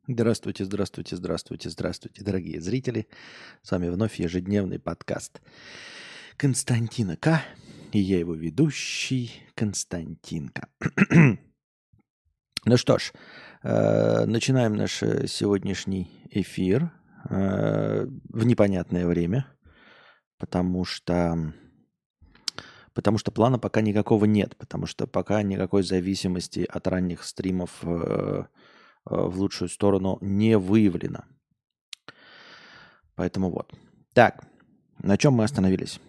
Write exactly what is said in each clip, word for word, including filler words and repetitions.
Здравствуйте, здравствуйте, здравствуйте, здравствуйте, дорогие зрители. С вами вновь ежедневный подкаст Константина К. И я его ведущий Константинка. Ну что ж, э, начинаем наш э, сегодняшний эфир э, в непонятное время, потому что, потому что плана пока никакого нет, потому что пока никакой зависимости от ранних стримов э, э, в лучшую сторону не выявлено. Поэтому вот. Так, на чем мы остановились?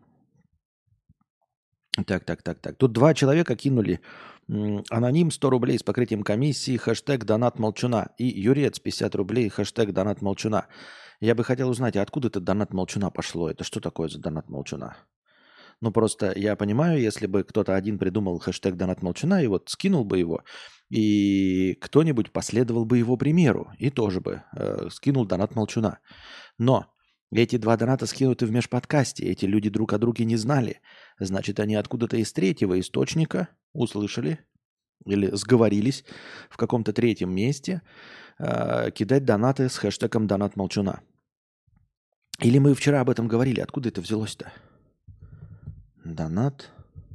Так, так, так, так. Тут два человека кинули м, аноним сто рублей с покрытием комиссии, хэштег донат молчуна. И Юрец пятьдесят рублей, хэштег донат молчуна. Я бы хотел узнать, а откуда это донат молчуна пошло? Это что такое за донат молчуна? Ну, просто я понимаю, если бы кто-то один придумал хэштег донат молчуна и вот скинул бы его, и кто-нибудь последовал бы его примеру и тоже бы э, скинул донат молчуна. Но эти два доната скинуты в межподкасте, эти люди друг о друге не знали. Значит, они откуда-то из третьего источника услышали или сговорились в каком-то третьем месте э, кидать донаты с хэштегом донат молчуна. Или мы вчера об этом говорили, откуда это взялось-то? Донат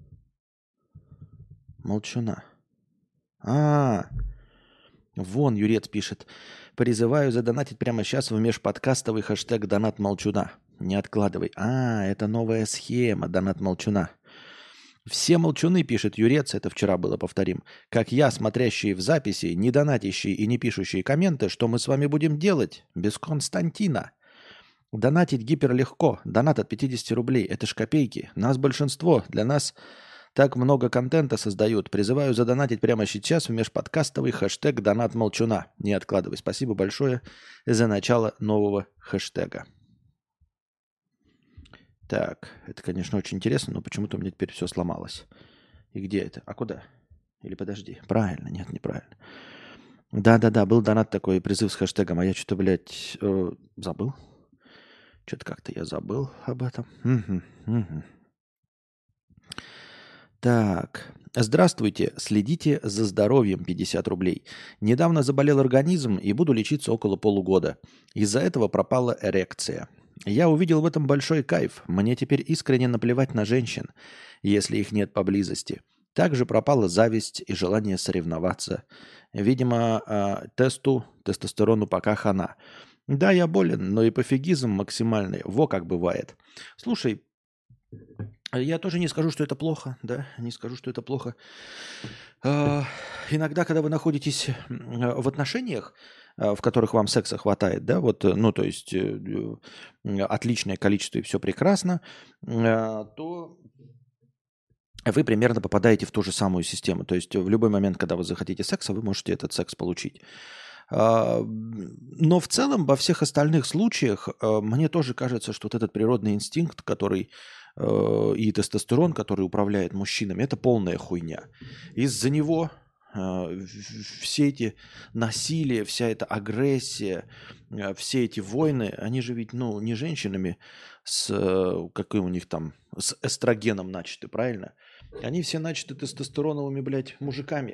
молчуна. А, вон Юрец пишет. Призываю задонатить прямо сейчас в межподкастовый хэштег донат молчуна. Не откладывай. А, это новая схема донат молчуна. Все молчуны, пишет Юрец, это вчера было, повторим, как я, смотрящие в записи, не донатящие и не пишущие комменты, что мы с вами будем делать без Константина. Донатить гиперлегко. Донат от пятьдесят рублей. Это ж копейки. Нас большинство. Для нас так много контента создают. Призываю задонатить прямо сейчас в межподкастовый хэштег донат молчуна. Не откладывай. Спасибо большое за начало нового хэштега. Так, это, конечно, очень интересно, но почему-то у меня теперь все сломалось. И где это? А куда? Или подожди. Правильно, нет, неправильно. Да-да-да, был донат такой, призыв с хэштегом, а я что-то, блядь, э, забыл. Что-то как-то я забыл об этом. Угу, угу. Так, здравствуйте, следите за здоровьем, пятьдесят рублей. Недавно заболел организм и буду лечиться около полугода. Из-за этого пропала эрекция. Я увидел в этом большой кайф. Мне теперь искренне наплевать на женщин, если их нет поблизости. Также пропала зависть и желание соревноваться. Видимо, э, тесту, тестостерону пока хана. Да, я болен, но и пофигизм максимальный. Во как бывает. Слушай, я тоже не скажу, что это плохо, да, не скажу, что это плохо. Э, иногда, когда вы находитесь э, в отношениях, э, в которых вам секса хватает, да, вот, э, ну, то есть э, э, отличное количество и все прекрасно, э, то вы примерно попадаете в ту же самую систему. То есть в любой момент, когда вы захотите секса, вы можете этот секс получить. А, Но в целом, во всех остальных случаях, э, мне тоже кажется, что вот этот природный инстинкт, который э, и тестостерон, который управляет мужчинами, это полная хуйня. Из-за него э, в- в- все эти насилия, вся эта агрессия, э, все эти войны, они же ведь, ну, не женщинами с, э, каким у них там, с эстрогеном начаты, правильно? Они все начаты тестостероновыми, блядь, мужиками.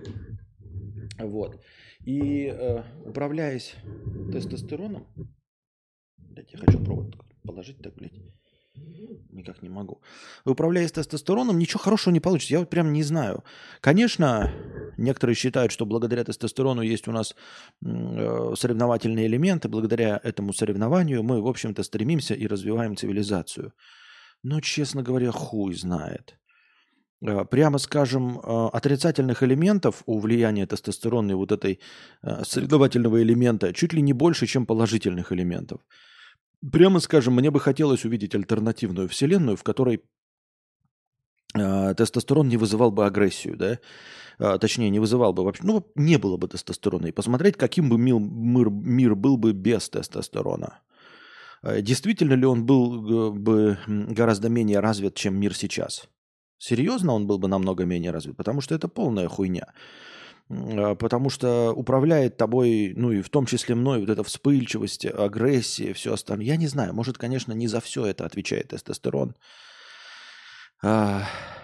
Вот. И э, управляясь тестостероном, блядь, я хочу провод положить так, блядь, никак не могу. Управляясь тестостероном, ничего хорошего не получится. Я вот прям не знаю. Конечно, некоторые считают, что благодаря тестостерону есть у нас э, соревновательные элементы. Благодаря этому соревнованию мы, в общем-то, стремимся и развиваем цивилизацию. Но, честно говоря, хуй знает. Э, Прямо скажем, э, отрицательных элементов у влияния тестостерона и вот этой э, соревновательного элемента чуть ли не больше, чем положительных элементов. Прямо скажем, мне бы хотелось увидеть альтернативную вселенную, в которой э, тестостерон не вызывал бы агрессию, да? А, точнее, не вызывал бы вообще, ну, не было бы тестостерона, и посмотреть, каким бы мил- мир, мир был бы без тестостерона. Э, Действительно ли он был э, бы м, гораздо менее развит, чем мир сейчас? Серьезно, он был бы намного менее развит, потому что это полная хуйня. М, а, Потому что управляет тобой, ну и в том числе мной, вот эта вспыльчивость, агрессия, все остальное. Я не знаю, может, конечно, не за все это отвечает тестостерон. А,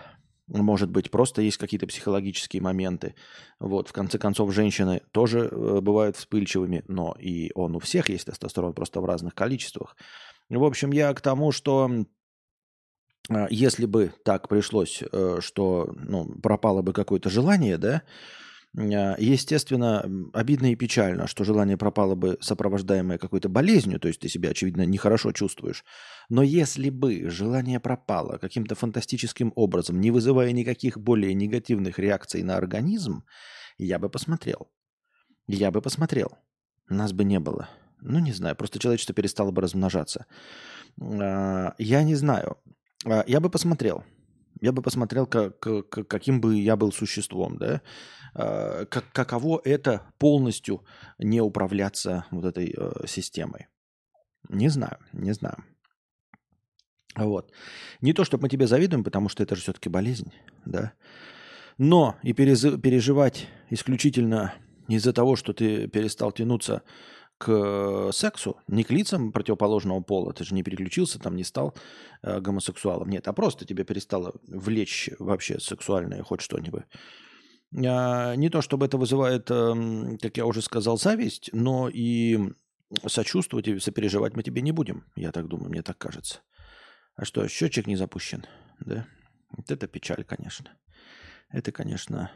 Может быть, просто есть какие-то психологические моменты. Вот, в конце концов, женщины тоже э, бывают вспыльчивыми, но и он у всех есть тестостерон, просто в разных количествах. В общем, я к тому, что э, если бы так пришлось, э, что ну, пропало бы какое-то желание, да, э, естественно, м, обидно и печально, что желание пропало бы сопровождаемое какой-то болезнью, то есть ты себя, очевидно, нехорошо чувствуешь. Но если бы желание пропало каким-то фантастическим образом, не вызывая никаких более негативных реакций на организм, я бы посмотрел. Я бы посмотрел. Нас бы не было. Ну, не знаю, просто человечество перестало бы размножаться. А, Я не знаю. А, Я бы посмотрел. Я бы посмотрел, как, как- каким бы я был существом, да? А, Как, каково это полностью не управляться вот этой э, системой. Не знаю, не знаю. Вот. Не то, чтобы мы тебе завидуем, потому что это же все-таки болезнь, да? Но и перез- переживать исключительно из-за того, что ты перестал тянуться к сексу, не к лицам противоположного пола, ты же не переключился, там не стал э, гомосексуалом, нет, а просто тебя перестало влечь вообще сексуальное хоть что-нибудь. А, не то, чтобы это вызывает, эм, как я уже сказал, зависть, но и сочувствовать и сопереживать мы тебе не будем, я так думаю, мне так кажется. А что, счетчик не запущен, да? Вот это печаль, конечно. Это, конечно,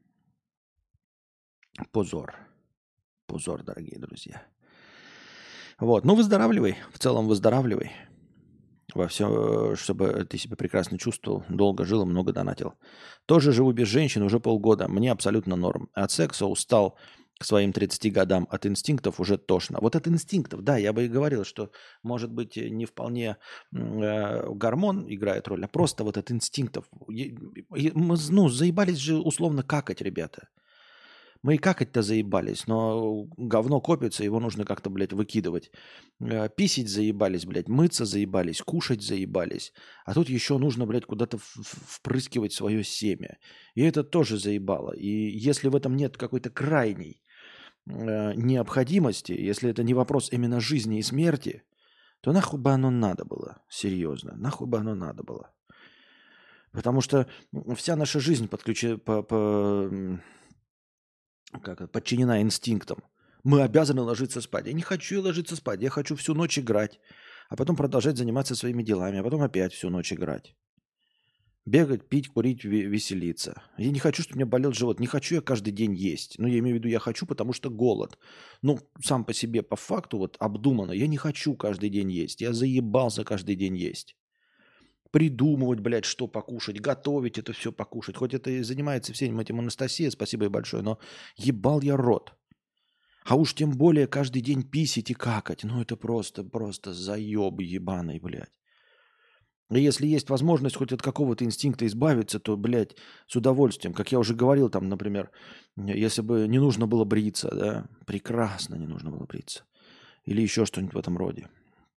позор. Позор, дорогие друзья. Вот, ну выздоравливай, в целом выздоравливай. Во все, чтобы ты себя прекрасно чувствовал, долго жил и много донатил. Тоже живу без женщин уже полгода, мне абсолютно норм. От секса устал к своим тридцати годам, от инстинктов уже тошно. Вот от инстинктов, да, я бы и говорил, что, может быть, не вполне м, э, гормон играет роль, а просто вот от инстинктов. Е- е- Мы, ну, заебались же условно какать, ребята. Мы и какать-то заебались, но говно копится, его нужно как-то, блядь, выкидывать. Э, Писить заебались, блядь, мыться заебались, кушать заебались. А тут еще нужно, блядь, куда-то в- в- впрыскивать свое семя. И это тоже заебало. И если в этом нет какой-то крайней э, необходимости, если это не вопрос именно жизни и смерти, то нахуй бы оно надо было, серьезно, нахуй бы оно надо было. Потому что м, вся наша жизнь подключена, по, по, м, как это, подчинена инстинктам. Мы обязаны ложиться спать. Я не хочу ложиться спать, я хочу всю ночь играть, а потом продолжать заниматься своими делами, а потом опять всю ночь играть. Бегать, пить, курить, ве- веселиться. Я не хочу, чтобы у меня болел живот. Не хочу я каждый день есть. Ну, я имею в виду, я хочу, потому что голод. Ну, сам по себе, по факту, вот обдуманно, я не хочу каждый день есть. Я заебался каждый день есть. Придумывать, блядь, что покушать, готовить это все покушать. Хоть это и занимается всем этим Анастасия, спасибо ей большое, но ебал я рот. А уж тем более каждый день писить и какать. Ну, это просто, просто заеб ебаный, блядь. И если есть возможность хоть от какого-то инстинкта избавиться, то, блядь, с удовольствием. Как я уже говорил, там, например, если бы не нужно было бриться, да, прекрасно не нужно было бриться. Или еще что-нибудь в этом роде.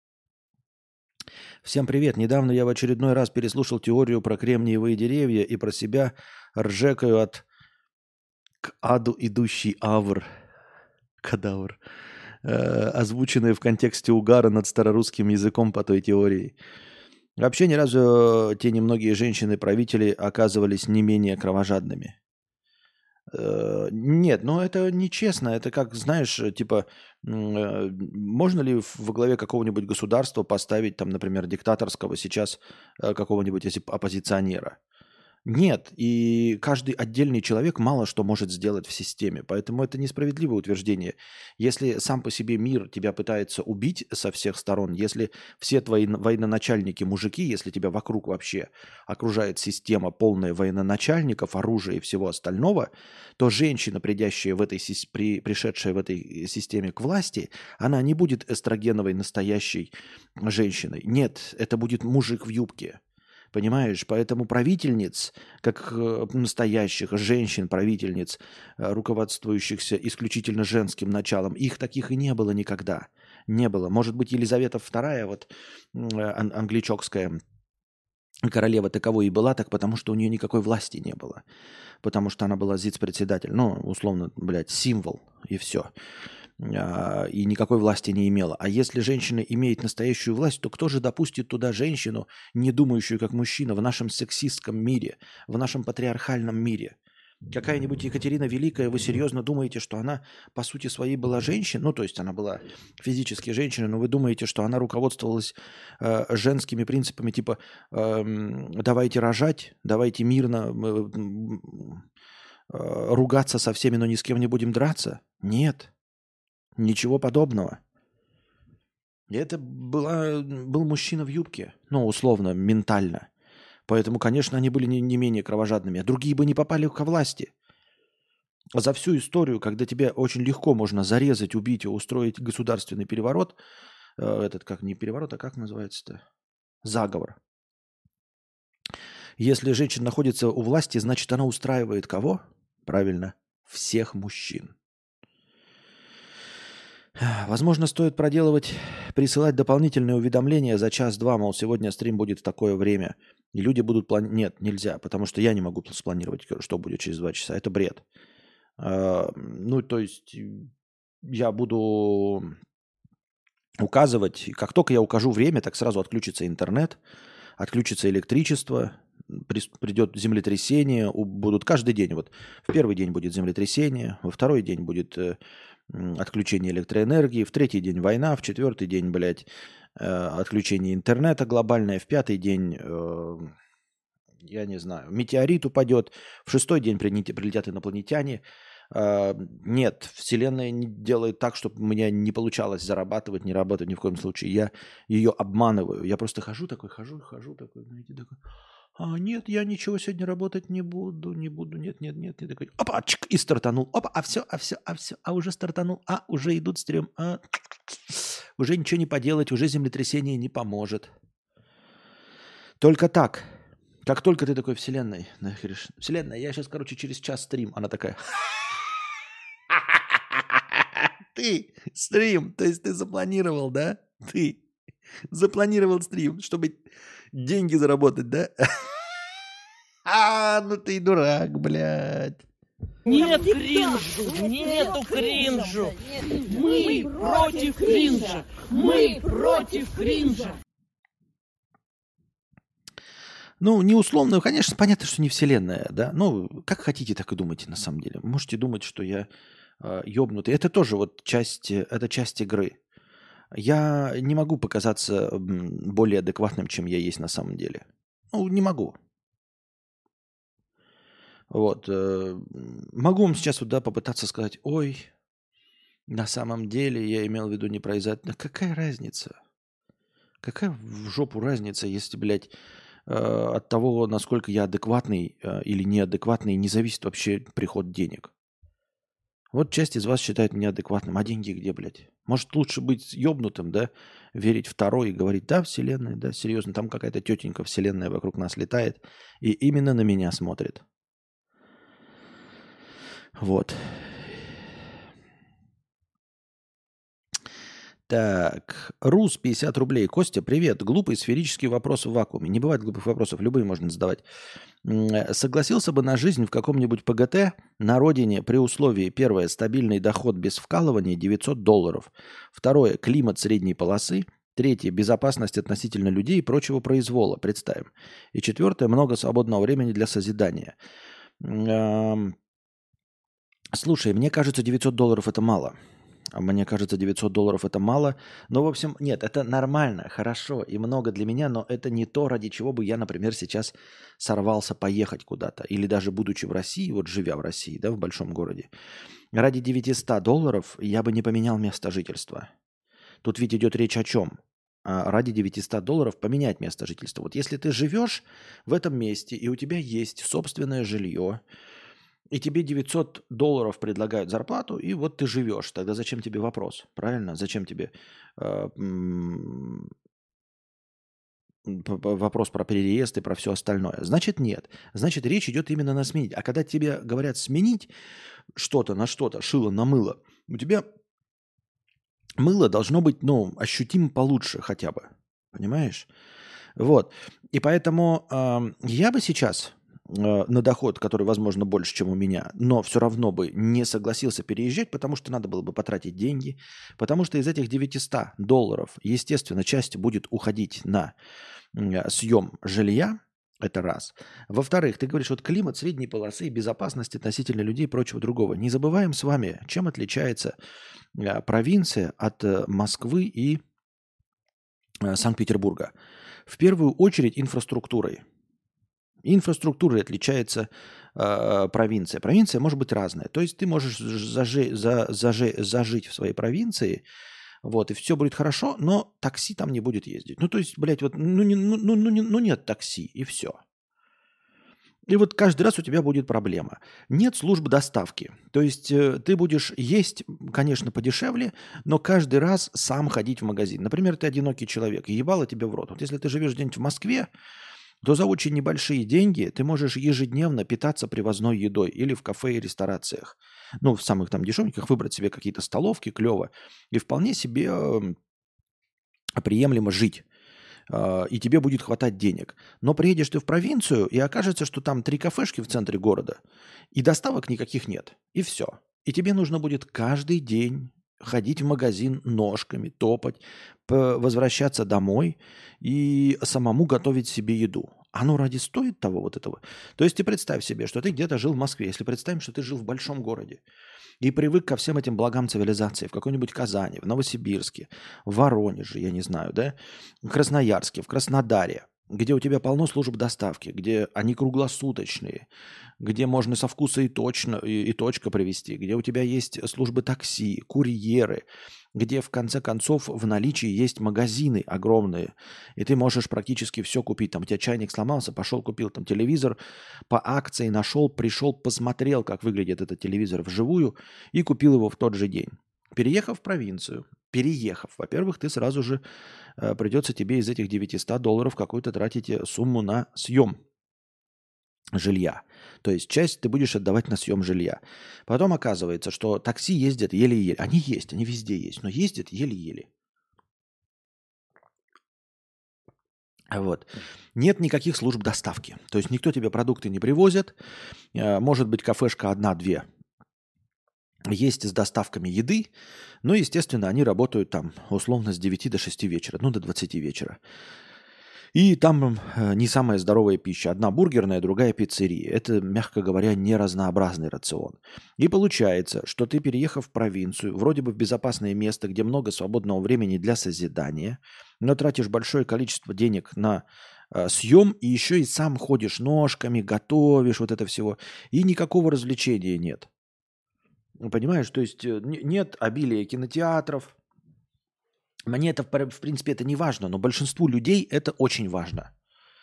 Всем привет. Недавно я в очередной раз переслушал теорию про кремниевые деревья и про себя ржекаю от «к аду идущий авр». Кадавр. Э, озвученные в контексте угара над старорусским языком по той теории. Вообще ни разу э, те немногие женщины-правители оказывались не менее кровожадными. Э, Нет, ну это нечестно. Это как, знаешь, э, типа, м, э, можно ли в- во главе какого-нибудь государства поставить, там, например, диктаторского сейчас э, какого-нибудь если б оппозиционера? Нет, и каждый отдельный человек мало что может сделать в системе, поэтому это несправедливое утверждение. Если сам по себе мир тебя пытается убить со всех сторон, если все твои н- военачальники мужики, если тебя вокруг вообще окружает система полная военачальников, оружия и всего остального, то женщина, придящая в этой, сис- при, пришедшая в этой системе к власти, она не будет эстрогеновой настоящей женщиной. Нет, это будет мужик в юбке. Понимаешь, поэтому правительниц, как э, настоящих женщин-правительниц, э, руководствующихся исключительно женским началом, их таких и не было никогда. Не было. Может быть, Елизавета вторая, вот м, э, ан- англичокская королева таковой и была, так потому что у нее никакой власти не было. Потому что она была зиц-председатель. Ну, условно, блядь, символ и все. а, и никакой власти не имела. А если женщина имеет настоящую власть, то кто же допустит туда женщину, не думающую как мужчина, в нашем сексистском мире, в нашем патриархальном мире? Какая-нибудь Екатерина Великая, вы серьезно думаете, что она по сути своей была женщиной? Ну, то есть она была физически женщиной, но вы думаете, что она руководствовалась э, женскими принципами типа э, давайте рожать, давайте мирно э, э, ругаться со всеми, но ни с кем не будем драться? Нет, ничего подобного. И это была, был мужчина в юбке, ну, условно, ментально. Поэтому, конечно, они были не, не менее кровожадными, а другие бы не попали ко власти. А за всю историю, когда тебя очень легко можно зарезать, убить и устроить государственный переворот, э, этот как не переворот, а как называется-то? Заговор. Если женщина находится у власти, значит, она устраивает кого? Правильно, всех мужчин. Возможно, стоит проделывать, присылать дополнительные уведомления за час-два, мол, сегодня стрим будет в такое время. И люди будут планировать... Нет, нельзя, потому что я не могу спланировать, что будет через два часа. Это бред. Ну, то есть я буду указывать, как только я укажу время, так сразу отключится интернет, отключится электричество, придет землетрясение, будут каждый день. Вот в первый день будет землетрясение, во второй день будет отключение электроэнергии, в третий день война, в четвертый день, блядь, отключение интернета глобальное, в пятый день, я не знаю, метеорит упадет, в шестой день прилетят инопланетяне. Нет, Вселенная не делает так, чтобы у меня не получалось зарабатывать, не работать ни в коем случае. Я ее обманываю. Я просто хожу такой, хожу, хожу такой, знаете, такой. А, нет, я ничего сегодня работать не буду, не буду, нет, нет, нет. И такой, опа, чик, и стартанул. Опа, а все, а все, а все, а уже стартанул, а уже идут стрим, а уже ничего не поделать, уже землетрясение не поможет. Только так. Как только ты такой, Вселенной, нахреш, Вселенная, я сейчас, короче, через час стрим. Она такая... Ты стрим, то есть ты запланировал, да? Ты запланировал стрим, чтобы деньги заработать, да? А, ну ты дурак, блядь. Нет кринжу, нету кринжу. Мы против кринжа. Мы против кринжа. Ну, не условно, конечно, понятно, что не вселенная, да? Ну, как хотите, так и думайте на самом деле. Можете думать, что я э, ёбнутый. Это тоже вот часть, это часть игры. Я не могу показаться более адекватным, чем я есть на самом деле. Ну, не могу. Вот. Э, могу вам сейчас вот, да, попытаться сказать, ой, на самом деле я имел в виду не произойти. Какая разница? Какая в жопу разница, если, блядь, от того, насколько я адекватный или неадекватный, не зависит вообще приход денег. Вот часть из вас считает меня адекватным. А деньги где, блядь? Может, лучше быть ёбнутым, да? Верить второй и говорить, да, вселенная, да, серьезно, там какая-то тетенька вселенная вокруг нас летает и именно на меня смотрит. Вот. Так, Рус, пятьдесят рублей. Костя, привет. Глупый сферический вопрос в вакууме. Не бывает глупых вопросов, любые можно задавать. Согласился бы на жизнь в каком-нибудь ПГТ на родине при условии: первое, стабильный доход без вкалывания девятьсот долларов. Второе, климат средней полосы. Третье, безопасность относительно людей и прочего произвола. Представим. И четвертое, много свободного времени для созидания. Слушай, мне кажется, девятьсот долларов это мало. Мне кажется, девятьсот долларов это мало. Но, в общем, нет, это нормально, хорошо и много для меня, но это не то, ради чего бы я, например, сейчас сорвался поехать куда-то. Или даже будучи в России, вот живя в России, да, в большом городе. Ради девятьсот долларов я бы не поменял место жительства. Тут ведь идет речь о чем? А ради девятьсот долларов поменять место жительства. Вот если ты живешь в этом месте, и у тебя есть собственное жилье, и тебе девятьсот долларов предлагают зарплату, и вот ты живешь. Тогда зачем тебе вопрос? Правильно? Зачем тебе э, м- вопрос про переезд и про все остальное? Значит, нет. Значит, речь идет именно на сменить. А когда тебе говорят сменить что-то на что-то, шило на мыло, у тебя мыло должно быть, ну, ощутимо получше хотя бы. Понимаешь? Вот. И поэтому э, я бы сейчас... на доход, который, возможно, больше, чем у меня, но все равно бы не согласился переезжать, потому что надо было бы потратить деньги, потому что из этих девятисот долларов, естественно, часть будет уходить на съем жилья, это раз. Во-вторых, ты говоришь, вот климат средней полосы, безопасность относительно людей и прочего другого. Не забываем с вами, чем отличается провинция от Москвы и Санкт-Петербурга. В первую очередь инфраструктурой. Инфраструктурой отличается э, провинция. Провинция может быть разная. То есть ты можешь зажи, за, зажи, зажить в своей провинции, вот, и все будет хорошо, но такси там не будет ездить. Ну, то есть, блядь, вот, ну, не, ну, ну, ну, не, ну нет такси, и все. И вот каждый раз у тебя будет проблема. Нет службы доставки. То есть э, ты будешь есть, конечно, подешевле, но каждый раз сам ходить в магазин. Например, ты одинокий человек, и ебало тебе в рот. Вот если ты живешь где-нибудь в Москве, то за очень небольшие деньги ты можешь ежедневно питаться привозной едой или в кафе и ресторациях. Ну, в самых там дешевеньких выбрать себе какие-то столовки, клево. И вполне себе э, приемлемо жить. Э, и тебе будет хватать денег. Но приедешь ты в провинцию, и окажется, что там три кафешки в центре города, и доставок никаких нет. И все. И тебе нужно будет каждый день ходить в магазин ножками, топать, возвращаться домой и самому готовить себе еду. Оно ради стоит того вот этого? То есть ты представь себе, что ты где-то жил в Москве, если представим, что ты жил в большом городе и привык ко всем этим благам цивилизации, в какой-нибудь Казани, в Новосибирске, в Воронеже, я не знаю, да, в Красноярске, в Краснодаре, где у тебя полно служб доставки, где они круглосуточные, где можно со вкуса и, точно, и, и точка привезти, где у тебя есть службы такси, курьеры, где в конце концов в наличии есть магазины огромные, и ты можешь практически все купить. Там у тебя чайник сломался, пошел купил там телевизор по акции, нашел, пришел, посмотрел, как выглядит этот телевизор вживую и купил его в тот же день. Переехав в провинцию, переехав, во-первых, ты сразу же э, придется тебе из этих девятисот долларов какую-то тратить сумму на съем жилья. То есть часть ты будешь отдавать на съем жилья. Потом оказывается, что такси ездят еле-еле. Они есть, они везде есть, но ездят еле-еле. Вот. Нет никаких служб доставки. То есть никто тебе продукты не привозит. Может быть, кафешка одна-две есть с доставками еды. Ну, естественно, они работают там условно с девяти до шести вечера, ну, до двадцати вечера. И там не самая здоровая пища. Одна бургерная, другая пиццерия. Это, мягко говоря, не разнообразный рацион. И получается, что ты, переехав в провинцию, вроде бы в безопасное место, где много свободного времени для созидания, но тратишь большое количество денег на э, съем, и еще и сам ходишь ножками, готовишь вот это всего, и никакого развлечения нет. Понимаешь, то есть э, нет обилия кинотеатров. Мне это, в принципе, это не важно, но большинству людей это очень важно.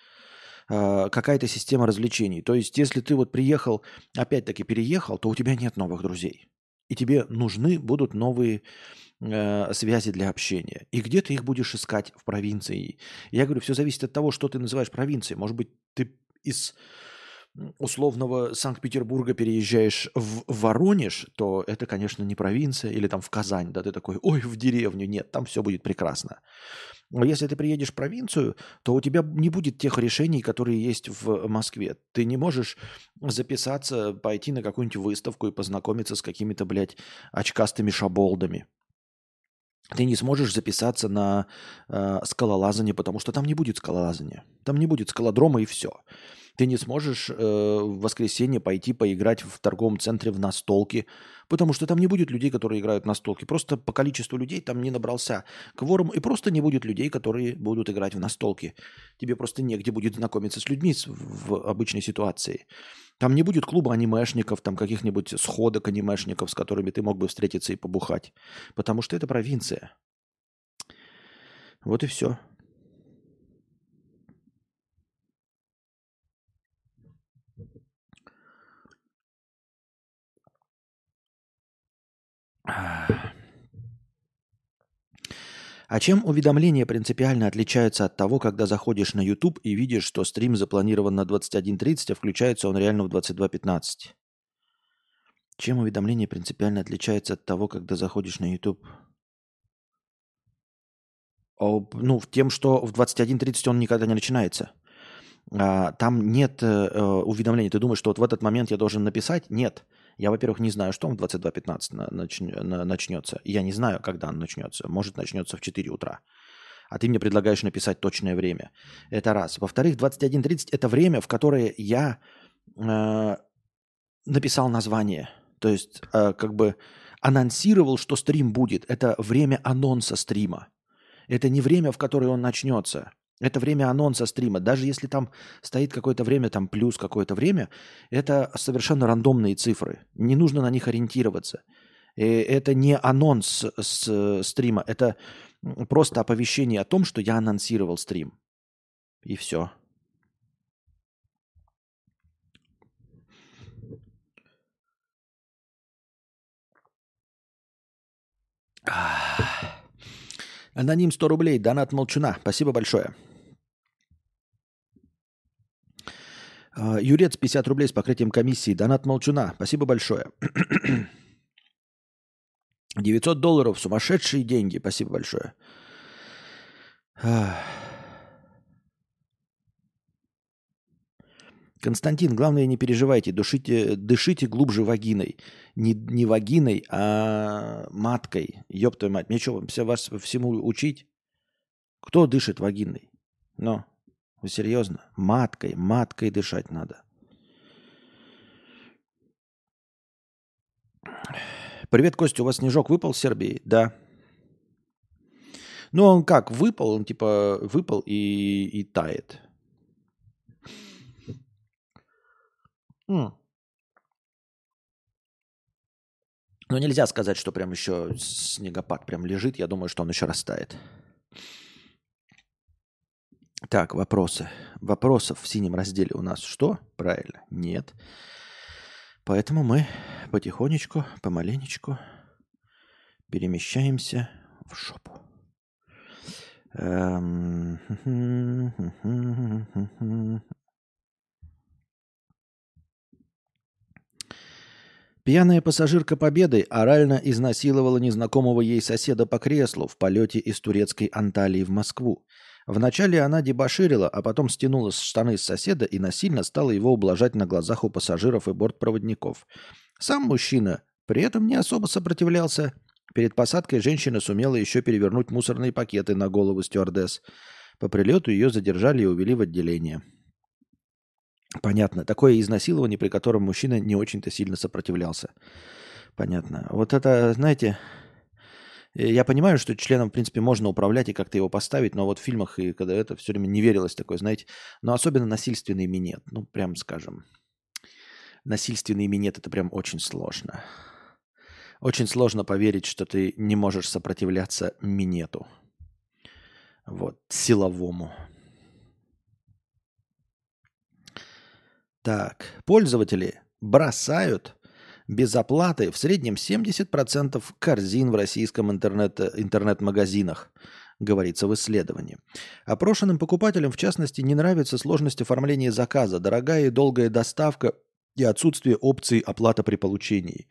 Э, какая-то система развлечений. То есть, если ты вот приехал, опять-таки переехал, то у тебя нет новых друзей. И тебе нужны будут новые э, связи для общения. И где ты их будешь искать в провинции? Я говорю, все зависит от того, что ты называешь провинцией. Может быть, ты из условного Санкт-Петербурга переезжаешь в Воронеж, то это, конечно, не провинция, или там в Казань, да, ты такой, ой, в деревню, нет, там все будет прекрасно. Но если ты приедешь в провинцию, то у тебя не будет тех решений, которые есть в Москве. Ты не можешь записаться, пойти на какую-нибудь выставку и познакомиться с какими-то, блядь, очкастыми шаболдами. Ты не сможешь записаться на э, скалолазание, потому что там не будет скалолазания. Там не будет скалодрома и все. Ты не сможешь э, в воскресенье пойти поиграть в торговом центре в настолки, потому что там не будет людей, которые играют в настолки. Просто по количеству людей там не набрался кворум, и просто не будет людей, которые будут играть в настолки. Тебе просто негде будет знакомиться с людьми в обычной ситуации. Там не будет клуба анимешников, там каких-нибудь сходок анимешников, с которыми ты мог бы встретиться и побухать. Потому что это провинция. Вот и все. А чем уведомления принципиально отличаются от того, когда заходишь на YouTube и видишь, что стрим запланирован на двадцать один тридцать, а включается он реально в двадцать два пятнадцать? Чем уведомление принципиально отличается от того, когда заходишь на YouTube? О, ну, тем, что в двадцать один тридцать он никогда не начинается. а, там нет э, уведомлений. Ты думаешь, что вот в этот момент я должен написать? Нет. Я, во-первых, не знаю, что он в двадцать два пятнадцать на- начн- на- начнется. Я не знаю, когда он начнется. Может, начнется в четыре утра. А ты мне предлагаешь написать точное время. Это раз. Во-вторых, двадцать один тридцать – это время, в которое я э, написал название. То есть, э, как бы анонсировал, что стрим будет. Это время анонса стрима. Это не время, в которое он начнется. Это время анонса стрима. Даже если там стоит какое-то время, там плюс какое-то время, это совершенно рандомные цифры. Не нужно на них ориентироваться. И это не анонс с стрима, это просто оповещение о том, что я анонсировал стрим. И все. Аноним сто рублей, донат молчуна. Спасибо большое. Юрец пятьдесят рублей с покрытием комиссии. Донат молчуна. Спасибо большое. девятьсот долларов. Сумасшедшие деньги. Спасибо большое. Константин, главное, не переживайте. Душите, дышите глубже вагиной. Не, не вагиной, а маткой. Ёб твою мать. Мне что, все, вас всему учить? Кто дышит вагиной? Ну, вы серьезно? Маткой, маткой дышать надо. Привет, Костя, у вас снежок выпал в Сербии? Да. Ну, он как, выпал, он типа выпал и, и тает. М. Но нельзя сказать, что прям еще снегопад прям лежит. Я думаю, что он еще растает. Так, вопросы. Вопросов в синем разделе у нас что? Правильно, нет. Поэтому мы потихонечку, помаленечку перемещаемся в шопу. Эм, Пьяная пассажирка Победы орально изнасиловала незнакомого ей соседа по креслу в полете из турецкой Анталии в Москву. Вначале она дебоширила, а потом стянула штаны с соседа и насильно стала его ублажать на глазах у пассажиров и бортпроводников. Сам мужчина при этом не особо сопротивлялся. Перед посадкой женщина сумела еще перевернуть мусорные пакеты на голову стюардесс. По прилету ее задержали и увели в отделение. Понятно. Такое изнасилование, при котором мужчина не очень-то сильно сопротивлялся. Понятно. Вот это, знаете, я понимаю, что членом, в принципе, можно управлять и как-то его поставить, но вот в фильмах, и когда это все время не верилось такое, знаете, но особенно насильственный минет, ну, прям скажем, насильственный минет – это прям очень сложно. Очень сложно поверить, что ты не можешь сопротивляться минету. Вот, силовому. Так, пользователи бросают без оплаты в среднем семьдесят процентов корзин в российском интернет, интернет-магазинах, говорится в исследовании. Опрошенным покупателям, в частности, не нравятся сложность оформления заказа, дорогая и долгая доставка и отсутствие опции оплата при получении.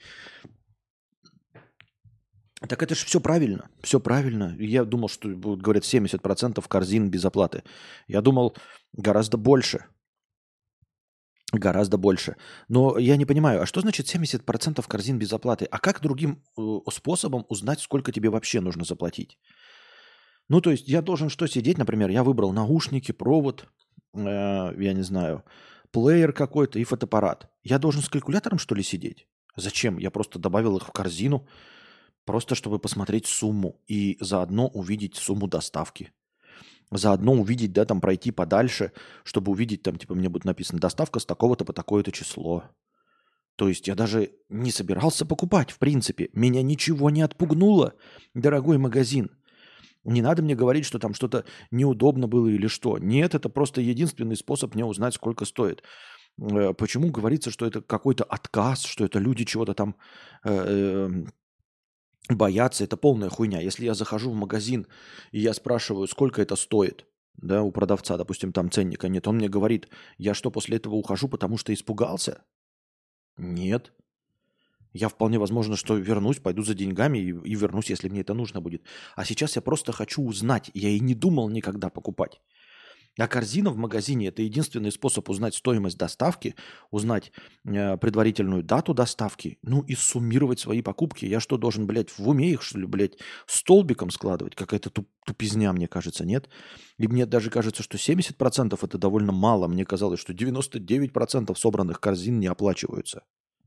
Так это же все правильно, все правильно. Я думал, что будут, говорят, семьдесят процентов корзин без оплаты. Я думал, гораздо больше. Гораздо больше. Но я не понимаю, а что значит семьдесят процентов корзин без оплаты? А как другим э, способом узнать, сколько тебе вообще нужно заплатить? Ну, то есть я должен что сидеть, например, я выбрал наушники, провод, э, я не знаю, плеер какой-то и фотоаппарат. Я должен с калькулятором, что ли, сидеть? Зачем? Я просто добавил их в корзину, просто чтобы посмотреть сумму и заодно увидеть сумму доставки. Заодно увидеть, да, там пройти подальше, чтобы увидеть, там, типа, мне будет написано доставка с такого-то по такое-то число. То есть я даже не собирался покупать, в принципе. Меня ничего не отпугнуло, дорогой магазин. Не надо мне говорить, что там что-то неудобно было или что. Нет, это просто единственный способ мне узнать, сколько стоит. Э, Почему говорится, что это какой-то отказ, что это люди чего-то там э, э, боятся? Это полная хуйня. Если я захожу в магазин и я спрашиваю, сколько это стоит, да, у продавца, допустим, там ценника нет, он мне говорит, я что, после этого ухожу, потому что испугался? Нет. Я вполне возможно, что вернусь, пойду за деньгами и, и вернусь, если мне это нужно будет. А сейчас я просто хочу узнать. Я и не думал никогда покупать. А корзина в магазине – это единственный способ узнать стоимость доставки, узнать э, предварительную дату доставки, ну и суммировать свои покупки. Я что, должен, блядь, в уме их, что ли, блядь, столбиком складывать? Какая-то туп- тупизня, мне кажется, нет? И мне даже кажется, что семьдесят процентов это довольно мало. Мне казалось, что девяносто девять процентов собранных корзин не оплачиваются.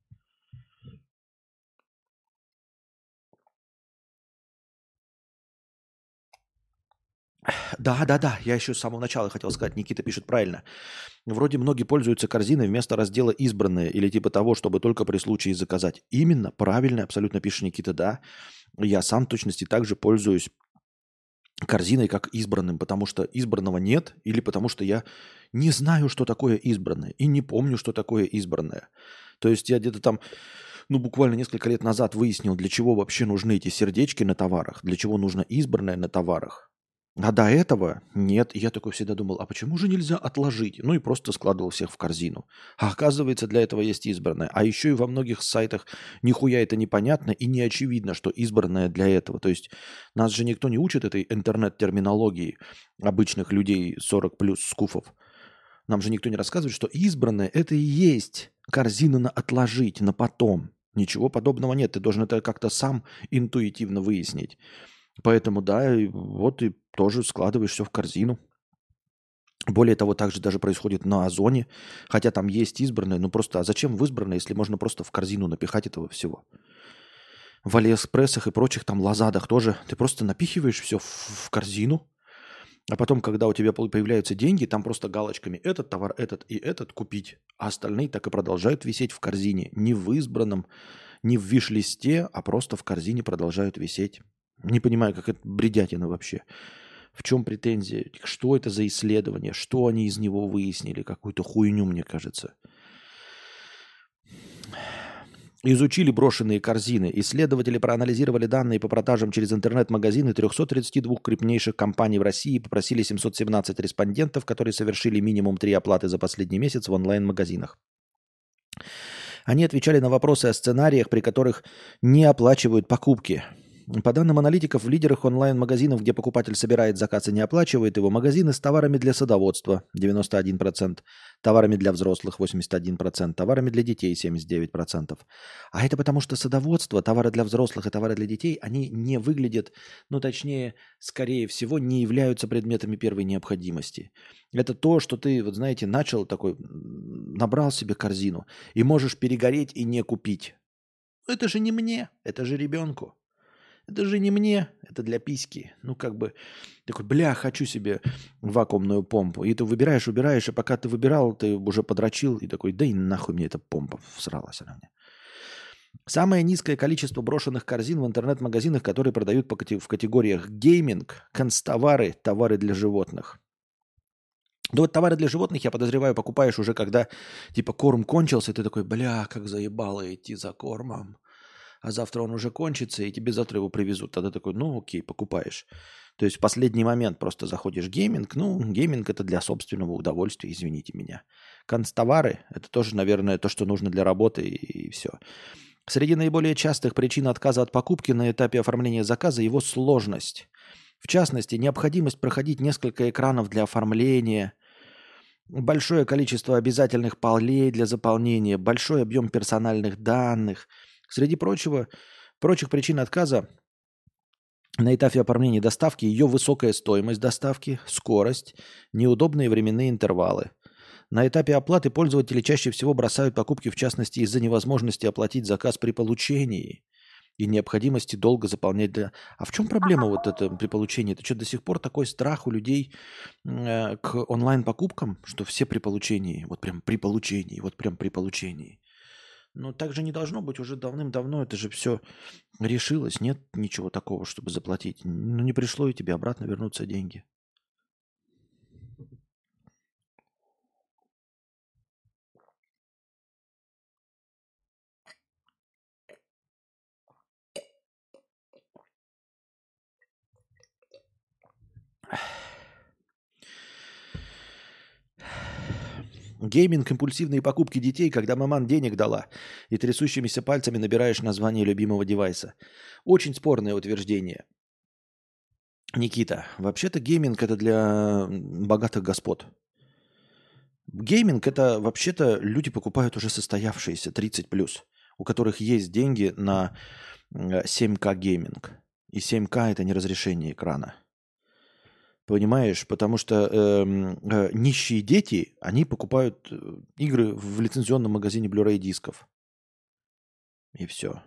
Да, да, да, я еще с самого начала хотел сказать, Никита пишет правильно. Вроде многие пользуются корзиной вместо раздела «Избранные» или типа того, чтобы только при случае заказать. Именно, правильно, абсолютно пишет Никита, да. Я сам в точности также пользуюсь корзиной как избранным, потому что избранного нет или потому что я не знаю, что такое избранное и не помню, что такое избранное. То есть я где-то там, ну буквально несколько лет назад выяснил, для чего вообще нужны эти сердечки на товарах, для чего нужно избранное на товарах. А до этого нет. Я такой всегда думал, а почему же нельзя отложить? Ну и просто складывал всех в корзину. А оказывается, для этого есть избранное. А еще и во многих сайтах нихуя это непонятно и не очевидно, что избранное для этого. То есть нас же никто не учит этой интернет-терминологии обычных людей сорок плюс скуфов. Нам же никто не рассказывает, что избранное это и есть корзина на отложить, на потом. Ничего подобного нет. Ты должен это как-то сам интуитивно выяснить. Поэтому, да, и вот и тоже складываешь все в корзину. Более того, также даже происходит на Озоне, хотя там есть избранное, ну просто, а зачем в избранное, если можно просто в корзину напихать этого всего? В Алиэкспрессах и прочих там лазадах тоже ты просто напихиваешь все в, в корзину, а потом, когда у тебя появляются деньги, там просто галочками этот товар, этот и этот купить, а остальные так и продолжают висеть в корзине, не в избранном, не в виш-листе, а просто в корзине продолжают висеть. Не понимаю, как это бредятина вообще. В чем претензия? Что это за исследование? Что они из него выяснили? Какую-то хуйню, мне кажется. Изучили брошенные корзины. Исследователи проанализировали данные по продажам через интернет-магазины трёхсот тридцати двух крупнейших компаний в России и попросили семьсот семнадцать респондентов, которые совершили минимум три оплаты за последний месяц в онлайн-магазинах. Они отвечали на вопросы о сценариях, при которых не оплачивают покупки. По данным аналитиков, в лидерах онлайн-магазинов, где покупатель собирает заказ и не оплачивает его, магазины с товарами для садоводства девяносто один процент, товарами для взрослых восемьдесят один процент, товарами для детей семьдесят девять процентов. А это потому, что садоводство, товары для взрослых и товары для детей, они не выглядят, ну точнее, скорее всего, не являются предметами первой необходимости. Это то, что ты, вот знаете, начал такой, набрал себе корзину и можешь перегореть и не купить. Это же не мне, это же ребенку. Это же не мне, это для письки. Ну, как бы, такой, бля, хочу себе вакуумную помпу. И ты выбираешь, убираешь, и пока ты выбирал, ты уже подрочил, и такой, да и нахуй мне эта помпа всралась она мне. Самое низкое количество брошенных корзин в интернет-магазинах, которые продают по катeg- в категориях гейминг, канцтовары, товары для животных. Да вот товары для животных, я подозреваю, покупаешь уже, когда типа корм кончился, и ты такой, бля, как заебало идти за кормом. А завтра он уже кончится, и тебе завтра его привезут. Тогда такой, ну окей, покупаешь. То есть в последний момент просто заходишь в гейминг. Ну, гейминг это для собственного удовольствия, извините меня. Канцтовары это тоже, наверное, то, что нужно для работы, и, и все. Среди наиболее частых причин отказа от покупки на этапе оформления заказа его сложность. В частности, необходимость проходить несколько экранов для оформления, большое количество обязательных полей для заполнения, большой объем персональных данных. Среди прочего, прочих причин отказа на этапе оформления доставки ее высокая стоимость доставки, скорость, неудобные временные интервалы. На этапе оплаты пользователи чаще всего бросают покупки, в частности, из-за невозможности оплатить заказ при получении и необходимости долго заполнять. Для... А в чем проблема вот это при получении? Это что, до сих пор такой страх у людей э, к онлайн-покупкам, что все при получении, вот прям при получении, вот прям при получении. Но так же не должно быть уже давным-давно. Это же все решилось. Нет ничего такого, чтобы заплатить. Ну, не пришло, и тебе обратно вернутся деньги. Гейминг, импульсивные покупки детей, когда маман денег дала, и трясущимися пальцами набираешь название любимого девайса. Очень спорное утверждение. Никита, вообще-то гейминг это для богатых господ. Гейминг это вообще-то люди покупают уже состоявшиеся тридцать плюс, у которых есть деньги на семь ка гейминг. И семь ка это не разрешение экрана. Понимаешь? Потому что э, э, нищие дети, они покупают игры в лицензионном магазине Blu-ray дисков. И все.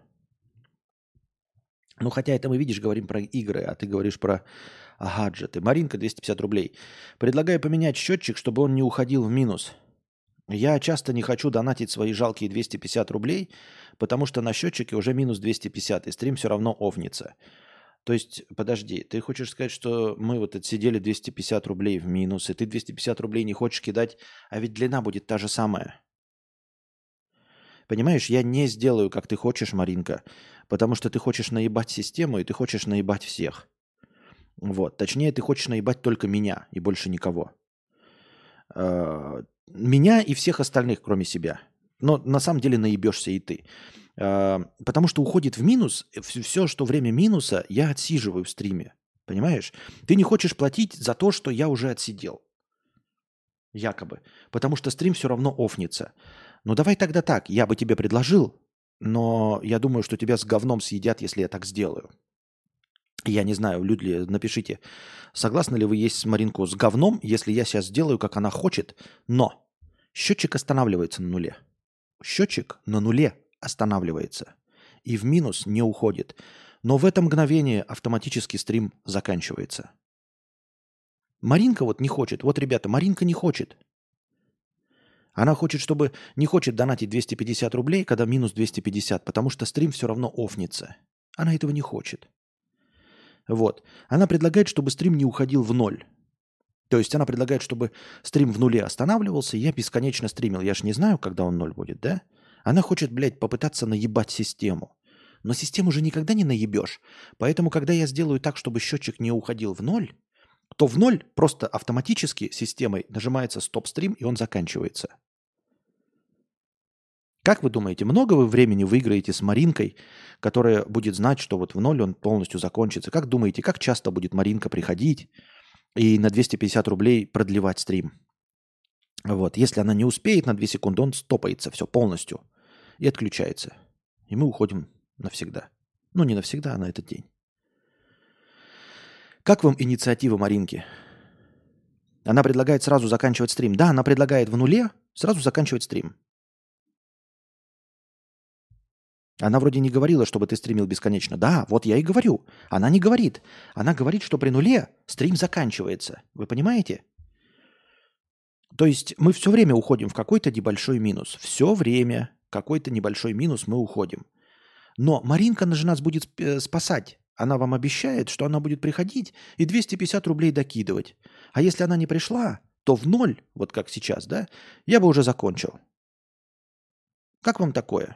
Ну, хотя это мы, видишь, говорим про игры, а ты говоришь про гаджеты. Маринка, двести пятьдесят рублей. Предлагаю поменять счетчик, чтобы он не уходил в минус. Я часто не хочу донатить свои жалкие двести пятьдесят рублей, потому что на счетчике уже минус двести пятьдесят, и стрим все равно офнится. То есть, подожди, ты хочешь сказать, что мы вот отсидели двести пятьдесят рублей в минус, и ты двести пятьдесят рублей не хочешь кидать, а ведь длина будет та же самая. Понимаешь, я не сделаю, как ты хочешь, Маринка, потому что ты хочешь наебать систему, и ты хочешь наебать всех. Вот. Точнее, ты хочешь наебать только меня и больше никого. Меня и всех остальных, кроме себя. Но на самом деле наебешься и ты. Потому что уходит в минус, все, что время минуса, я отсиживаю в стриме. Понимаешь? Ты не хочешь платить за то, что я уже отсидел. Якобы. Потому что стрим все равно офнится. Ну давай тогда так, я бы тебе предложил, но я думаю, что тебя с говном съедят, если я так сделаю. Я не знаю, люди, напишите, согласны ли вы есть Маринку с говном, если я сейчас сделаю, как она хочет, но счетчик останавливается на нуле. Счетчик на нуле останавливается и в минус не уходит. Но в это мгновение автоматически стрим заканчивается. Маринка вот не хочет. Вот, ребята, Маринка не хочет. Она хочет, чтобы... Не хочет донатить двести пятьдесят рублей, когда минус двести пятьдесят, потому что стрим все равно офнится. Она этого не хочет. Вот. Она предлагает, чтобы стрим не уходил в ноль. То есть она предлагает, чтобы стрим в нуле останавливался, и я бесконечно стримил. Я же не знаю, когда он ноль будет, да? Она хочет, блядь, попытаться наебать систему. Но систему же никогда не наебешь. Поэтому, когда я сделаю так, чтобы счетчик не уходил в ноль, то в ноль просто автоматически системой нажимается стоп-стрим, и он заканчивается. Как вы думаете, много вы времени выиграете с Маринкой, которая будет знать, что вот в ноль он полностью закончится? Как думаете, как часто будет Маринка приходить и на двести пятьдесят рублей продлевать стрим? Вот. Если она не успеет на две секунды, он стопается все полностью и отключается. И мы уходим навсегда. Ну, не навсегда, а на этот день. Как вам инициатива Маринки? Она предлагает сразу заканчивать стрим. Да, она предлагает в нуле сразу заканчивать стрим. Она вроде не говорила, чтобы ты стримил бесконечно. Да, вот я и говорю. Она не говорит. Она говорит, что при нуле стрим заканчивается. Вы понимаете? То есть мы все время уходим в какой-то небольшой минус. Все время какой-то небольшой минус мы уходим. Но Маринка же нас будет спасать. Она вам обещает, что она будет приходить и двести пятьдесят рублей докидывать. А если она не пришла, то в ноль, вот как сейчас, да, я бы уже закончил. Как вам такое?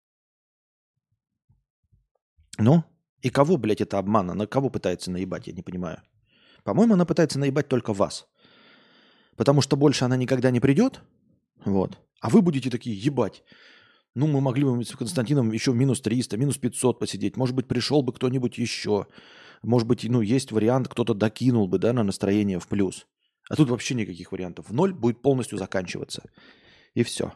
Ну, и кого, блядь, это обман? На кого пытается наебать, я не понимаю. По-моему, она пытается наебать только вас. Потому что больше она никогда не придет. Вот. А вы будете такие, ебать. Ну, мы могли бы с Константином еще минус триста, минус пятьсот посидеть. Может быть, пришел бы кто-нибудь еще. Может быть, ну, есть вариант, кто-то докинул бы, да, на настроение в плюс. А тут вообще никаких вариантов. В ноль будет полностью заканчиваться. И все.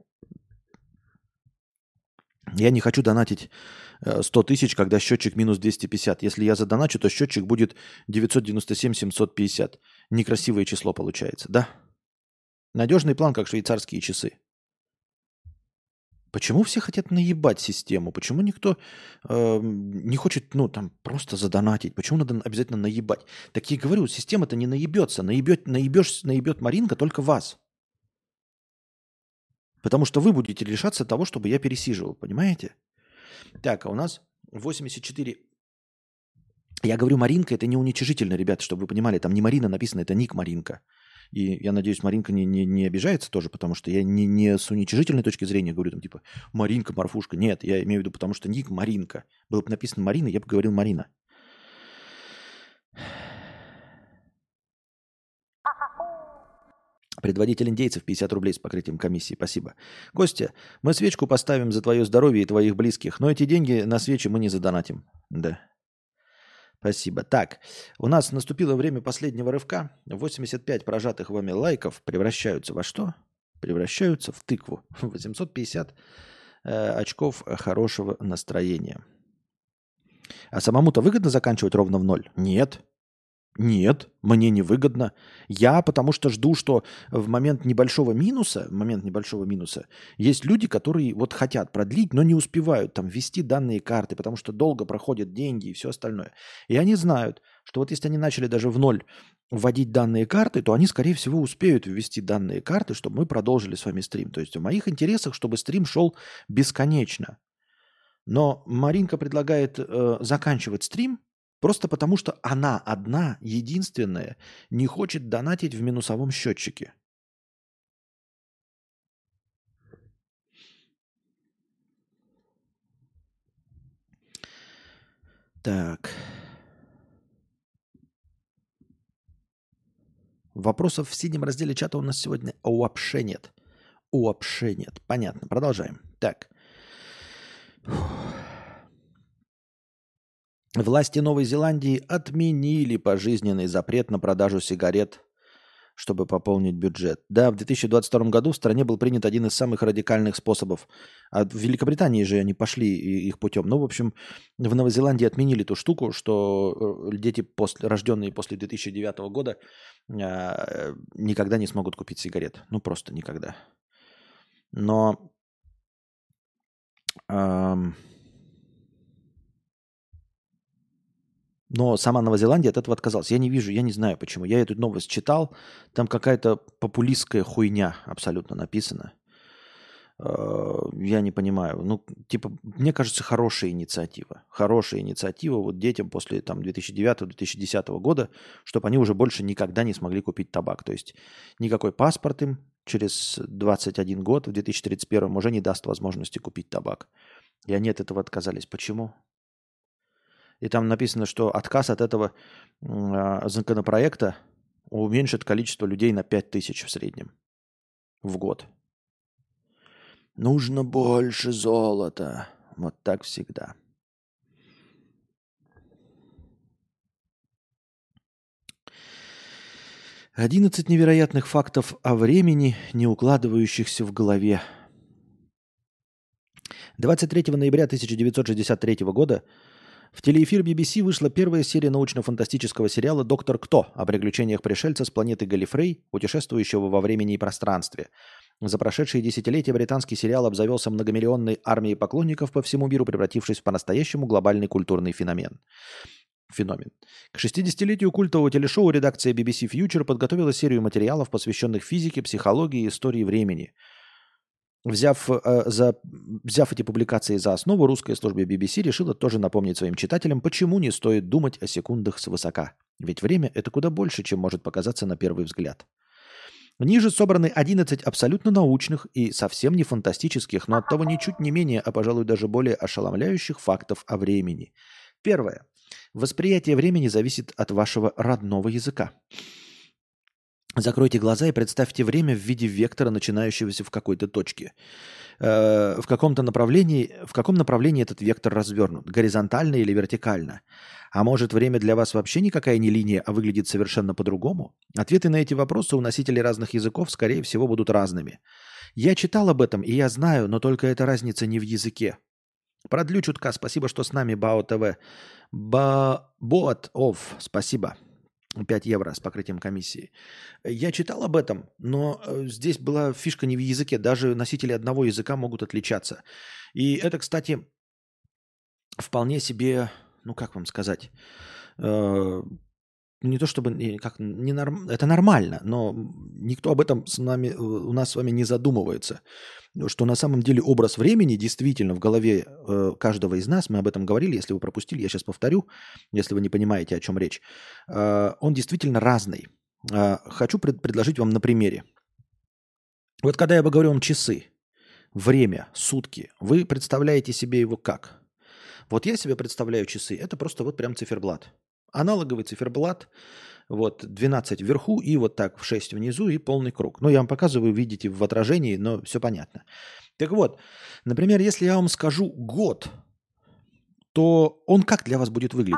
Я не хочу донатить сто тысяч, когда счетчик минус двести пятьдесят. Если я задоначу, то счетчик будет девятьсот девяносто семь семьсот пятьдесят. Некрасивое число получается, да? Надежный план, как швейцарские часы. Почему все хотят наебать систему? Почему никто э, не хочет, ну, там, просто задонатить? Почему надо обязательно наебать? Так я говорю, система-то не наебется. Наебет, наебешь, наебет Маринка только вас. Потому что вы будете лишаться того, чтобы я пересиживал, понимаете? Так, а у нас восемьдесят четыре. Я говорю, Маринка, это не уничижительно, ребята, чтобы вы понимали. Там не Марина написано, это ник Маринка. И я надеюсь, Маринка не, не, не обижается тоже, потому что я не, не с уничижительной точки зрения говорю, там типа Маринка, Марфушка. Нет, я имею в виду, потому что ник Маринка. Было бы написано Марина, я бы говорил Марина. Предводитель индейцев, пятьдесят рублей с покрытием комиссии. Спасибо. Костя, мы свечку поставим за твое здоровье и твоих близких, но эти деньги на свечи мы не задонатим. Да. Спасибо. Так, у нас наступило время последнего рывка. восемьдесят пять прожатых вами лайков превращаются во что? Превращаются в тыкву. восемьсот пятьдесят э, очков хорошего настроения. А самому-то выгодно заканчивать ровно в ноль? Нет. Нет, мне не выгодно. Я потому что жду, что в момент небольшого минуса, в момент небольшого минуса, есть люди, которые вот хотят продлить, но не успевают там ввести данные карты, потому что долго проходят деньги и все остальное. И они знают, что вот если они начали даже в ноль вводить данные карты, то они, скорее всего, успеют ввести данные карты, чтобы мы продолжили с вами стрим. То есть в моих интересах, чтобы стрим шел бесконечно. Но Маринка предлагает э, заканчивать стрим, просто потому, что она одна, единственная, не хочет донатить в минусовом счетчике. Так. Вопросов в синем разделе чата у нас сегодня вообще нет. Вообще нет. Понятно. Продолжаем. Так. Власти Новой Зеландии отменили пожизненный запрет на продажу сигарет, чтобы пополнить бюджет. Да, в две тысячи двадцать втором году в стране был принят один из самых радикальных способов. А в Великобритании же они пошли их путем. Ну, в общем, в Новой Зеландии отменили ту штуку, что дети, после, рожденные после две тысячи девятого года, никогда не смогут купить сигарет. Ну, просто никогда. Но... Эм, Но сама Новая Зеландия от этого отказалась. Я не вижу, я не знаю почему. Я эту новость читал, там какая-то популистская хуйня абсолютно написана. Я не понимаю. Ну, типа, мне кажется, хорошая инициатива. Хорошая инициатива вот детям после там, две тысячи девятого - две тысячи десятого года, чтобы они уже больше никогда не смогли купить табак. То есть никакой паспорт им через двадцать один год, в две тысячи тридцать первом уже не даст возможности купить табак. И они от этого отказались. Почему? И там написано, что отказ от этого э, законопроекта уменьшит количество людей на пять тысяч в среднем в год. Нужно больше золота. Вот так всегда. одиннадцать невероятных фактов о времени, не укладывающихся в голове. двадцать третьего ноября тысяча девятьсот шестьдесят третьего года в телеэфир би би си вышла первая серия научно-фантастического сериала «Доктор Кто» о приключениях пришельца с планеты Галифрей, путешествующего во времени и пространстве. За прошедшие десятилетия британский сериал обзавелся многомиллионной армией поклонников по всему миру, превратившись в по-настоящему глобальный культурный феномен. Феномен. К шестидесятилетию культового телешоу редакция би би си Future подготовила серию материалов, посвященных физике, психологии и истории времени. Взяв, э, за, взяв эти публикации за основу, русская служба би би си решила тоже напомнить своим читателям, почему не стоит думать о секундах свысока. Ведь время – это куда больше, чем может показаться на первый взгляд. Ниже собраны одиннадцать абсолютно научных и совсем не фантастических, но оттого ничуть не менее, а пожалуй даже более ошеломляющих фактов о времени. Первое. Восприятие времени зависит от вашего родного языка. Закройте глаза и представьте время в виде вектора, начинающегося в какой-то точке. Э, в каком-то направлении, в каком направлении этот вектор развернут? Горизонтально или вертикально? А может, время для вас вообще никакая не линия, а выглядит совершенно по-другому? Ответы на эти вопросы у носителей разных языков, скорее всего, будут разными. Я читал об этом, и я знаю, но только эта разница не в языке. Продлю чутка. Спасибо, что с нами, Бао ТВ. Баот Оф. Спасибо. пять евро с покрытием комиссии. Я читал об этом, но здесь была фишка не в языке. Даже носители одного языка могут отличаться. И это, кстати, вполне себе, ну как вам сказать, э, не то чтобы, как, не норм, это нормально, но никто об этом с нами, у нас с вами не задумывается. Что на самом деле образ времени действительно в голове э, каждого из нас, мы об этом говорили, если вы пропустили, я сейчас повторю, если вы не понимаете, о чем речь, э, он действительно разный. Э, хочу пред, предложить вам на примере. Вот когда я говорю вам часы, время, сутки, вы представляете себе его как? Вот я себе представляю часы, это просто вот прям циферблат. Аналоговый циферблат, вот двенадцать вверху и вот так в шесть внизу и полный круг. Ну, я вам показываю, видите в отражении, но все понятно. Так вот, например, если я вам скажу год, то он как для вас будет выглядеть?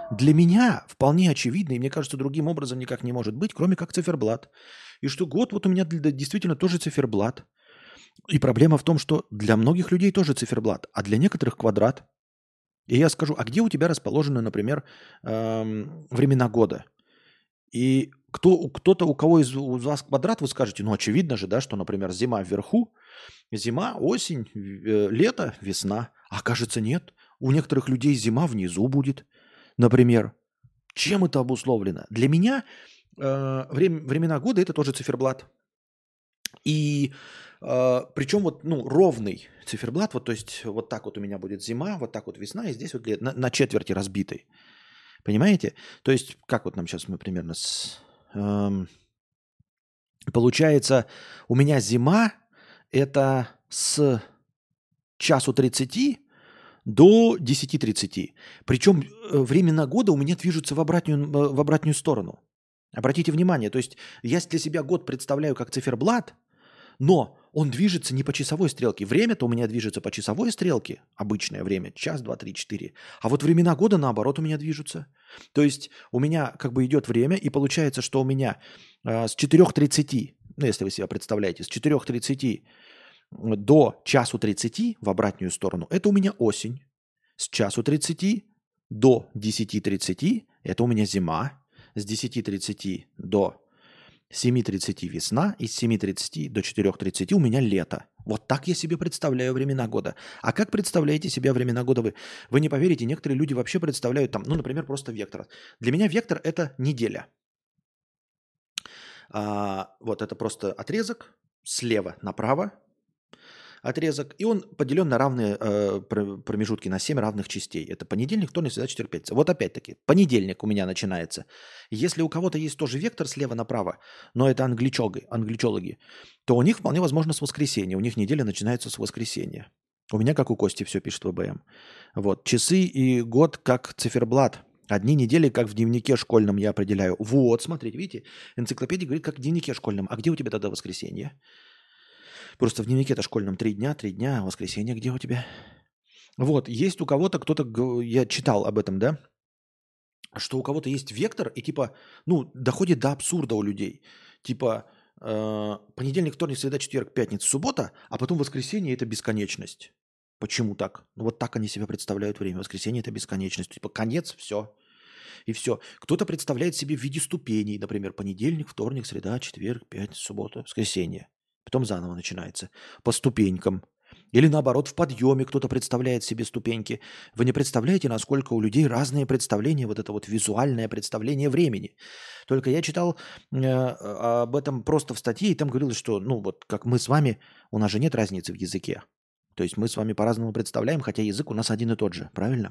Для меня вполне очевидно, и мне кажется, другим образом никак не может быть, кроме как циферблат. И что год вот у меня для- действительно тоже циферблат. И проблема в том, что для многих людей тоже циферблат, а для некоторых квадрат. И я скажу, а где у тебя расположены, например, эм, времена года? И кто, кто-то, у кого из у вас квадрат, вы скажете, ну очевидно же, да, что, например, зима вверху, зима, осень, э, лето, весна. А кажется, нет. У некоторых людей зима внизу будет, например. Чем это обусловлено? Для меня э, время, времена года это тоже циферблат. И э, причем вот ну, ровный циферблат, вот то есть вот так вот у меня будет зима, вот так вот весна, и здесь вот на, на четверти разбитый. Понимаете? То есть как вот нам сейчас мы примерно с... эм, получается, у меня зима это с часу тридцати до десяти тридцати. Причем э, времена года у меня движутся в обратную, э, в обратную сторону. Обратите внимание, то есть я для себя год представляю как циферблат, но он движется не по часовой стрелке. Время-то у меня движется по часовой стрелке, обычное время, час, два, три, четыре. А вот времена года, наоборот, у меня движутся. То есть у меня как бы идет время, и получается, что у меня э, с четырёх тридцати, ну, если вы себя представляете, с четырёх тридцати до часу тридцати в обратную сторону, это у меня осень. С часу тридцати до десяти тридцати это у меня зима. С десяти тридцати до семи тридцати весна, и с семи тридцати до четырёх тридцати у меня лето. Вот так я себе представляю времена года. А как представляете себе времена года вы? Вы не поверите, некоторые люди вообще представляют там, ну, например, просто вектор. Для меня вектор – это неделя. А, вот это просто отрезок слева направо, отрезок, и он поделен на равные э, промежутки, на семь равных частей. Это понедельник, вторник, среда, четверг, пятница. Вот опять-таки, понедельник у меня начинается. Если у кого-то есть тоже вектор слева направо, но это англичологи, англичологи, то у них вполне возможно с воскресенья. У них неделя начинается с воскресенья. У меня, как у Кости, все пишет в ВБМ. Вот, часы и год как циферблат. Одни недели, как в дневнике школьном я определяю. Вот, смотрите, видите, энциклопедия говорит, как в дневнике школьном. А где у тебя тогда воскресенье? Просто в дневнике-то школьном три дня, три дня, а воскресенье где у тебя? Вот, есть у кого-то, кто-то, я читал об этом, да, что у кого-то есть вектор, и типа, ну, доходит до абсурда у людей. Типа, э, понедельник, вторник, среда, четверг, пятница, суббота, а потом воскресенье – это бесконечность. Почему так? Ну, вот так они себе представляют время. Воскресенье – это бесконечность. Типа, конец, все. И все. Кто-то представляет себе в виде ступеней, например, понедельник, вторник, среда, четверг, пятница, суббота, воскресенье. Потом заново начинается. По ступенькам. Или наоборот, в подъеме кто-то представляет себе ступеньки. Вы не представляете, насколько у людей разные представления, вот это вот визуальное представление времени. Только я читал э, об этом просто в статье, и там говорилось, что, ну вот как мы с вами, у нас же нет разницы в языке. То есть мы с вами по-разному представляем, хотя язык у нас один и тот же, правильно?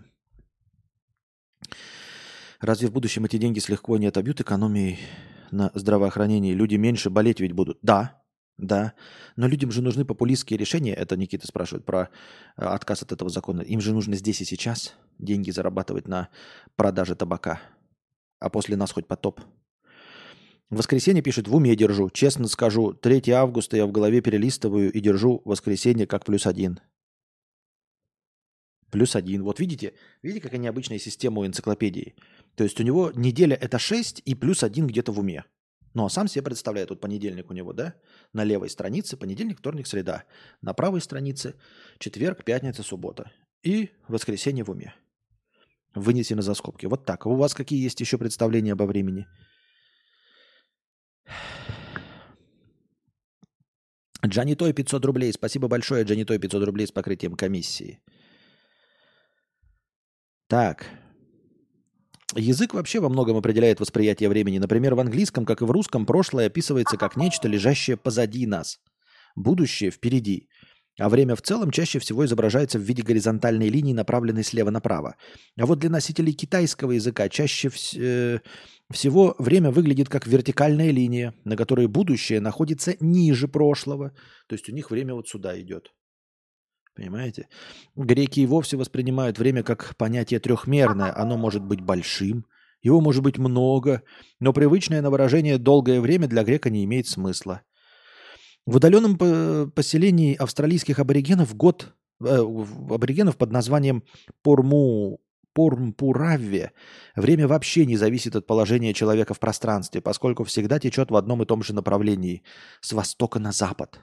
Разве в будущем эти деньги слегка не отобьют экономией на здравоохранении? Люди меньше болеть ведь будут. Да. Да, но людям же нужны популистские решения. Это Никита спрашивает про э, отказ от этого закона. Им же нужно здесь и сейчас деньги зарабатывать на продаже табака. А после нас хоть потоп. В воскресенье пишет, в уме держу. Честно скажу, третьего августа я в голове перелистываю и держу воскресенье как плюс один. Плюс один. Вот видите? Видите, какая необычная система у энциклопедии? То есть у него неделя это шесть и плюс один где-то в уме. Ну, а сам себе представляет, вот понедельник у него, да, на левой странице, понедельник, вторник, среда. На правой странице четверг, пятница, суббота. И воскресенье в уме. Вынесено за скобки. Вот так. А у вас какие есть еще представления обо времени? Джанитой пятьсот рублей. Спасибо большое, Джанитой пятьсот рублей с покрытием комиссии. Так. Язык вообще во многом определяет восприятие времени. Например, в английском, как и в русском, прошлое описывается как нечто, лежащее позади нас. Будущее впереди. А время в целом чаще всего изображается в виде горизонтальной линии, направленной слева направо. А вот для носителей китайского языка чаще вс- э, всего время выглядит как вертикальная линия, на которой будущее находится ниже прошлого. То есть у них время вот сюда идет. Понимаете? Греки и вовсе воспринимают время как понятие трехмерное. Оно может быть большим, его может быть много, но привычное на выражение «долгое время» для грека не имеет смысла. В удаленном поселении австралийских аборигенов год э, аборигенов под названием Порму, Пурмпуравве время вообще не зависит от положения человека в пространстве, поскольку всегда течет в одном и том же направлении – с востока на запад.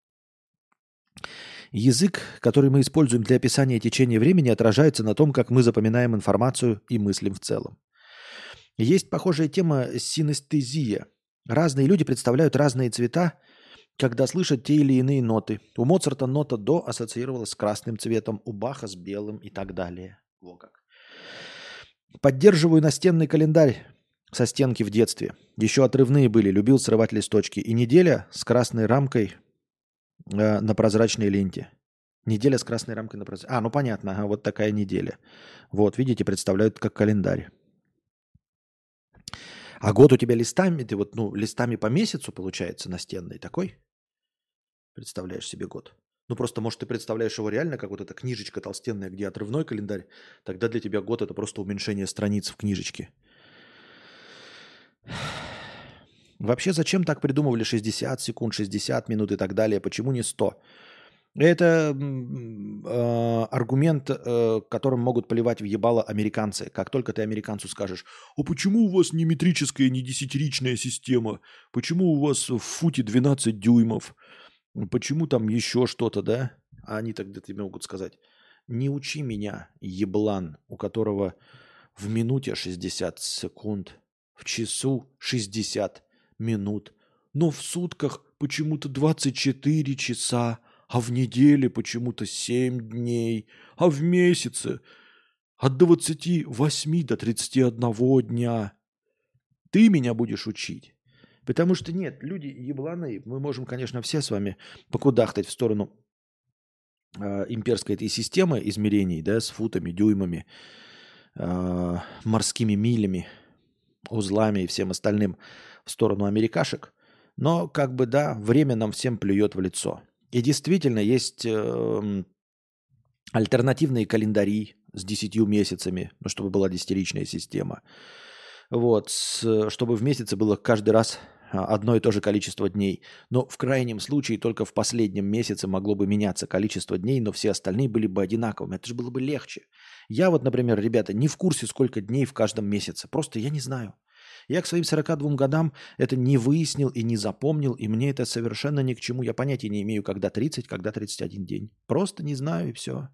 Язык, который мы используем для описания течения времени, отражается на том, как мы запоминаем информацию и мыслим в целом. Есть похожая тема синестезия. Разные люди представляют разные цвета, когда слышат те или иные ноты. У Моцарта нота «до» ассоциировалась с красным цветом, у Баха с белым и так далее. Во как. Поддерживаю настенный календарь со стенки в детстве. Еще отрывные были, любил срывать листочки. И неделя с красной рамкой э, на прозрачной ленте. Неделя с красной рамкой на прозрачной. А, ну понятно, ага, вот такая неделя. Вот, видите, представляют как календарь. А год у тебя листами, ты вот, ну, листами по месяцу получается настенный такой? Представляешь себе год? Ну, просто, может, ты представляешь его реально, как вот эта книжечка толстенная, где отрывной календарь, тогда для тебя год – это просто уменьшение страниц в книжечке. Вообще, зачем так придумывали шестьдесят секунд, шестьдесят минут и так далее? Почему не сто? Это э, аргумент, э, которым могут поливать в ебало американцы. Как только ты американцу скажешь: «А почему у вас не метрическая, не десятиричная система? Почему у вас в футе двенадцать дюймов? Почему там еще что-то, да?» А они тогда тебе могут сказать: «Не учи меня, еблан, у которого в минуте шестьдесят секунд, в часу шестьдесят минут, но в сутках почему-то двадцать четыре часа, а в неделе почему-то семь дней, а в месяце от двадцати восьми до тридцати одного дня. Ты меня будешь учить». Потому что нет, люди ебланы, мы можем, конечно, все с вами покудахтать в сторону э, имперской этой системы измерений, да, с футами, дюймами, э, морскими милями, узлами и всем остальным в сторону америкашек. Но, как бы, да, время нам всем плюет в лицо. И действительно есть э, альтернативные календари с десятью месяцами, ну, чтобы была десятиричная система. Вот, с, чтобы в месяце было каждый раз одно и то же количество дней. Но в крайнем случае только в последнем месяце могло бы меняться количество дней, но все остальные были бы одинаковыми. Это же было бы легче. Я вот, например, ребята, не в курсе, сколько дней в каждом месяце. Просто я не знаю. Я к своим сорока двум годам это не выяснил и не запомнил, и мне это совершенно ни к чему. Я понятия не имею, когда тридцать, когда тридцать один день. Просто не знаю, и все.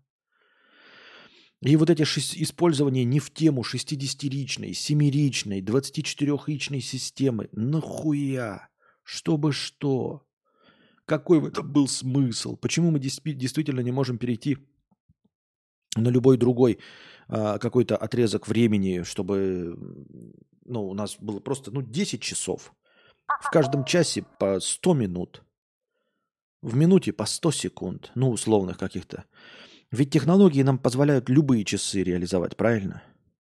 И вот эти шесть, использование не в тему шестидесятиричной, семиричной, двадцатичетырехричной системы. Нахуя? Чтобы что? Какой в этом был смысл? Почему мы действительно не можем перейти на любой другой а, какой-то отрезок времени, чтобы, ну, у нас было просто, ну, десять часов. В каждом часе по сто минут. В минуте по сто секунд. Ну, условных каких-то. Ведь технологии нам позволяют любые часы реализовать, правильно?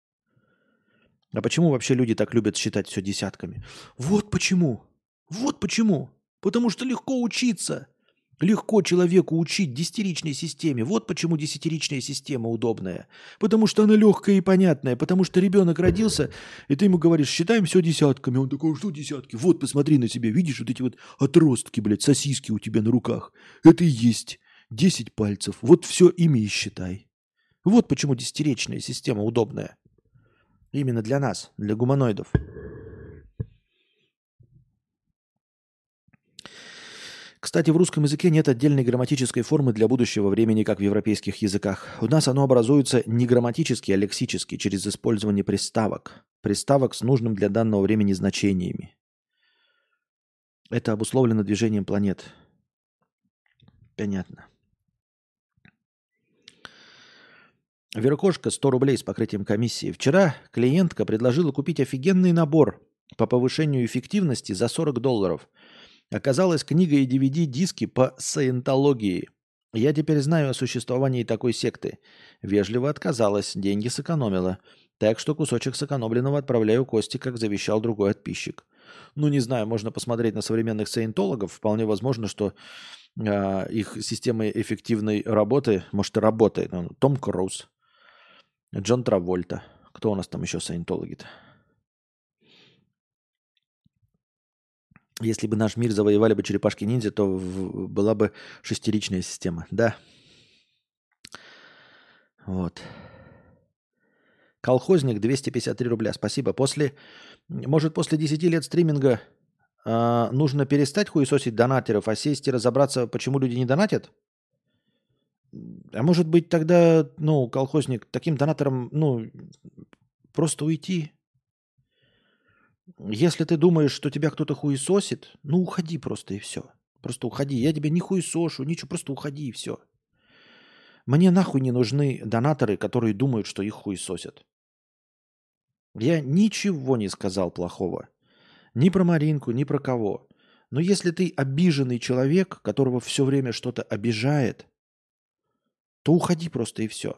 А почему вообще люди так любят считать все десятками? Вот почему. Вот почему. Потому что легко учиться. Легко человеку учить десятиричной системе. Вот почему десятиричная система удобная. Потому что она легкая и понятная. Потому что ребенок родился, и ты ему говоришь: считаем все десятками. Он такой: что десятки? Вот посмотри на себя. Видишь вот эти вот отростки, блядь, сосиски у тебя на руках. Это и есть десять пальцев. Вот все ими и считай. Вот почему десятиричная система удобная. Именно для нас, для гуманоидов. Кстати, в русском языке нет отдельной грамматической формы для будущего времени, как в европейских языках. У нас оно образуется не грамматически, а лексически, через использование приставок. Приставок с нужным для данного времени значениями. Это обусловлено движением планет. Понятно. Веркошка, сто рублей с покрытием комиссии. Вчера клиентка предложила купить офигенный набор по повышению эффективности за сорок долларов. Оказалась книга и ди ви ди-диски по саентологии. Я теперь знаю о существовании такой секты. Вежливо отказалась, деньги сэкономила. Так что кусочек сэкономленного отправляю Косте, как завещал другой подписчик. Ну, не знаю, можно посмотреть на современных саентологов. Вполне возможно, что э, их система эффективной работы, может, и работает. Ну, Том Круз, Джон Травольта. Кто у нас там еще саентологи-то? Если бы наш мир завоевали бы черепашки-ниндзя, то в, была бы шестеричная система. Да. Вот. Колхозник двести пятьдесят три рубля. Спасибо. После, может, после десяти лет стриминга э, нужно перестать хуесосить донатеров, а сесть и разобраться, почему люди не донатят? А может быть тогда, ну, колхозник, таким донатором, ну, просто уйти? Если ты думаешь, что тебя кто-то хуесосит, ну, уходи просто и все. Просто уходи. Я тебя не хуесошу, ничего, просто уходи и все. Мне нахуй не нужны донаторы, которые думают, что их хуесосят. Я ничего не сказал плохого. Ни про Маринку, ни про кого. Но если ты обиженный человек, которого все время что-то обижает, то уходи просто и все.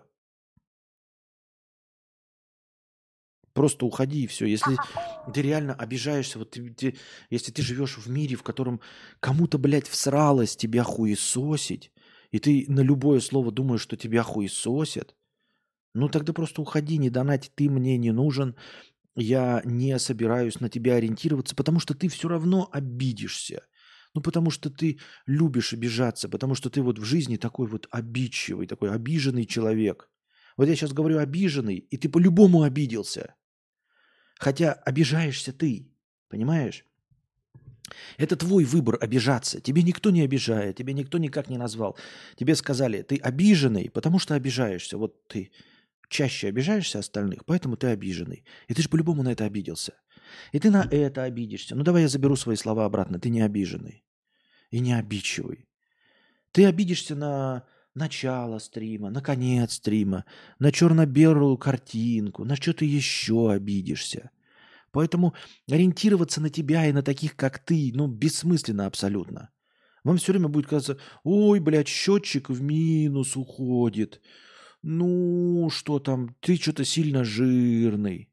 Просто уходи и все. Если ты реально обижаешься, вот ты, ты- если ты живешь в мире, в котором кому-то, блядь, всралось тебя хуесосить, и ты на любое слово думаешь, что тебя хуесосят, ну тогда просто уходи, не донать, ты мне не нужен, я не собираюсь на тебя ориентироваться, потому что ты все равно обидишься. Ну, потому что ты любишь обижаться, потому что ты вот в жизни такой вот обидчивый, такой обиженный человек. Вот я сейчас говорю обиженный, и ты по-любому обиделся. Хотя обижаешься ты, понимаешь? Это твой выбор обижаться. Тебе никто не обижает, тебя никто никак не назвал. Тебе сказали, ты обиженный, потому что обижаешься. Вот ты чаще обижаешься остальных, поэтому ты обиженный. И ты же по-любому на это обиделся. И ты на это обидишься. Ну давай я заберу свои слова обратно. Ты не обиженный и не обидчивый. Ты обидишься на начало стрима, на конец стрима, на черно-белую картинку, на что ты еще обидишься. Поэтому ориентироваться на тебя и на таких, как ты, ну, бессмысленно абсолютно. Вам все время будет казаться, ой, блядь, счетчик в минус уходит. Ну, что там, ты что-то сильно жирный.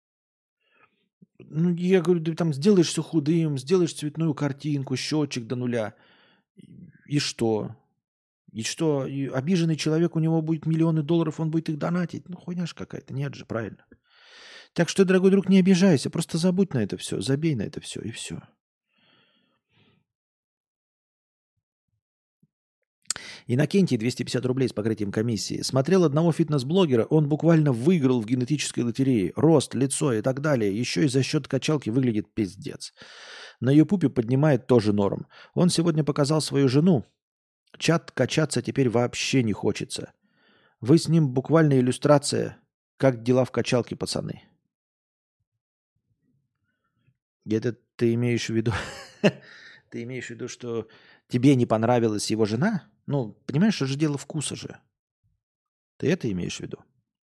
Ну, я говорю, ты там сделаешь все худым, сделаешь цветную картинку, счетчик до нуля. И и что? И что? И обиженный человек, у него будет миллионы долларов, он будет их донатить? Ну, хуйня ж какая-то. Нет же, правильно. Так что, дорогой друг, не обижайся, просто забудь на это все, забей на это все и все. Иннокентий, двести пятьдесят рублей с покрытием комиссии. Смотрел одного фитнес-блогера, он буквально выиграл в генетической лотерее. Рост, лицо и так далее. Еще и за счет качалки выглядит пиздец. На Ютубе поднимает тоже норм. Он сегодня показал свою жену. Чат качаться теперь вообще не хочется. Вы с ним буквально иллюстрация, как дела в качалке, пацаны. Это ты имеешь в виду... Ты имеешь в виду, что тебе не понравилась его жена? Ну, понимаешь, это же дело вкуса же. Ты это имеешь в виду?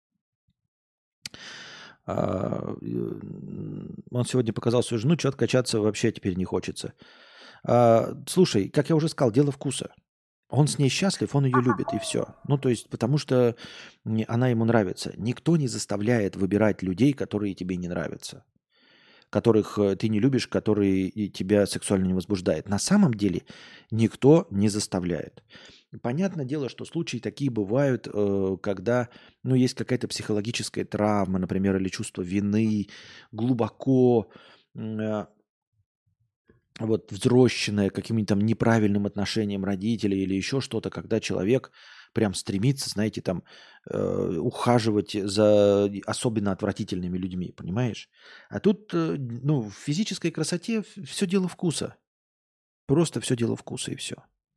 А, он сегодня показал свою жену, что-то качаться вообще теперь не хочется. А, слушай, как я уже сказал, дело вкуса. Он с ней счастлив, он ее любит, и все. Ну, то есть, потому что она ему нравится. Никто не заставляет выбирать людей, которые тебе не нравятся, которых ты не любишь, которые тебя сексуально не возбуждают. На самом деле никто не заставляет. Понятное дело, что случаи такие бывают, когда ну, есть какая-то психологическая травма, например, или чувство вины, глубоко вот взросшенное каким-нибудь там неправильным отношением родителей или еще что-то, когда человек прям стремится, знаете, там э, ухаживать за особенно отвратительными людьми, понимаешь? А тут, э, ну, в физической красоте все дело вкуса. Просто все дело вкуса и все.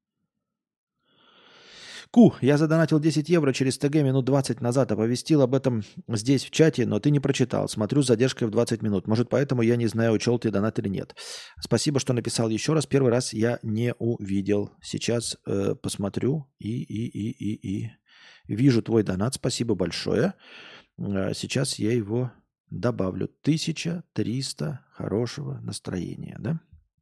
Ку, я задонатил десять евро через ТГ минут двадцать назад, оповестил об этом здесь в чате, но ты не прочитал. Смотрю с задержкой в двадцать минут. Может, поэтому я не знаю, учел ты донат или нет. Спасибо, что написал еще раз. Первый раз я не увидел. Сейчас э, посмотрю и, и, и, и, и вижу твой донат. Спасибо большое. Э, сейчас я его добавлю. тысяча триста хорошего настроения, да?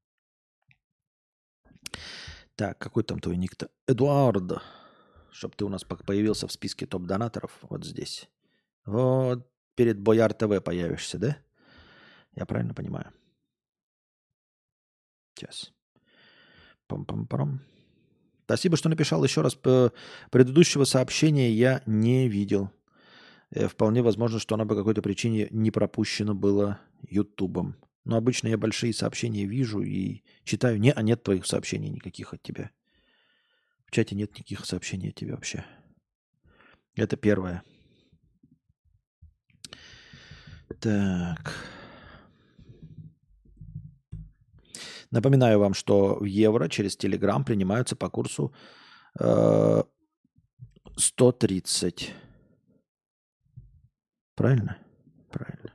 Так, какой там твой ник-то? Эдуард. Чтобы ты у нас появился в списке топ-донаторов вот здесь. Вот перед Бояр ТВ появишься, да? Я правильно понимаю? Сейчас. Пам-пам-парам. Спасибо, что написал еще раз. Предыдущего сообщения я не видел. Вполне возможно, что оно по какой-то причине не пропущено было Ютубом. Но обычно я большие сообщения вижу и читаю. Не, а нет твоих сообщений никаких от тебя. В чате нет никаких сообщений от тебя вообще. Это первое. Так. Напоминаю вам, что евро через Телеграм принимаются по курсу э, сто тридцать. Правильно? Правильно.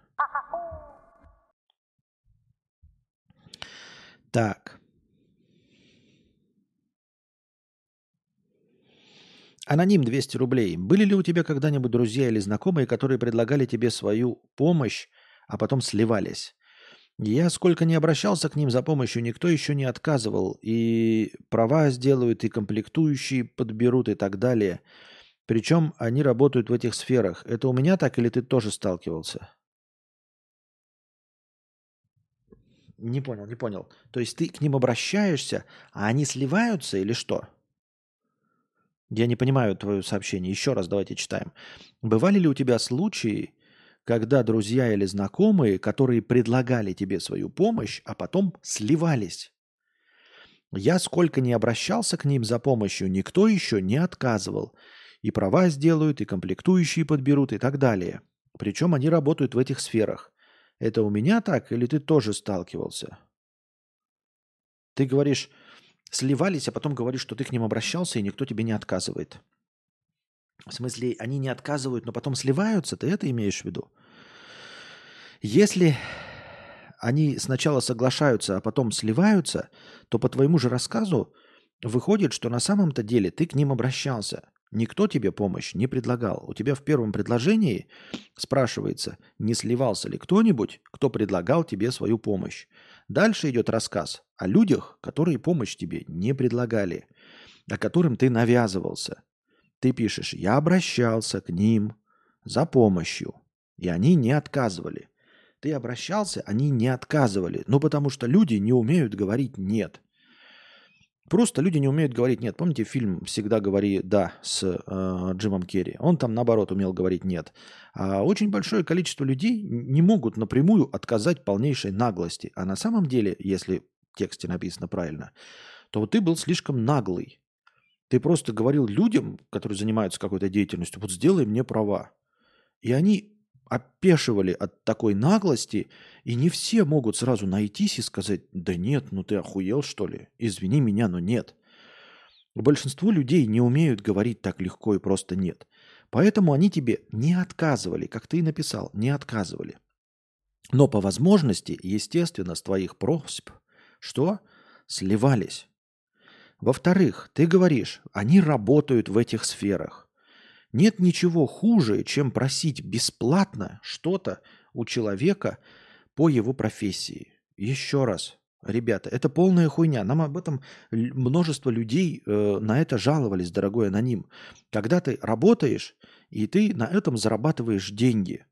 Так. Аноним двести рублей. Были ли у тебя когда-нибудь друзья или знакомые, которые предлагали тебе свою помощь, а потом сливались? Я сколько не обращался к ним за помощью, никто еще не отказывал. И права сделают, и комплектующие подберут, и так далее. Причем они работают в этих сферах. Это у меня так или ты тоже сталкивался? Не понял, не понял. То есть ты к ним обращаешься, а они сливаются или что? Я не понимаю твое сообщение. Еще раз давайте читаем. Бывали ли у тебя случаи, когда друзья или знакомые, которые предлагали тебе свою помощь, а потом сливались? Я сколько не обращался к ним за помощью, никто еще не отказывал. И права сделают, и комплектующие подберут, и так далее. Причем они работают в этих сферах. Это у меня так, или ты тоже сталкивался? Ты говоришь, сливались, а потом говоришь, что ты к ним обращался, и никто тебе не отказывает. В смысле, они не отказывают, но потом сливаются? Ты это имеешь в виду? Если они сначала соглашаются, а потом сливаются, то по твоему же рассказу выходит, что на самом-то деле ты к ним обращался. Никто тебе помощь не предлагал. У тебя в первом предложении спрашивается, не сливался ли кто-нибудь, кто предлагал тебе свою помощь. Дальше идет рассказ о людях, которые помощь тебе не предлагали, о которым ты навязывался. Ты пишешь, я обращался к ним за помощью, и они не отказывали. Ты обращался, они не отказывали. Ну, потому что люди не умеют говорить «нет». Просто люди не умеют говорить «нет». Помните фильм «Всегда говори да» с э, Джимом Керри? Он там, наоборот, умел говорить «нет». А очень большое количество людей не могут напрямую отказать полнейшей наглости. А на самом деле, если в тексте написано правильно, то ты был слишком наглый. Ты просто говорил людям, которые занимаются какой-то деятельностью, вот сделай мне права. И они опешивали от такой наглости, и не все могут сразу найтись и сказать, да нет, ну ты охуел что ли? Извини меня, но нет. Большинство людей не умеют говорить так легко и просто нет. Поэтому они тебе не отказывали, как ты и написал, не отказывали. Но по возможности, естественно, с твоих просьб, что? Сливались. Во-вторых, ты говоришь, они работают в этих сферах. Нет ничего хуже, чем просить бесплатно что-то у человека по его профессии. Еще раз, ребята, это полная хуйня. Нам об этом множество людей э, на это жаловались, дорогой аноним. Когда ты работаешь, и ты на этом зарабатываешь деньги,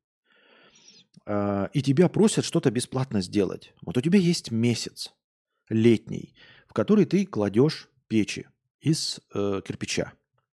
э, и тебя просят что-то бесплатно сделать. Вот у тебя есть месяц летний, в который ты кладешь печи из э, кирпича.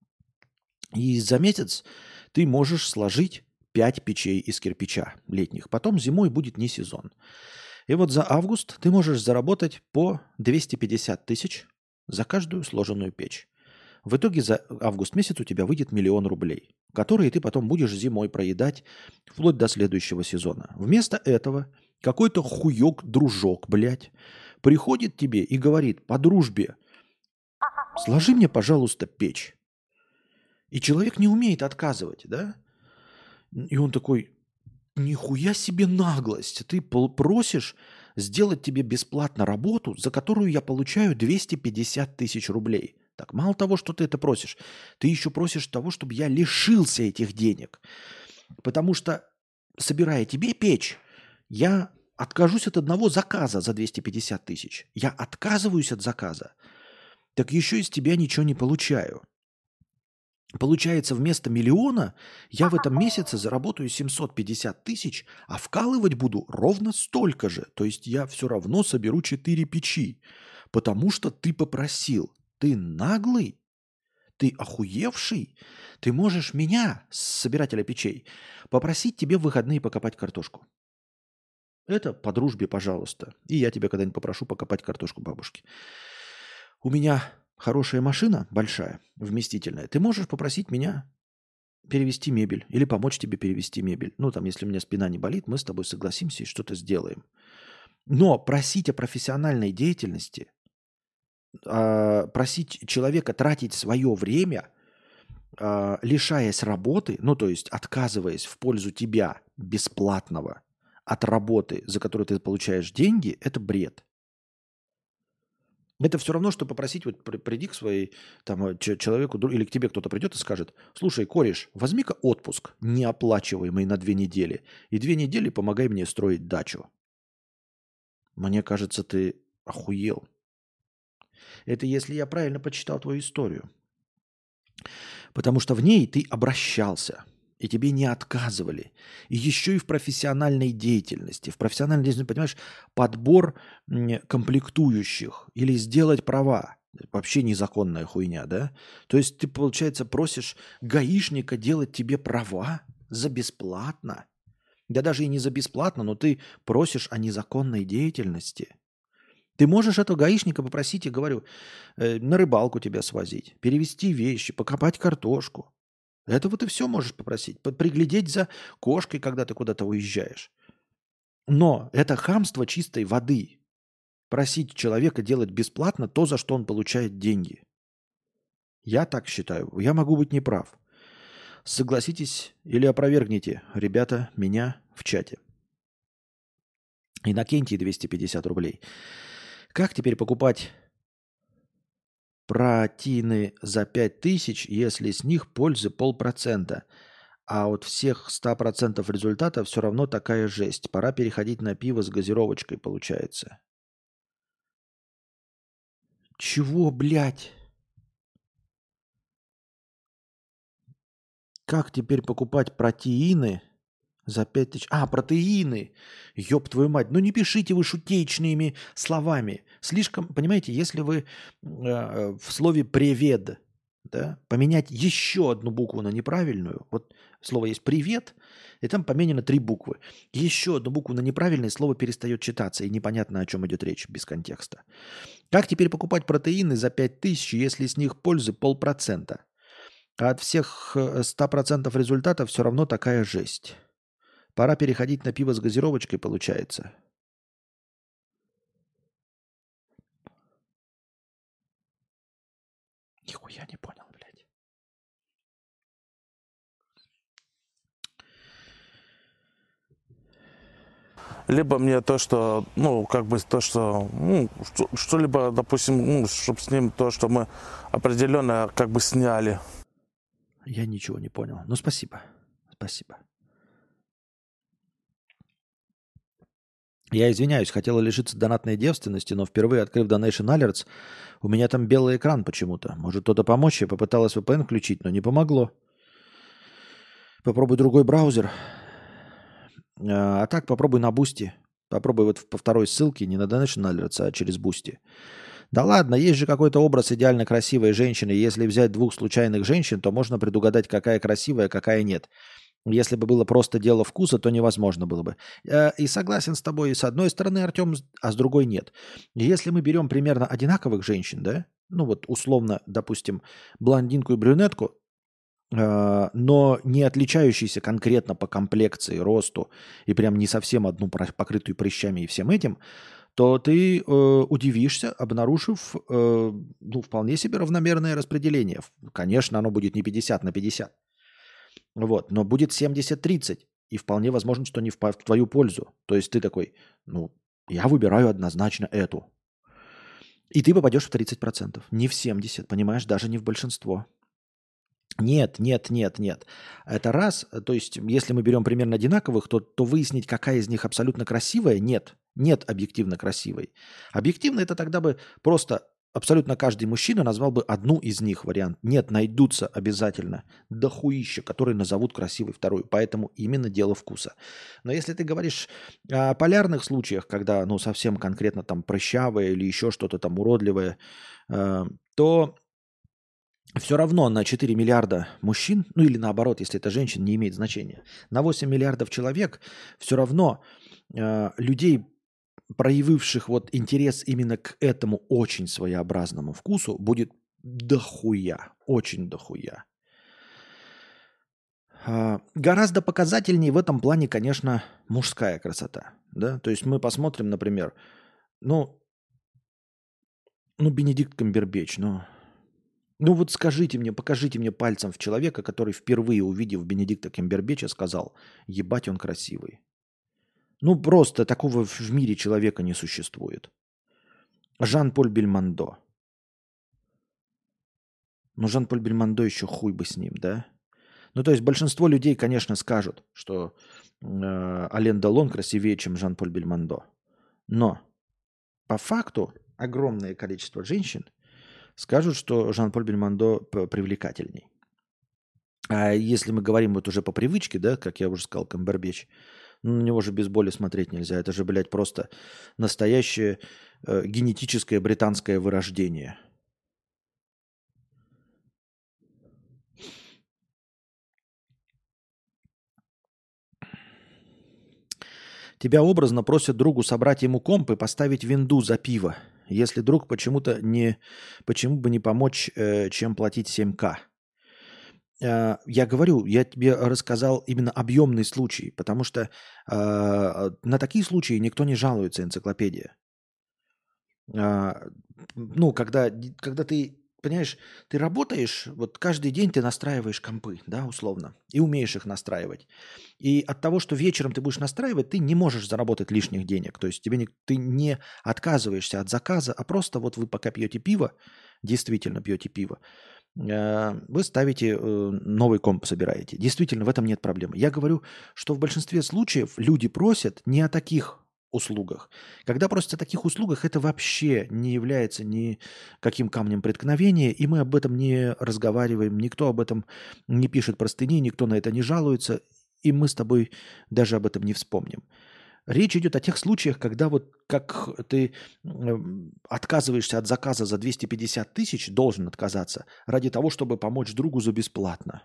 И за месяц ты можешь сложить пять печей из кирпича летних. Потом зимой будет не сезон. И вот за август ты можешь заработать по двести пятьдесят тысяч за каждую сложенную печь. В итоге за август месяц у тебя выйдет миллион рублей, которые ты потом будешь зимой проедать вплоть до следующего сезона. Вместо этого какой-то хуёк-дружок, блядь, приходит тебе и говорит по дружбе, сложи мне, пожалуйста, печь. И человек не умеет отказывать, да? И он такой, нихуя себе наглость. Ты просишь сделать тебе бесплатно работу, за которую я получаю двести пятьдесят тысяч рублей. Так, мало того, что ты это просишь, ты еще просишь того, чтобы я лишился этих денег. Потому что, собирая тебе печь, я откажусь от одного заказа за двести пятьдесят тысяч. Я отказываюсь от заказа. Так еще из тебя ничего не получаю. Получается, вместо миллиона я в этом месяце заработаю семьсот пятьдесят тысяч, а вкалывать буду ровно столько же. То есть я все равно соберу четыре печи, потому что ты попросил. Ты наглый? Ты охуевший? Ты можешь меня, собирателя печей, попросить тебе в выходные покопать картошку. Это по дружбе, пожалуйста. И я тебя когда-нибудь попрошу покопать картошку бабушке. У меня хорошая машина, большая, вместительная. Ты можешь попросить меня перевести мебель или помочь тебе перевести мебель. Ну, там, если у меня спина не болит, мы с тобой согласимся и что-то сделаем. Но просить о профессиональной деятельности, а, просить человека тратить свое время, а, лишаясь работы, ну, то есть отказываясь в пользу тебя бесплатного от работы, за которую ты получаешь деньги, это бред. Это все равно, что попросить, вот при- приди к своей там, э, че- человеку, дру- или к тебе кто-то придет и скажет: слушай, кореш, возьми-ка отпуск неоплачиваемый на две недели, и две недели помогай мне строить дачу. Мне кажется, ты охуел. Это если я правильно почитал твою историю. Потому что в ней ты обращался, и тебе не отказывали. И еще и в профессиональной деятельности. В профессиональной деятельности, понимаешь, подбор м, комплектующих или сделать права. Вообще незаконная хуйня, да? То есть ты, получается, просишь гаишника делать тебе права за бесплатно. Да даже и не за бесплатно, но ты просишь о незаконной деятельности. Ты можешь этого гаишника попросить, я говорю, э, на рыбалку тебя свозить, перевести вещи, покопать картошку. Этого ты все можешь попросить. П- Приглядеть за кошкой, когда ты куда-то уезжаешь. Но это хамство чистой воды. Просить человека делать бесплатно то, за что он получает деньги. Я так считаю. Я могу быть неправ. Согласитесь или опровергните, ребята, меня в чате. Иннокентий двести пятьдесят рублей. Как теперь покупать протины за пять тысяч, если с них пользы полпроцента, а от всех ста процентов результата все равно такая жесть. Пора переходить на пиво с газировочкой, получается. Чего, блядь? Как теперь покупать протеины за пять тысяч? А, протеины! Ёб твою мать. Ну не пишите вы шутеечными словами. Слишком, понимаете, если вы э, в слове «привет», да, поменять еще одну букву на неправильную, вот слово есть «привет», и там поменено три буквы. Еще одну букву на неправильное, слово перестает читаться, и непонятно, о чем идет речь без контекста. Как теперь покупать протеины за пять тысяч, если с них пользы полпроцента? А от всех э, ста процентов результата все равно такая жесть. Пора переходить на пиво с газировочкой, получается. Нихуя не понял, блядь. Либо мне то, что, ну, как бы то, что, ну, что- что-либо, допустим, ну, чтобы с ним то, что мы определенно как бы сняли. Я ничего не понял. Ну, спасибо. Спасибо. Я извиняюсь, хотела лишиться донатной девственности, но впервые открыв Donation Alerts, у меня там белый экран почему-то. Может кто-то помочь? Я попыталась ви пи эн включить, но не помогло. Попробуй другой браузер. А а так попробуй на Бусти. Попробуй вот по второй ссылке, не на Donation Alerts, а через Бусти. Да ладно, есть же какой-то образ идеально красивой женщины. Если взять двух случайных женщин, то можно предугадать, какая красивая, какая нет. Если бы было просто дело вкуса, то невозможно было бы. Э, И согласен с тобой с одной стороны, Артем, а с другой нет. Если мы берем примерно одинаковых женщин, да, ну вот условно, допустим, блондинку и брюнетку, э, но не отличающиеся конкретно по комплекции, росту и прям не совсем одну про- покрытую прыщами и всем этим, то ты э, удивишься, обнаружив э, ну, вполне себе равномерное распределение. Конечно, оно будет не пятьдесят на пятьдесят. Вот, но будет семьдесят тридцать. И вполне возможно, что не в, по- в твою пользу. То есть ты такой, ну, я выбираю однозначно эту. И ты попадешь в тридцать процентов. Не в семьдесят, понимаешь, даже не в большинство. Нет, нет, нет, нет. Это раз. То есть, если мы берем примерно одинаковых, то, то выяснить, какая из них абсолютно красивая, нет. Нет объективно красивой. Объективно это тогда бы просто абсолютно каждый мужчина назвал бы одну из них вариант. Нет, найдутся обязательно дохуища, которые назовут красивой вторую. Поэтому именно дело вкуса. Но если ты говоришь о полярных случаях, когда ну совсем конкретно там прыщавое или еще что-то там уродливое, э, то все равно на четыре миллиарда мужчин, ну или наоборот, если это женщин, не имеет значения, на восемь миллиардов человек все равно э, людей, проявивших вот интерес именно к этому очень своеобразному вкусу, будет дохуя, очень дохуя. А, Гораздо показательнее в этом плане, конечно, мужская красота. Да? То есть мы посмотрим, например, ну, ну Бенедикт Камбербэтч, ну, ну вот скажите мне, покажите мне пальцем в человека, который впервые, увидев Бенедикта Камбербэтча, сказал, ебать, он красивый. Ну просто такого в мире человека не существует. Жан-Поль Бельмондо. Ну Жан-Поль Бельмондо еще хуй бы с ним, да? Ну то есть большинство людей, конечно, скажут, что э, Ален Делон красивее, чем Жан-Поль Бельмондо. Но по факту огромное количество женщин скажут, что Жан-Поль Бельмондо привлекательней. А если мы говорим вот уже по привычке, да, как я уже сказал, Камбербэтч, ну, на него же без боли смотреть нельзя. Это же, блядь, просто настоящее э, генетическое британское вырождение. Тебя образно просят другу собрать ему комп и поставить винду за пиво. Если друг почему-то не... Почему бы не помочь, э, чем платить семь ка? Э, я говорю, я тебе рассказал именно объемный случай, потому что э, на такие случаи никто не жалуется, энциклопедия. Э, ну, когда, когда ты, понимаешь, ты работаешь, вот каждый день ты настраиваешь компы, да, условно, и умеешь их настраивать. И от того, что вечером ты будешь настраивать, ты не можешь заработать лишних денег. То есть тебе не, ты не отказываешься от заказа, а просто вот вы пока пьете пиво, действительно пьете пиво, э, вы ставите э, новый комп, собираете. Действительно, в этом нет проблемы. Я говорю, что в большинстве случаев люди просят не о таких услугах. Когда просят о таких услугах, это вообще не является никаким камнем преткновения, и мы об этом не разговариваем, никто об этом не пишет простыни, никто на это не жалуется, и мы с тобой даже об этом не вспомним. Речь идет о тех случаях, когда вот как ты э, отказываешься от заказа за двести пятьдесят тысяч, должен отказаться, ради того, чтобы помочь другу за бесплатно.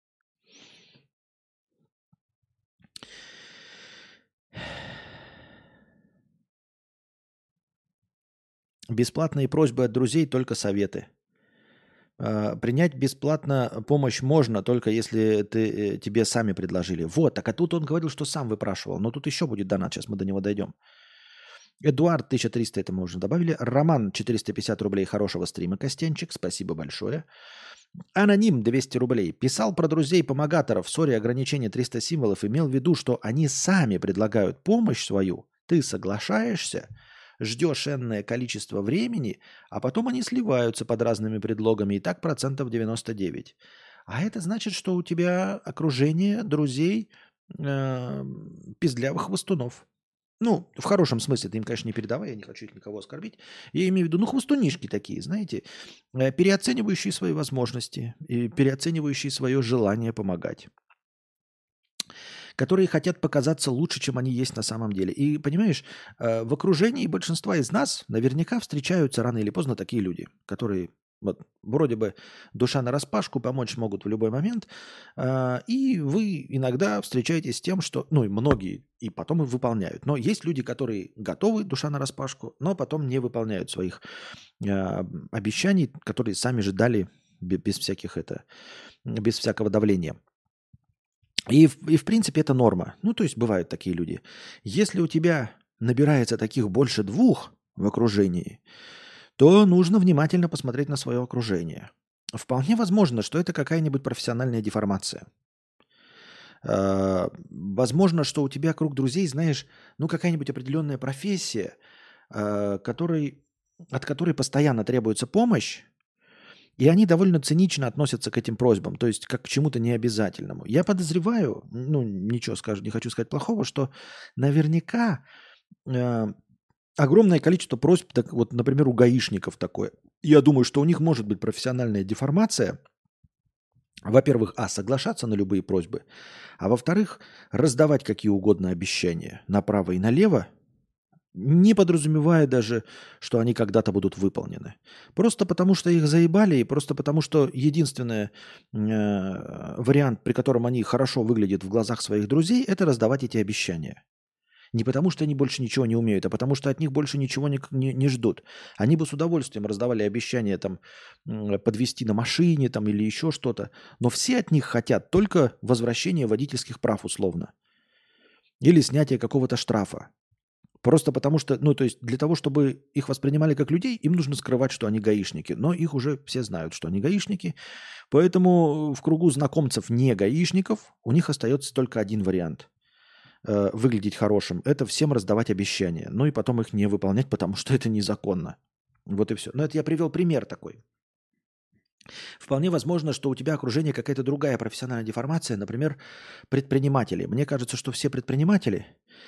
Бесплатные просьбы от друзей, только советы. Э, Принять бесплатно помощь можно, только если ты, э, тебе сами предложили. Вот, так а тут он говорил, что сам выпрашивал. Но тут еще будет донат, сейчас мы до него дойдем. Эдуард, тысяча триста, это мы уже добавили. Роман, четыреста пятьдесят рублей, хорошего стрима, Костянчик, спасибо большое. Аноним, двести рублей. Писал про друзей-помогаторов, сори, ограничение триста символов, имел в виду, что они сами предлагают помощь свою, ты соглашаешься, ждешь энное количество времени, а потом они сливаются под разными предлогами, и так процентов девяносто девять. А это значит, что у тебя окружение друзей э, пиздлявых хвостунов. Ну, в хорошем смысле, ты им, конечно, не передавай, я не хочу никого оскорбить. Я имею в виду, ну, хвостунишки такие, знаете, э, переоценивающие свои возможности, и переоценивающие свое желание помогать, которые хотят показаться лучше, чем они есть на самом деле. И, понимаешь, э, в окружении большинства из нас наверняка встречаются рано или поздно такие люди, которые вот, вроде бы душа нараспашку, помочь могут в любой момент, э, и вы иногда встречаетесь с тем, что, ну и многие, и потом и выполняют. Но есть люди, которые готовы, душа нараспашку, но потом не выполняют своих э, обещаний, которые сами же дали бе- без всяких это, без всякого давления. И, в- и в принципе это норма. Ну, то есть бывают такие люди. Если у тебя набирается таких больше двух в окружении, то нужно внимательно посмотреть на свое окружение. Вполне возможно, что это какая-нибудь профессиональная деформация. Э, Возможно, что у тебя круг друзей, знаешь, ну какая-нибудь определенная профессия, э, которой, от которой постоянно требуется помощь, и они довольно цинично относятся к этим просьбам, то есть как к чему-то необязательному. Я подозреваю, ну ничего скажу, не хочу сказать плохого, что наверняка э, огромное количество просьб, так вот, например, у гаишников такое. Я думаю, что у них может быть профессиональная деформация. Во-первых, а, соглашаться на любые просьбы, а во-вторых, раздавать какие угодно обещания направо и налево, не подразумевая даже, что они когда-то будут выполнены. Просто потому, что их заебали, и просто потому, что единственный э, вариант, при котором они хорошо выглядят в глазах своих друзей, это раздавать эти обещания. Не потому, что они больше ничего не умеют, а потому, что от них больше ничего не, не, не ждут. Они бы с удовольствием раздавали обещания там, подвезти на машине там, или еще что-то. Но все от них хотят только возвращения водительских прав условно. Или снятия какого-то штрафа. Просто потому что, ну, то есть для того, чтобы их воспринимали как людей, им нужно скрывать, что они гаишники. Но их уже все знают, что они гаишники. Поэтому в кругу знакомцев не гаишников у них остается только один вариант э, выглядеть хорошим. Это всем раздавать обещания. Ну и потом их не выполнять, потому что это незаконно. Вот и все. Но это я привел пример такой. Вполне возможно, что у тебя окружение какая-то другая профессиональная деформация, например, предприниматели. Мне кажется, что все предприниматели...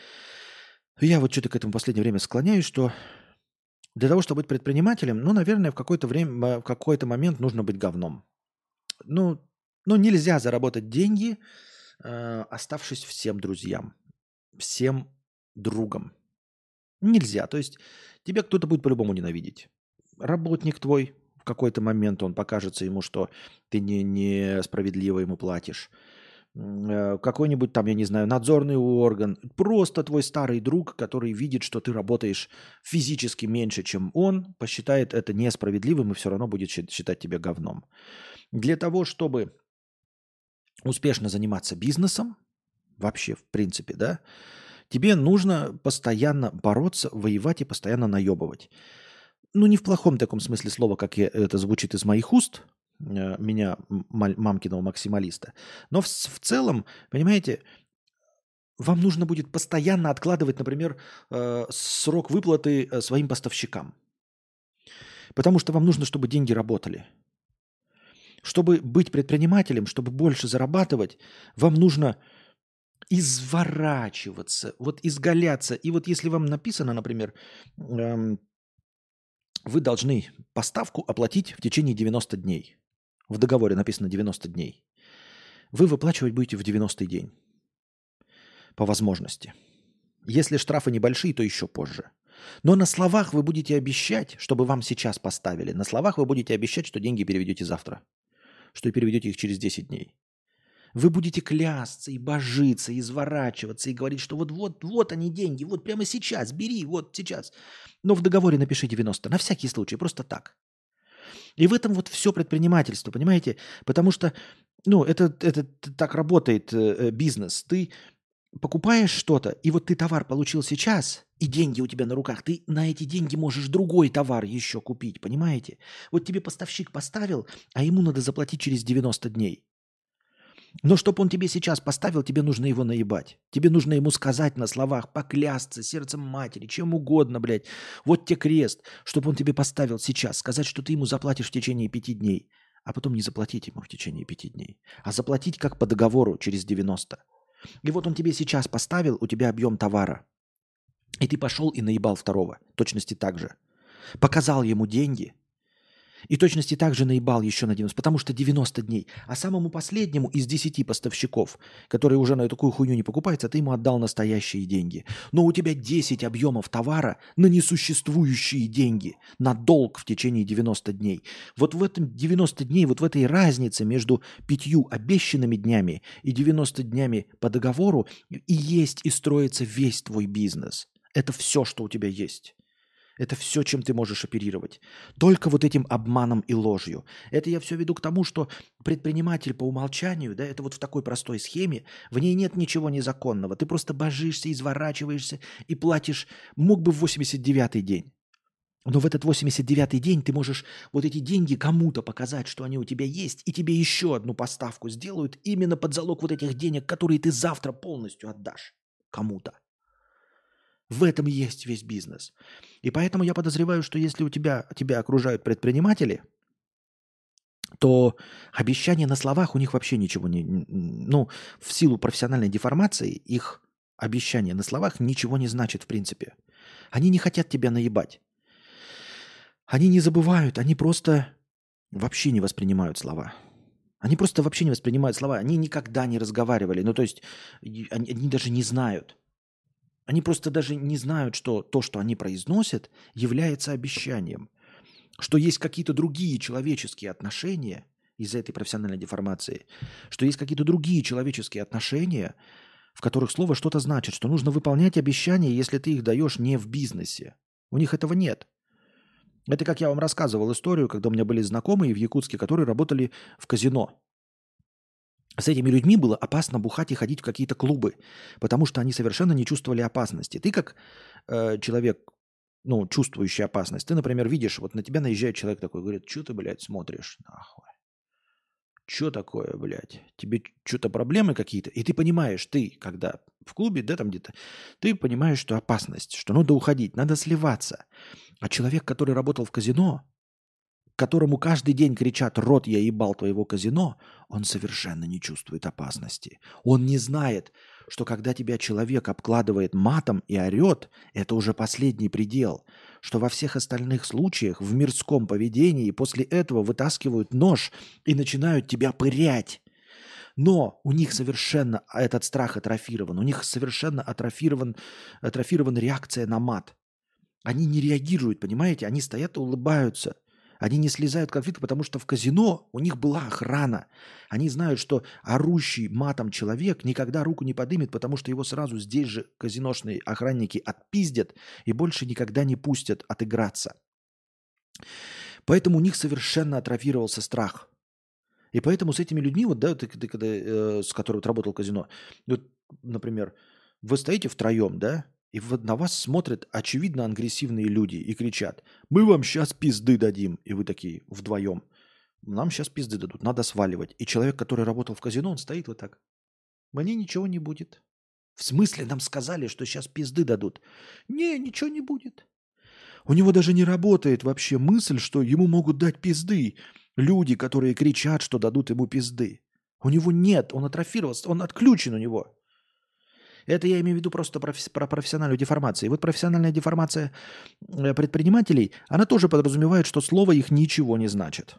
Я вот что-то к этому в последнее время склоняюсь, что для того, чтобы быть предпринимателем, ну, наверное, в какое-то время, в какой-то момент нужно быть говном. Ну, ну нельзя заработать деньги, э, оставшись всем друзьям, всем другом. Нельзя. То есть тебя кто-то будет по-любому ненавидеть. Работник твой в какой-то момент, он покажется ему, что ты не, несправедливо ему платишь. Какой-нибудь там, я не знаю, надзорный орган, просто твой старый друг, который видит, что ты работаешь физически меньше, чем он, посчитает это несправедливым и все равно будет считать тебя говном. Для того, чтобы успешно заниматься бизнесом, вообще в принципе, да, тебе нужно постоянно бороться, воевать и постоянно наебывать. Ну, не в плохом таком смысле слова, как я, это звучит из моих уст, меня, мамкиного максималиста. Но в, в целом, понимаете, вам нужно будет постоянно откладывать, например, э, срок выплаты э, своим поставщикам. Потому что вам нужно, чтобы деньги работали. Чтобы быть предпринимателем, чтобы больше зарабатывать, вам нужно изворачиваться, вот изгаляться. И вот если вам написано, например, э, вы должны поставку оплатить в течение девяноста дней. В договоре написано девяносто дней. Вы выплачивать будете в девяностый день. По возможности. Если штрафы небольшие, то еще позже. Но на словах вы будете обещать, чтобы вам сейчас поставили. На словах вы будете обещать, что деньги переведете завтра. Что переведете их через десять дней. Вы будете клясться и божиться, и изворачиваться, и говорить, что вот-вот, вот они деньги, вот прямо сейчас, бери, вот сейчас. Но в договоре напиши девяносто, на всякий случай, просто так. И в этом вот все предпринимательство, понимаете? Потому что, ну, это, это так работает э, бизнес. Ты покупаешь что-то, и вот ты товар получил сейчас, и деньги у тебя на руках, ты на эти деньги можешь другой товар еще купить, понимаете? Вот тебе поставщик поставил, а ему надо заплатить через девяносто дней. Но чтобы он тебе сейчас поставил, тебе нужно его наебать. Тебе нужно ему сказать на словах, поклясться сердцем матери, чем угодно, блядь. Вот тебе крест, чтобы он тебе поставил сейчас. Сказать, что ты ему заплатишь в течение пяти дней. А потом не заплатить ему в течение пяти дней. А заплатить как по договору через девяносто. И вот он тебе сейчас поставил, у тебя объем товара. И ты пошел и наебал второго. В точности так же. Показал ему деньги. И точности также наебал еще на девяносто, потому что девяносто дней. А самому последнему из десяти поставщиков, которые уже на такую хуйню не покупаются, ты ему отдал настоящие деньги. Но у тебя десять объемов товара на несуществующие деньги, на долг в течение девяноста дней. Вот в этом девяноста дней, вот в этой разнице между пятью обещанными днями и девяноста днями по договору и есть и строится весь твой бизнес. Это все, что у тебя есть. Это все, чем ты можешь оперировать. Только вот этим обманом и ложью. Это я все веду к тому, что предприниматель по умолчанию, да, это вот в такой простой схеме, в ней нет ничего незаконного. Ты просто божишься, изворачиваешься и платишь, мог бы в восемьдесят девятый день. Но в этот восемьдесят девятый день ты можешь вот эти деньги кому-то показать, что они у тебя есть, и тебе еще одну поставку сделают именно под залог вот этих денег, которые ты завтра полностью отдашь кому-то. В этом и есть весь бизнес. И поэтому я подозреваю, что если у тебя, тебя окружают предприниматели, то обещания на словах у них вообще ничего не... Ну, в силу профессиональной деформации их обещания на словах ничего не значит в принципе. Они не хотят тебя наебать. Они не забывают, они просто вообще не воспринимают слова. Они просто вообще не воспринимают слова. Они никогда не разговаривали. Ну, то есть они, они даже не знают. Они просто даже не знают, что то, что они произносят, является обещанием. Что есть какие-то другие человеческие отношения из-за этой профессиональной деформации, что есть какие-то другие человеческие отношения, в которых слово что-то значит, что нужно выполнять обещания, если ты их даешь не в бизнесе. У них этого нет. Это как я вам рассказывал историю, когда у меня были знакомые в Якутске, которые работали в казино. С этими людьми было опасно бухать и ходить в какие-то клубы, потому что они совершенно не чувствовали опасности. Ты как э, человек, ну, чувствующий опасность, ты, например, видишь, вот на тебя наезжает человек такой, говорит, что ты, блядь, смотришь, нахуй? Что такое, блядь? Тебе что-то проблемы какие-то? И ты понимаешь, ты, когда в клубе, да, там где-то, ты понимаешь, что опасность, что надо уходить, надо сливаться. А человек, который работал в казино, которому каждый день кричат «Рот, я ебал твоего казино», он совершенно не чувствует опасности. Он не знает, что когда тебя человек обкладывает матом и орет, это уже последний предел, что во всех остальных случаях в мирском поведении после этого вытаскивают нож и начинают тебя пырять. Но у них совершенно этот страх атрофирован, у них совершенно атрофирован, атрофирована реакция на мат. Они не реагируют, понимаете? Они стоят и улыбаются. Они не слезают конфликта, потому что в казино у них была охрана. Они знают, что орущий матом человек никогда руку не подымет, потому что его сразу здесь же казиношные охранники отпиздят и больше никогда не пустят отыграться. Поэтому у них совершенно атрофировался страх. И поэтому с этими людьми, вот, да, ты, ты, когда, э, с которыми работал в казино, вот, например, вы стоите втроем, да, и вот на вас смотрят очевидно агрессивные люди и кричат: «Мы вам сейчас пизды дадим». И вы такие вдвоем: «Нам сейчас пизды дадут, надо сваливать». И человек, который работал в казино, он стоит вот так: «Мне ничего не будет». В смысле, нам сказали, что сейчас пизды дадут? Не, ничего не будет. У него даже не работает вообще мысль, что ему могут дать пизды. Люди, которые кричат, что дадут ему пизды. У него нет, он атрофировался, он отключен у него. Это я имею в виду просто про профессиональную деформацию. И вот профессиональная деформация предпринимателей, она тоже подразумевает, что слово их ничего не значит.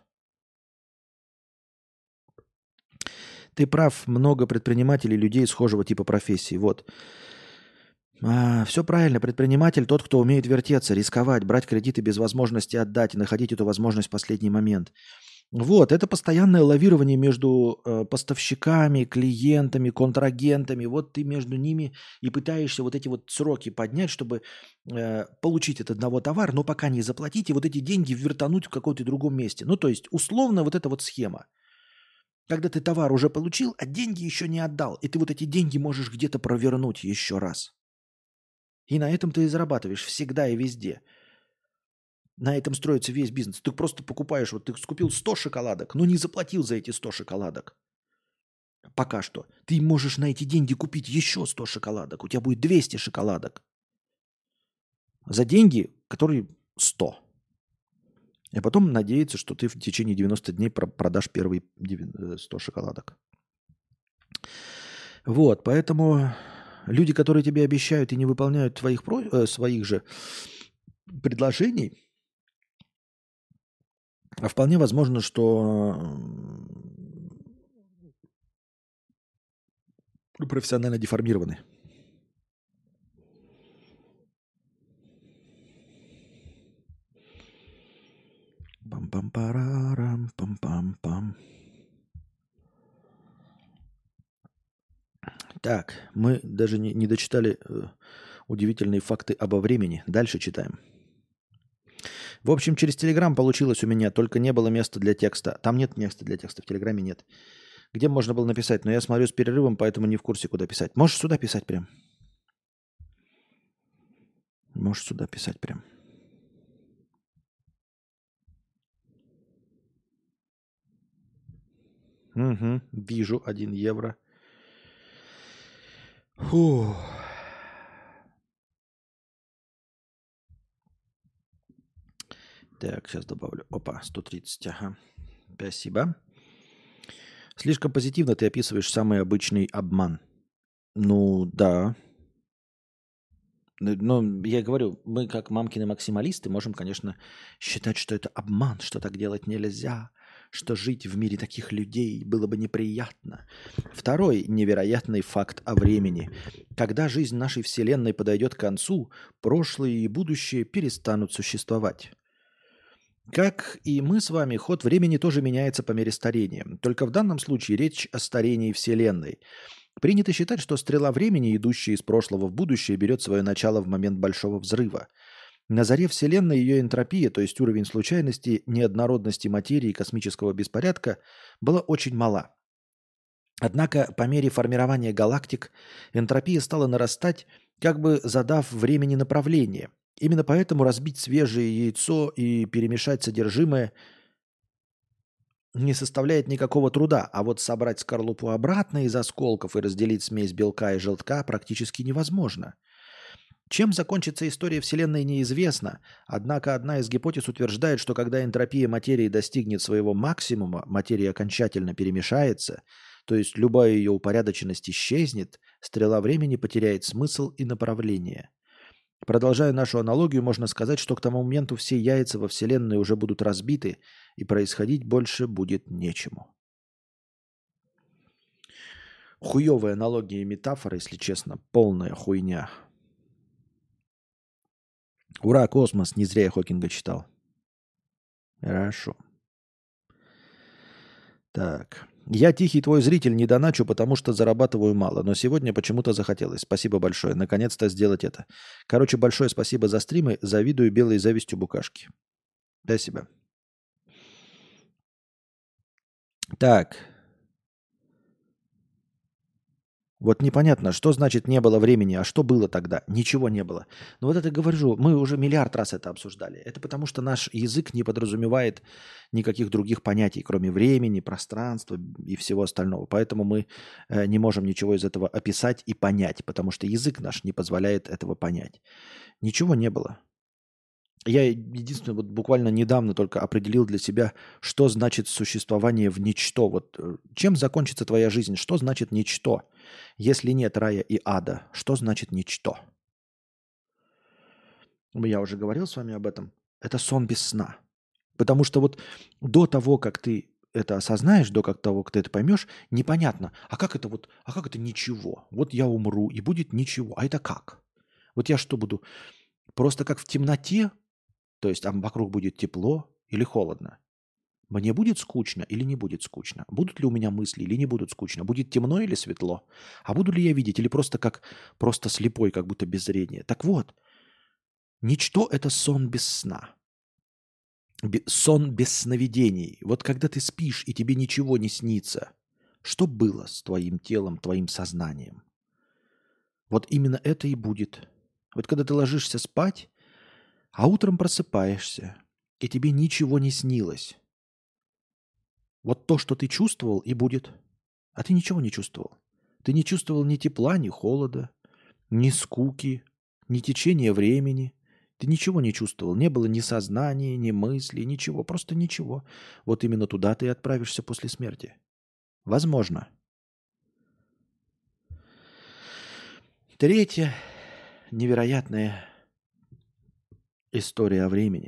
Ты прав, много предпринимателей, людей схожего типа профессии. Вот. А, все правильно. Предприниматель тот, кто умеет вертеться, рисковать, брать кредиты без возможности отдать и находить эту возможность в последний момент. Вот, это постоянное лавирование между э, поставщиками, клиентами, контрагентами. Вот ты между ними и пытаешься вот эти вот сроки поднять, чтобы э, получить от одного товар, но пока не заплатить, и вот эти деньги вертануть в каком-то другом месте. Ну, то есть, условно, вот эта вот схема. Когда ты товар уже получил, а деньги еще не отдал, и ты вот эти деньги можешь где-то провернуть еще раз. И на этом ты и зарабатываешь всегда и везде. На этом строится весь бизнес. Ты просто покупаешь, вот ты скупил сто шоколадок, но не заплатил за эти сто шоколадок. Пока что. Ты можешь на эти деньги купить еще сто шоколадок. У тебя будет двести шоколадок. За деньги, которые сто. И потом надеяться, что ты в течение девяноста дней продашь первые сто шоколадок. Вот, поэтому люди, которые тебе обещают и не выполняют твоих, э, своих же предложений, а вполне возможно, что профессионально деформированы. Пам-пам-парарам, пам-пам-пам. Так, мы даже не, не дочитали э, удивительные факты обо времени. Дальше читаем. В общем, через Телеграм получилось у меня, только не было места для текста. Там нет места для текста, в Телеграме нет. Где можно было написать? Но я смотрю с перерывом, поэтому не в курсе, куда писать. Можешь сюда писать прям. Можешь сюда писать прям. Угу, вижу, один евро. Фух. Так, сейчас добавлю. Опа, сто тридцать, ага. Спасибо. Слишком позитивно ты описываешь самый обычный обман. Ну, да. Но я говорю, мы как мамкины максималисты можем, конечно, считать, что это обман, что так делать нельзя, что жить в мире таких людей было бы неприятно. Второй невероятный факт о времени. Когда жизнь нашей Вселенной подойдет к концу, прошлое и будущее перестанут существовать. Как и мы с вами, ход времени тоже меняется по мере старения. Только в данном случае речь о старении Вселенной. Принято считать, что стрела времени, идущая из прошлого в будущее, берет свое начало в момент Большого взрыва. На заре Вселенной ее энтропия, то есть уровень случайности, неоднородности материи и космического беспорядка, была очень мала. Однако по мере формирования галактик энтропия стала нарастать, как бы задав времени направление. Именно поэтому разбить свежее яйцо и перемешать содержимое не составляет никакого труда, а вот собрать скорлупу обратно из осколков и разделить смесь белка и желтка практически невозможно. Чем закончится история Вселенной, неизвестно, однако одна из гипотез утверждает, что когда энтропия материи достигнет своего максимума, материя окончательно перемешается, то есть любая ее упорядоченность исчезнет, стрела времени потеряет смысл и направление. Продолжая нашу аналогию, можно сказать, что к тому моменту все яйца во Вселенной уже будут разбиты, и происходить больше будет нечему. Хуевая аналогия и метафора, если честно, полная хуйня. Ура, космос, не зря я Хокинга читал. Хорошо. Так. Я тихий твой зритель, не доначу, потому что зарабатываю мало, но сегодня почему-то захотелось. Спасибо большое. Наконец-то сделать это. Короче, большое спасибо за стримы. Завидую белой завистью букашки. Спасибо. Так. Вот непонятно, что значит не было времени, а что было тогда? Ничего не было. Но вот это говорю, мы уже миллиард раз это обсуждали. Это потому, что наш язык не подразумевает никаких других понятий, кроме времени, пространства и всего остального. Поэтому мы э, не можем ничего из этого описать и понять, потому что язык наш не позволяет этого понять. Ничего не было. Я единственное, вот буквально недавно только определил для себя, что значит существование в ничто. Вот чем закончится твоя жизнь? Что значит ничто? Если нет рая и ада, что значит ничто? Я уже говорил с вами об этом. Это сон без сна. Потому что вот до того, как ты это осознаешь, до того, как ты это поймешь, непонятно. А как это вот, а как это ничего? Вот я умру, и будет ничего. А это как? Вот я что буду? Просто как в темноте? То есть там вокруг будет тепло или холодно? Мне будет скучно или не будет скучно? Будут ли у меня мысли или не будут скучно? Будет темно или светло? А буду ли я видеть или просто как просто слепой, как будто без зрения? Так вот, ничто – это сон без сна. Сон без сновидений. Вот когда ты спишь и тебе ничего не снится, что было с твоим телом, твоим сознанием? Вот именно это и будет. Вот когда ты ложишься спать, а утром просыпаешься, и тебе ничего не снилось. Вот то, что ты чувствовал, и будет. А ты ничего не чувствовал. Ты не чувствовал ни тепла, ни холода, ни скуки, ни течения времени. Ты ничего не чувствовал. Не было ни сознания, ни мысли, ничего. Просто ничего. Вот именно туда ты и отправишься после смерти. Возможно. Третья невероятная история о времени.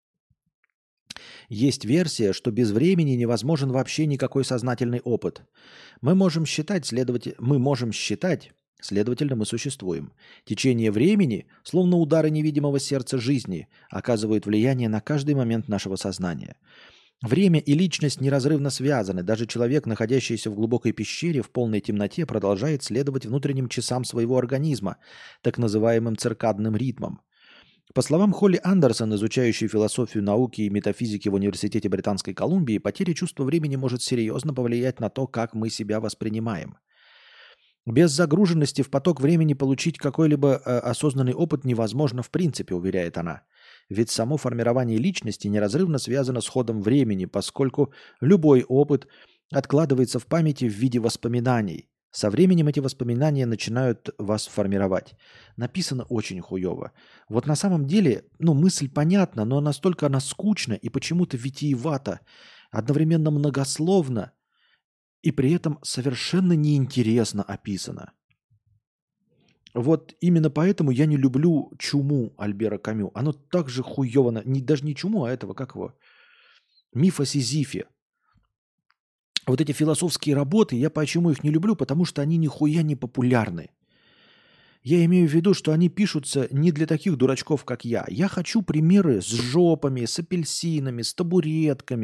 Есть версия, что без времени невозможен вообще никакой сознательный опыт. Мы можем считать, следователь... мы можем считать, следовательно, мы существуем. Течение времени, словно удары невидимого сердца жизни, оказывают влияние на каждый момент нашего сознания. Время и личность неразрывно связаны. Даже человек, находящийся в глубокой пещере в полной темноте, продолжает следовать внутренним часам своего организма, так называемым циркадным ритмам. По словам Холли Андерсон, изучающей философию науки и метафизики в Университете Британской Колумбии, потеря чувства времени может серьезно повлиять на то, как мы себя воспринимаем. Без загруженности в поток времени получить какой-либо э, осознанный опыт невозможно в принципе, уверяет она. Ведь само формирование личности неразрывно связано с ходом времени, поскольку любой опыт откладывается в памяти в виде воспоминаний. Со временем эти воспоминания начинают вас формировать. Написано очень хуево. Вот на самом деле, ну, мысль понятна, но настолько она скучна и почему-то витиевата, одновременно многословно и при этом совершенно неинтересно описана. Вот именно поэтому я не люблю «Чуму» Альбера Камю. Оно так же хуево, не, даже не «Чуму», а этого, как его, «Миф о Сизифе». Вот эти философские работы, я почему их не люблю, потому что они нихуя не популярны. Я имею в виду, что они пишутся не для таких дурачков, как я. Я хочу примеры с жопами, с апельсинами, с табуретками.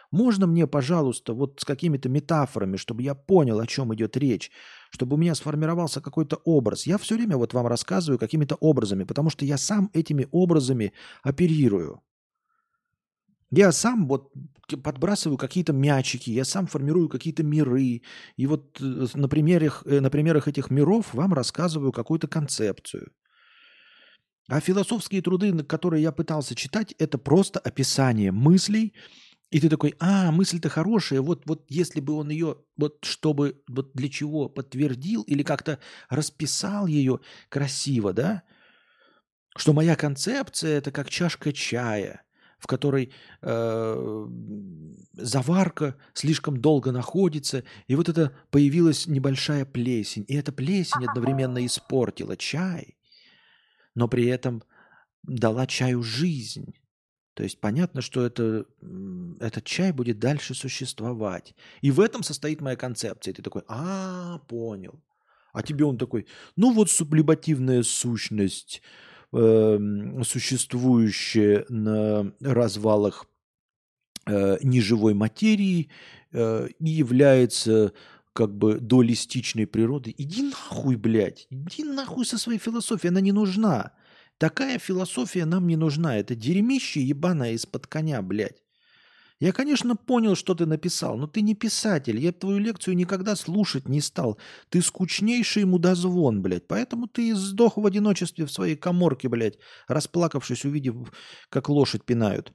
Можно мне, пожалуйста, вот с какими-то метафорами, чтобы я понял, о чем идет речь, чтобы у меня сформировался какой-то образ. Я все время вот вам рассказываю какими-то образами, потому что я сам этими образами оперирую. Я сам вот подбрасываю какие-то мячики, я сам формирую какие-то миры. И вот э, на примерах, э, на примерах этих миров вам рассказываю какую-то концепцию. А философские труды, на которые я пытался читать, это просто описание мыслей. И ты такой, а, мысль-то хорошая, вот, вот если бы он ее, вот чтобы, вот для чего подтвердил или как-то расписал ее красиво, да, что моя концепция – это как чашка чая, в которой э, заварка слишком долго находится, и вот это появилась небольшая плесень, и эта плесень одновременно испортила чай, но при этом дала чаю жизнь. То есть понятно, что это, м, этот чай будет дальше существовать. И в этом состоит моя концепция. И ты такой, а, понял. А тебе он такой, ну вот сублимативная сущность, эм, существующая на развалах э, неживой материи э, и является как бы дуалистичной природы. Иди нахуй, блядь. Иди нахуй со своей философией. Она не нужна. Такая философия нам не нужна. Это дерьмище ебаное из-под коня, блядь. Я, конечно, понял, что ты написал, но ты не писатель. Я твою лекцию никогда слушать не стал. Ты скучнейший мудозвон, блядь. Поэтому ты и сдох в одиночестве в своей каморке, блядь, расплакавшись, увидев, как лошадь пинают.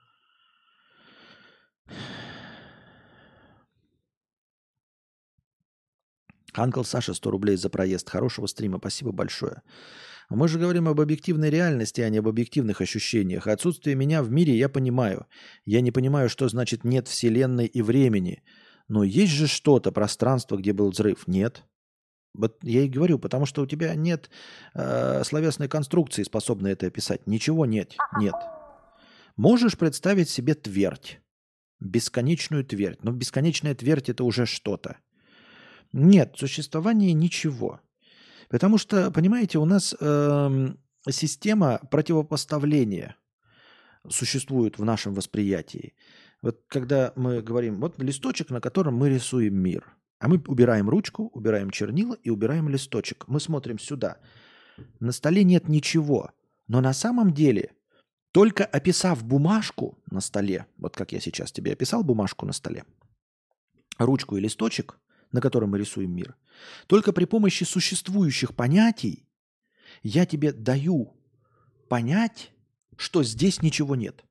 Анкл Саша, сто рублей за проезд. Хорошего стрима, спасибо большое. Мы же говорим об объективной реальности, а не об объективных ощущениях. Отсутствие меня в мире я понимаю. Я не понимаю, что значит нет вселенной и времени. Но есть же что-то, пространство, где был взрыв. Нет. Вот я и говорю, потому что у тебя нет э, словесной конструкции, способной это описать. Ничего нет. Нет. Можешь представить себе твердь. Бесконечную твердь. Но бесконечная твердь – это уже что-то. Нет, существование ничего. Потому что, понимаете, у нас эм, система противопоставления существует в нашем восприятии. Вот когда мы говорим, вот листочек, на котором мы рисуем мир. А мы убираем ручку, убираем чернила и убираем листочек. Мы смотрим сюда. На столе нет ничего. Но на самом деле, только описав бумажку на столе, вот как я сейчас тебе описал бумажку на столе, ручку и листочек, на котором мы рисуем мир, только при помощи существующих понятий я тебе даю понять, что здесь ничего нет.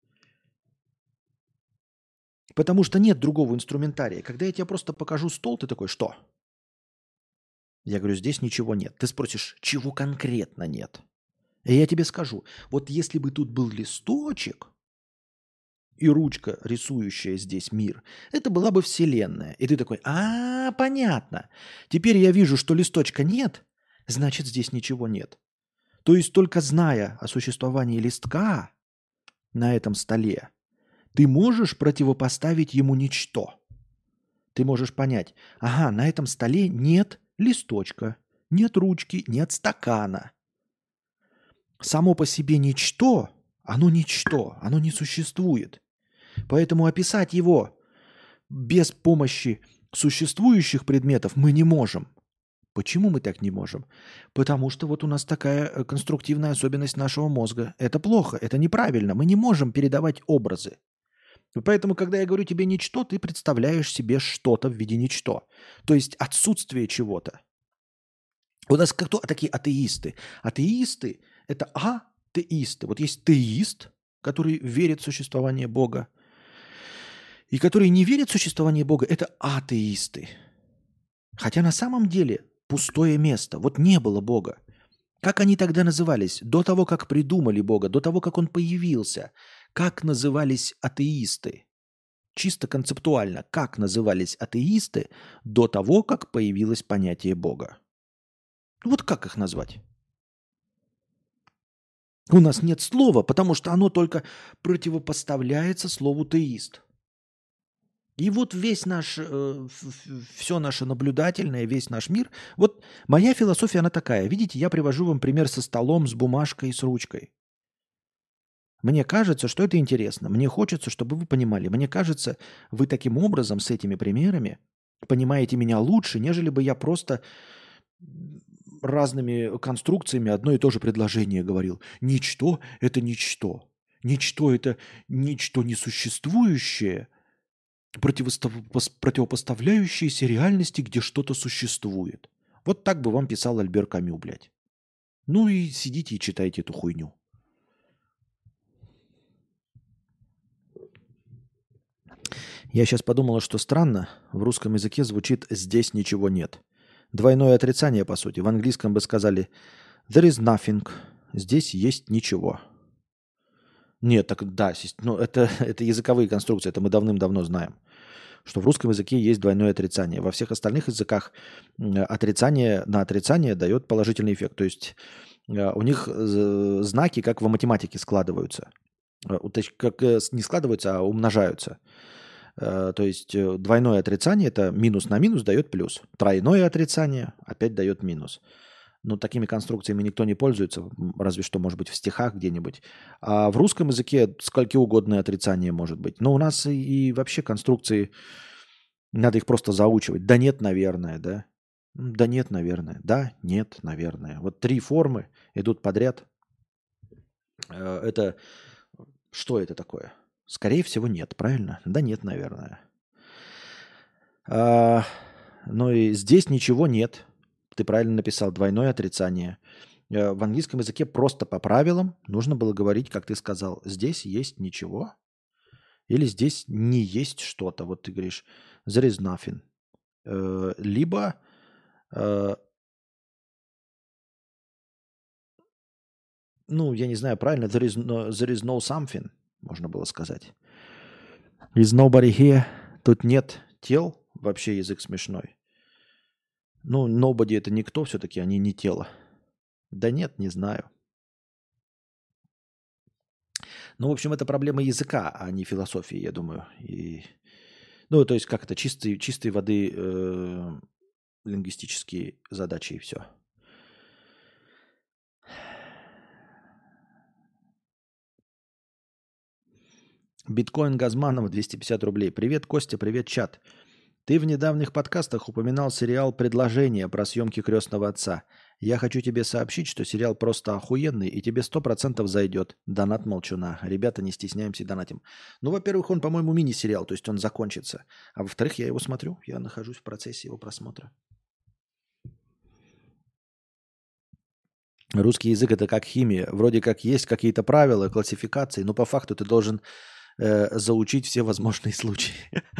Потому что нет другого инструментария. Когда я тебе просто покажу стол, ты такой, что? Я говорю, здесь ничего нет. Ты спросишь, чего конкретно нет? И я тебе скажу, вот если бы тут был листочек и ручка, рисующая здесь мир, это была бы вселенная. И ты такой, а, понятно. Теперь я вижу, что листочка нет, значит, здесь ничего нет. То есть только зная о существовании листка на этом столе, ты можешь противопоставить ему ничто. Ты можешь понять, ага, на этом столе нет листочка, нет ручки, нет стакана. Само по себе ничто, оно ничто, оно не существует. Поэтому описать его без помощи существующих предметов мы не можем. Почему мы так не можем? Потому что вот у нас такая конструктивная особенность нашего мозга. Это плохо, это неправильно. Мы не можем передавать образы. Поэтому, когда я говорю тебе ничто, ты представляешь себе что-то в виде ничто. То есть отсутствие чего-то. У нас кто такие атеисты? Атеисты – это атеисты. Вот есть теист, который верит в существование Бога, и которые не верят в существование Бога, это атеисты. Хотя на самом деле пустое место. Вот не было Бога. Как они тогда назывались? До того, как придумали Бога, до того, как Он появился. Как назывались атеисты? Чисто концептуально. Как назывались атеисты до того, как появилось понятие Бога? Вот как их назвать? У нас нет слова, потому что оно только противопоставляется слову теист. И вот весь наш, э, все наше наблюдательное, весь наш мир, вот моя философия, она такая. Видите, я привожу вам пример со столом, с бумажкой, с ручкой. Мне кажется, что это интересно. Мне хочется, чтобы вы понимали. Мне кажется, вы таким образом с этими примерами понимаете меня лучше, нежели бы я просто разными конструкциями одно и то же предложение говорил. Ничто – это ничто. Ничто – это ничто несуществующее, противопоставляющееся реальности, где что-то существует. Вот так бы вам писал Альбер Камю, блядь. Ну и сидите и читайте эту хуйню. Я сейчас подумала, что странно, в русском языке звучит «здесь ничего нет». Двойное отрицание, по сути. В английском бы сказали «there is nothing», здесь есть ничего. Нет, так да, ну, это, это языковые конструкции, это мы давным-давно знаем, что в русском языке есть двойное отрицание. Во всех остальных языках отрицание на отрицание дает положительный эффект. То есть у них знаки, как в математике, складываются. Как не складываются, а умножаются. То есть двойное отрицание – это минус на минус дает плюс. Тройное отрицание опять дает минус. Но такими конструкциями никто не пользуется, разве что, может быть, в стихах где-нибудь. А в русском языке скольки угодно отрицание может быть. Но у нас и, и вообще конструкции, надо их просто заучивать. Да нет, наверное, да? Да нет, наверное. Да, нет, наверное. Вот три формы идут подряд. Это что это такое? Скорее всего, нет, правильно? Да нет, наверное. А, но и здесь ничего нет. Ты правильно написал, двойное отрицание. В английском языке просто по правилам нужно было говорить, как ты сказал, здесь есть ничего, или здесь не есть что-то. Вот ты говоришь, there is nothing. Либо ну, я не знаю, правильно, there is no, there is no something, можно было сказать. Is nobody here? Тут нет тел, вообще язык смешной. Ну, nobody это никто, все-таки они не тело. Да нет, не знаю. Ну, в общем, это проблема языка, а не философии, я думаю. И... Ну, то есть, как это, чистой, чистой воды э, лингвистические задачи и все. Биткоин Газманов, двести пятьдесят рублей. Привет, Костя, привет, чат. Ты в недавних подкастах упоминал сериал «Предложение» про съемки «Крестного отца». Я хочу тебе сообщить, что сериал просто охуенный и тебе сто процентов зайдет. Донат молчуна. Ребята, не стесняемся и донатим. Ну, во-первых, он, по-моему, мини-сериал, то есть он закончится. А во-вторых, я его смотрю, я нахожусь в процессе его просмотра. Русский язык – это как химия. Вроде как есть какие-то правила, классификации, но по факту ты должен э, заучить все возможные случаи.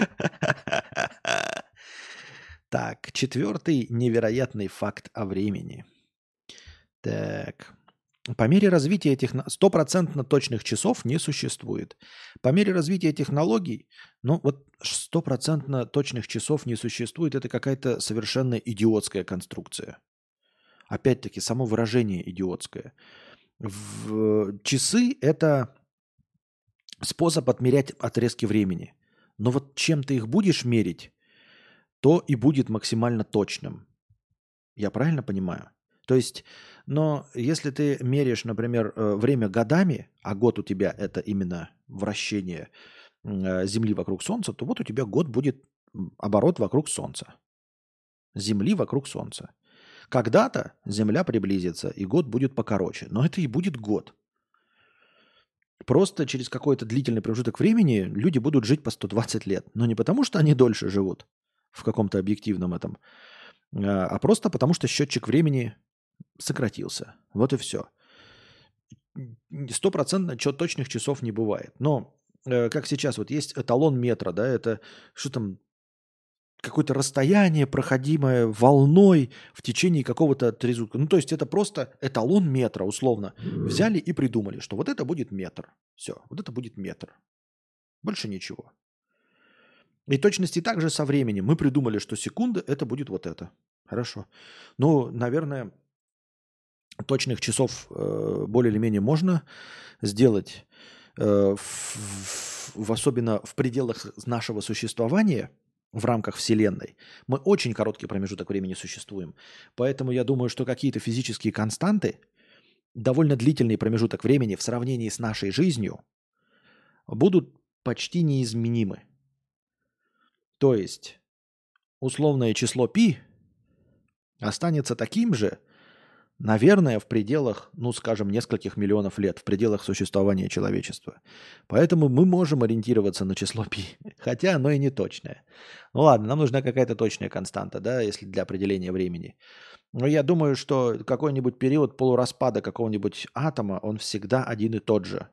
Так, четвертый невероятный факт о времени. Так, по мере развития технологий, стопроцентно точных часов не существует. По мере развития технологий, ну вот стопроцентно точных часов не существует, это какая-то совершенно идиотская конструкция. Опять-таки, само выражение идиотское. В... Часы – это способ отмерять отрезки времени. Но вот чем ты их будешь мерить, то и будет максимально точным. Я правильно понимаю? То есть, но если ты меряешь, например, время годами, а год у тебя это именно вращение Земли вокруг Солнца, то вот у тебя год будет оборот вокруг Солнца. Земли вокруг Солнца. Когда-то Земля приблизится, и год будет покороче. Но это и будет год. Просто через какой-то длительный промежуток времени люди будут жить по сто двадцать лет. Но не потому, что они дольше живут в каком-то объективном этом, а просто потому, что счетчик времени сократился. Вот и все. Стопроцентно точных часов не бывает. Но как сейчас, вот есть эталон метра, да, это что там, какое-то расстояние, проходимое волной в течение какого-то отрезка. Ну, то есть это просто эталон метра, условно. Взяли и придумали, что вот это будет метр. Все, вот это будет метр. Больше ничего. И точности также со временем. Мы придумали, что секунда – это будет вот это. Хорошо. Ну, наверное, точных часов э, более или менее можно сделать, э, в, в, особенно в пределах нашего существования, в рамках Вселенной. Мы очень короткий промежуток времени существуем. Поэтому я думаю, что какие-то физические константы довольно длительный промежуток времени в сравнении с нашей жизнью будут почти неизменимы. То есть условное число π останется таким же, наверное, в пределах, ну, скажем, нескольких миллионов лет, в пределах существования человечества. Поэтому мы можем ориентироваться на число π, хотя оно и не точное. Ну ладно, нам нужна какая-то точная константа, да, если для определения времени. Но я думаю, что какой-нибудь период полураспада какого-нибудь атома, он всегда один и тот же.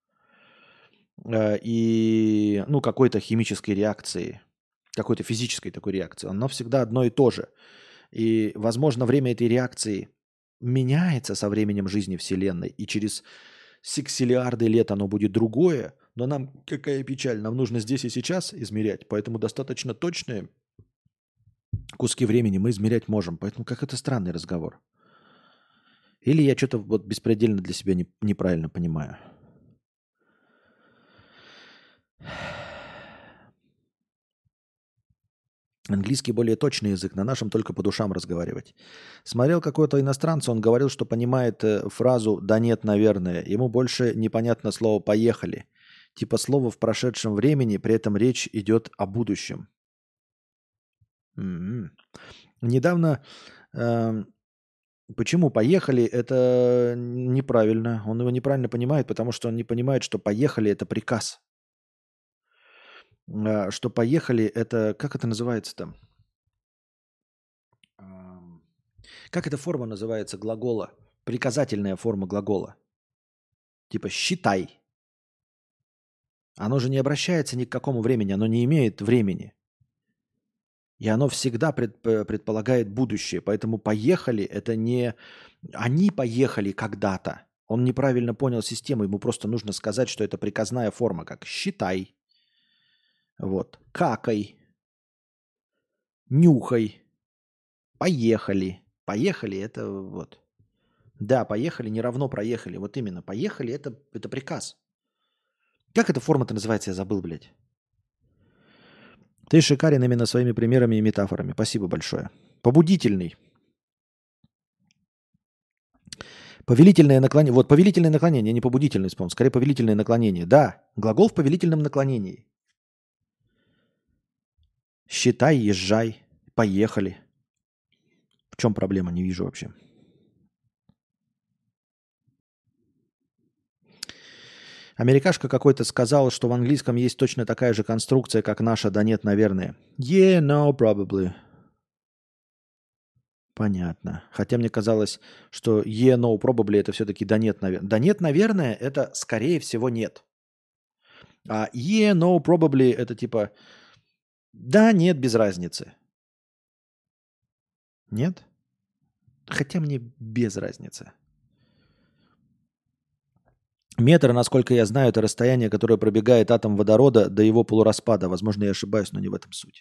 И, ну, какой-то химической реакции, какой-то физической такой реакции, оно всегда одно и то же. И, возможно, время этой реакции меняется со временем жизни Вселенной, и через сексиллиарды лет оно будет другое, но нам, какая печаль, нам нужно здесь и сейчас измерять, поэтому достаточно точные куски времени мы измерять можем. Поэтому как это странный разговор. Или я что-то вот беспредельно для себя не, неправильно понимаю. Английский более точный язык, на нашем только по душам разговаривать. Смотрел какого-то иностранца, он говорил, что понимает э, фразу «да нет, наверное». Ему больше непонятно слово «поехали». Типа слово в прошедшем времени, при этом речь идет о будущем. М-м. Недавно... Э, почему «поехали» это неправильно. Он его неправильно понимает, потому что он не понимает, что «поехали» это приказ. Что поехали, это, как это называется там? Как эта форма называется глагола? Приказательная форма глагола. Типа считай. Оно же не обращается ни к какому времени, оно не имеет времени. И оно всегда пред, предполагает будущее. Поэтому поехали, это не они поехали когда-то. Он неправильно понял систему, ему просто нужно сказать, что это приказная форма, как считай. Вот. Какай. Нюхай. Поехали. Поехали это вот. Да, поехали не равно проехали. Вот именно. Поехали это, это приказ. Как эта форма-то называется? Я забыл, блядь. Ты шикарен именно своими примерами и метафорами. Спасибо большое. Побудительный. Повелительное наклонение. Вот повелительное наклонение, не побудительный, вспомнил. Скорее повелительное наклонение. Да, глагол в повелительном наклонении. Считай, езжай, поехали. В чем проблема? Не вижу вообще. Америкашка какой-то сказал, что в английском есть точно такая же конструкция, как наша. Да нет, наверное. Yeah, no, probably. Понятно. Хотя мне казалось, что yeah, no, probably это все-таки да нет, наверное. Да нет, наверное, это скорее всего нет. А yeah, no, probably это типа... Да, нет, без разницы. Нет? Хотя мне без разницы. Метр, насколько я знаю, это расстояние, которое пробегает атом водорода до его полураспада. Возможно, я ошибаюсь, но не в этом суть.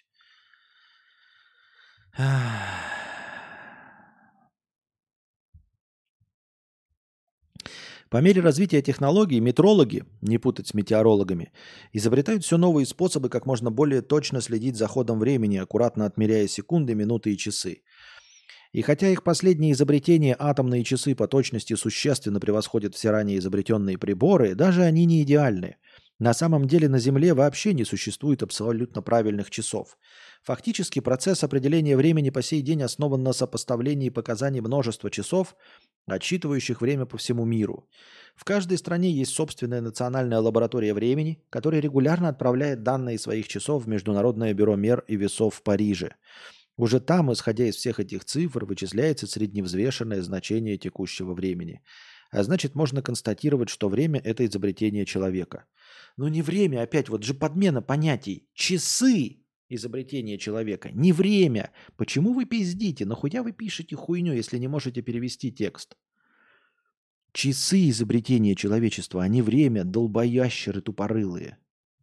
По мере развития технологий метрологи, не путать с метеорологами, изобретают все новые способы, как можно более точно следить за ходом времени, аккуратно отмеряя секунды, минуты и часы. И хотя их последние изобретения, атомные часы, по точности существенно превосходят все ранее изобретенные приборы, даже они не идеальны. На самом деле на Земле вообще не существует абсолютно правильных часов. Фактически процесс определения времени по сей день основан на сопоставлении показаний множества часов, отсчитывающих время по всему миру. В каждой стране есть собственная национальная лаборатория времени, которая регулярно отправляет данные своих часов в Международное бюро мер и весов в Париже. Уже там, исходя из всех этих цифр, вычисляется средневзвешенное значение текущего времени. А значит, можно констатировать, что время – это изобретение человека. Но не время, опять вот же подмена понятий. Часы – изобретение человека, не время. Почему вы пиздите? Нахуя вы пишете хуйню, если не можете перевести текст? Часы – изобретение человечества, а не время, долбоящеры тупорылые.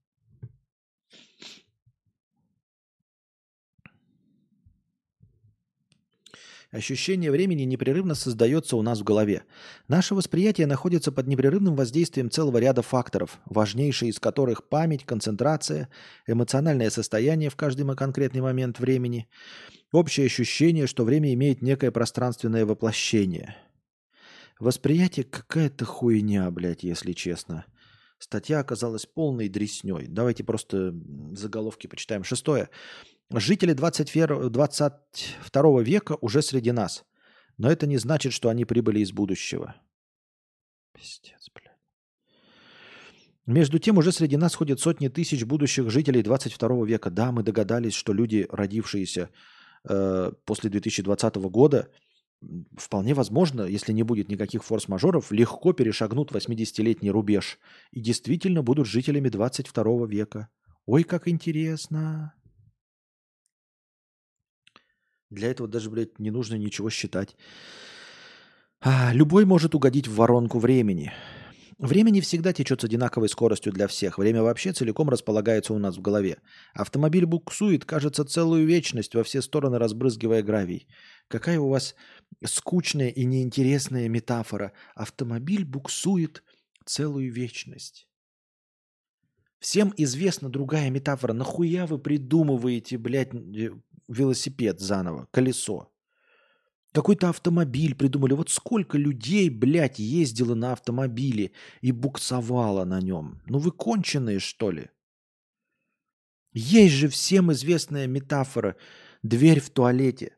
Ощущение времени непрерывно создается у нас в голове. Наше восприятие находится под непрерывным воздействием целого ряда факторов, важнейшие из которых память, концентрация, эмоциональное состояние в каждый конкретный момент времени, общее ощущение, что время имеет некое пространственное воплощение. Восприятие какая-то хуйня, блядь, если честно. Статья оказалась полной дресней. Давайте просто заголовки почитаем. Шестое. Жители двадцать второго века уже среди нас. Но это не значит, что они прибыли из будущего. Пиздец, блядь. Между тем, уже среди нас ходят сотни тысяч будущих жителей двадцать второго века. Да, мы догадались, что люди, родившиеся э, после две тысячи двадцатого года, вполне возможно, если не будет никаких форс-мажоров, легко перешагнут восьмидесятилетний рубеж и действительно будут жителями двадцать второго века. Ой, как интересно. Для этого даже, блядь, не нужно ничего считать. А, любой может угодить в воронку времени. Время не всегда течет с одинаковой скоростью для всех. Время вообще целиком располагается у нас в голове. Автомобиль буксует, кажется, целую вечность, во все стороны разбрызгивая гравий. Какая у вас скучная и неинтересная метафора. Автомобиль буксует целую вечность. Всем известна другая метафора. Нахуя вы придумываете, блядь, велосипед заново, колесо? Какой-то автомобиль придумали. Вот сколько людей, блядь, ездило на автомобиле и буксовало на нем. Ну вы конченые, что ли? Есть же всем известная метафора. Дверь в туалете.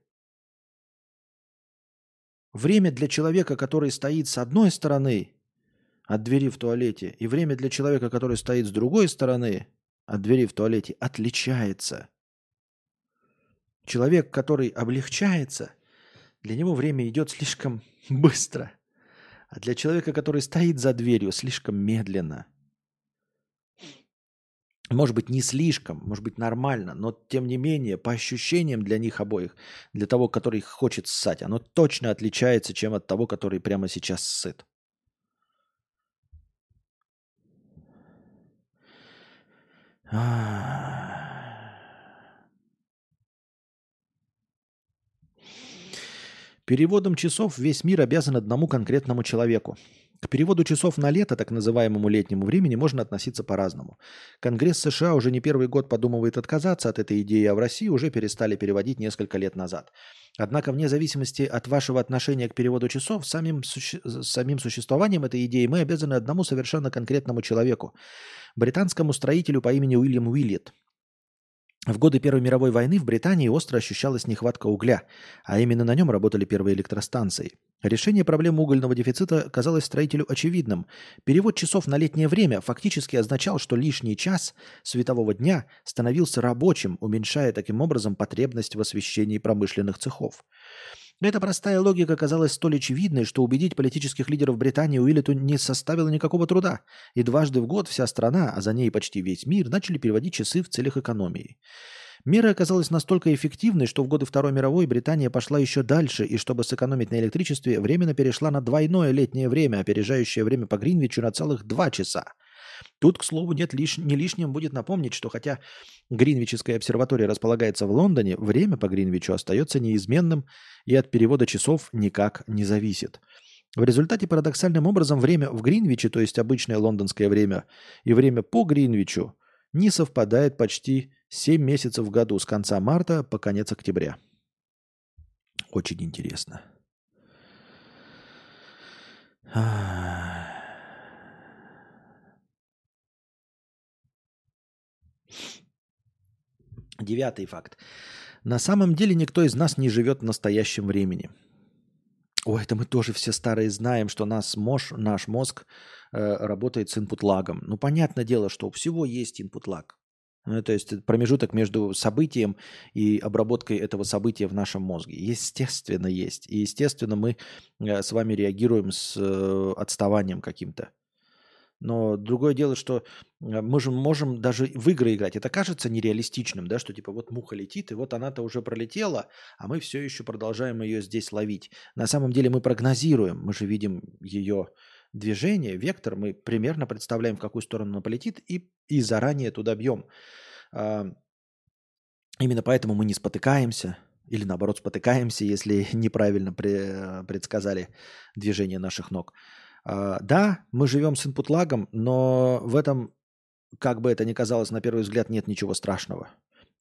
Время для человека, который стоит с одной стороны от двери в туалете, и время для человека, который стоит с другой стороны от двери в туалете, отличается. Человек, который облегчается, для него время идет слишком быстро. А для человека, который стоит за дверью, слишком медленно. Может быть, не слишком, может быть, нормально, но тем не менее, по ощущениям для них обоих, для того, который хочет ссать, оно точно отличается, чем от того, который прямо сейчас ссыт. Переводом часов весь мир обязан одному конкретному человеку. К переводу часов на лето, так называемому летнему времени, можно относиться по-разному. Конгресс США уже не первый год подумывает отказаться от этой идеи, а в России уже перестали переводить несколько лет назад. Однако вне зависимости от вашего отношения к переводу часов, самим, суще... самим существованием этой идеи мы обязаны одному совершенно конкретному человеку. Британскому строителю по имени Уильям Уиллет. В годы Первой мировой войны в Британии остро ощущалась нехватка угля, а именно на нем работали первые электростанции. Решение проблемы угольного дефицита казалось строителю очевидным. Перевод часов на летнее время фактически означал, что лишний час светового дня становился рабочим, уменьшая таким образом потребность в освещении промышленных цехов. Эта простая логика казалась столь очевидной, что убедить политических лидеров Британии Уиллету не составило никакого труда, и дважды в год вся страна, а за ней почти весь мир, начали переводить часы в целях экономии. Мера оказалась настолько эффективной, что в годы Второй мировой Британия пошла еще дальше, и чтобы сэкономить на электричестве, временно перешла на двойное летнее время, опережающее время по Гринвичу на целых два часа. Тут, к слову, нет лиш... не лишним будет напомнить, что хотя Гринвичская обсерватория располагается в Лондоне, время по Гринвичу остается неизменным и от перевода часов никак не зависит. В результате парадоксальным образом время в Гринвиче, то есть обычное лондонское время, и время по Гринвичу не совпадает почти семь месяцев в году с конца марта по конец октября. Очень интересно. Девятый факт. На самом деле никто из нас не живет в настоящем времени. Ой, это мы тоже все старые знаем, что нас мож, наш мозг э, работает с инпут-лагом. Ну, понятное дело, что у всего есть инпут-лаг. Ну, то есть промежуток между событием и обработкой этого события в нашем мозге. Естественно, есть. И, естественно, мы э, с вами реагируем с э, отставанием каким-то. Но другое дело, что мы же можем даже в игры играть. Это кажется нереалистичным, да, что типа вот муха летит, и вот она-то уже пролетела, а мы все еще продолжаем ее здесь ловить. На самом деле мы прогнозируем, мы же видим ее движение, вектор, мы примерно представляем, в какую сторону она полетит, и, и заранее туда бьем. А, именно поэтому мы не спотыкаемся, или наоборот спотыкаемся, если неправильно предсказали движение наших ног. Uh, да, мы живем с инпут-лагом, но в этом, как бы это ни казалось на первый взгляд, нет ничего страшного.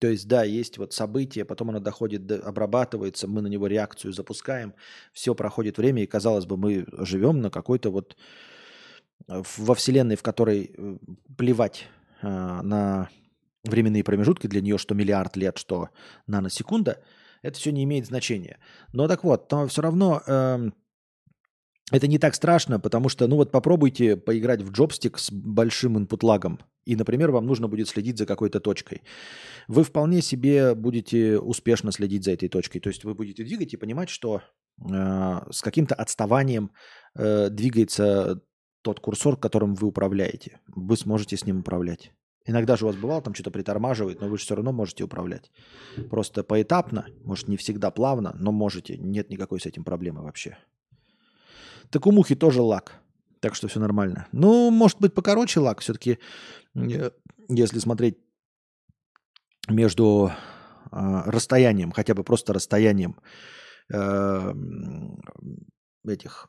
То есть, да, есть вот событие, потом оно доходит, до, обрабатывается, мы на него реакцию запускаем, все проходит время, и, казалось бы, мы живем на какой-то вот во вселенной, в которой плевать а, на временные промежутки, для нее что миллиард лет, что наносекунда, это все не имеет значения. Но так вот, но все равно э, это не так страшно, потому что, ну вот попробуйте поиграть в джойстик с большим инпут-лагом, и, например, вам нужно будет следить за какой-то точкой. Вы вполне себе будете успешно следить за этой точкой. То есть вы будете двигать и понимать, что э, с каким-то отставанием э, двигается тот курсор, которым вы управляете. Вы сможете с ним управлять. Иногда же у вас бывало, там что-то притормаживает, но вы же все равно можете управлять. Просто поэтапно, может, не всегда плавно, но можете. Нет никакой с этим проблемы вообще. Так у мухи тоже лак. Так что все нормально. Ну, может быть, покороче лак. Все-таки, если смотреть между э, расстоянием, хотя бы просто расстоянием э, этих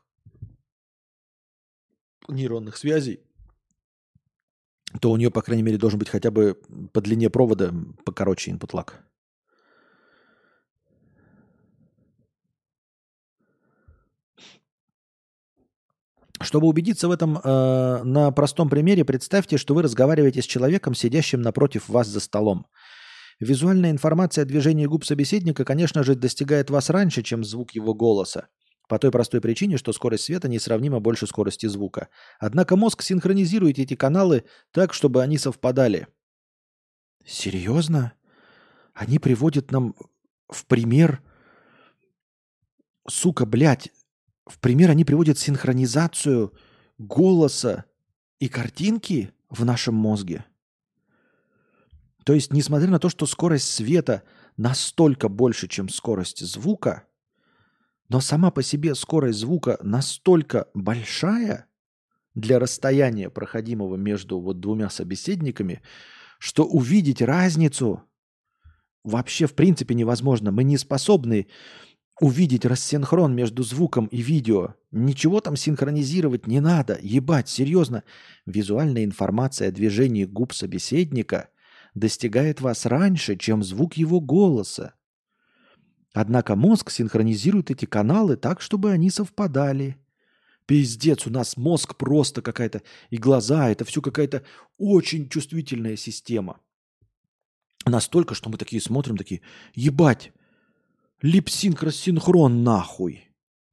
нейронных связей, то у нее, по крайней мере, должен быть хотя бы по длине провода покороче input lag. Чтобы убедиться в этом э, на простом примере, представьте, что вы разговариваете с человеком, сидящим напротив вас за столом. Визуальная информация о движении губ собеседника, конечно же, достигает вас раньше, чем звук его голоса. По той простой причине, что скорость света несравнимо больше скорости звука. Однако мозг синхронизирует эти каналы так, чтобы они совпадали. Серьезно? Они приводят нам в пример... Сука, блядь. В пример они приводят синхронизацию голоса и картинки в нашем мозге. То есть, несмотря на то, что скорость света настолько больше, чем скорость звука, но сама по себе скорость звука настолько большая для расстояния, проходимого между вот двумя собеседниками, что увидеть разницу вообще в принципе невозможно. Мы не способны увидеть рассинхрон между звуком и видео. Ничего там синхронизировать не надо. Ебать, серьезно. Визуальная информация о движении губ собеседника достигает вас раньше, чем звук его голоса. Однако мозг синхронизирует эти каналы так, чтобы они совпадали. Пиздец, у нас мозг просто какая-то, и глаза, это все какая-то очень чувствительная система. Настолько, что мы такие смотрим, такие, ебать, липсинк, рассинхрон нахуй.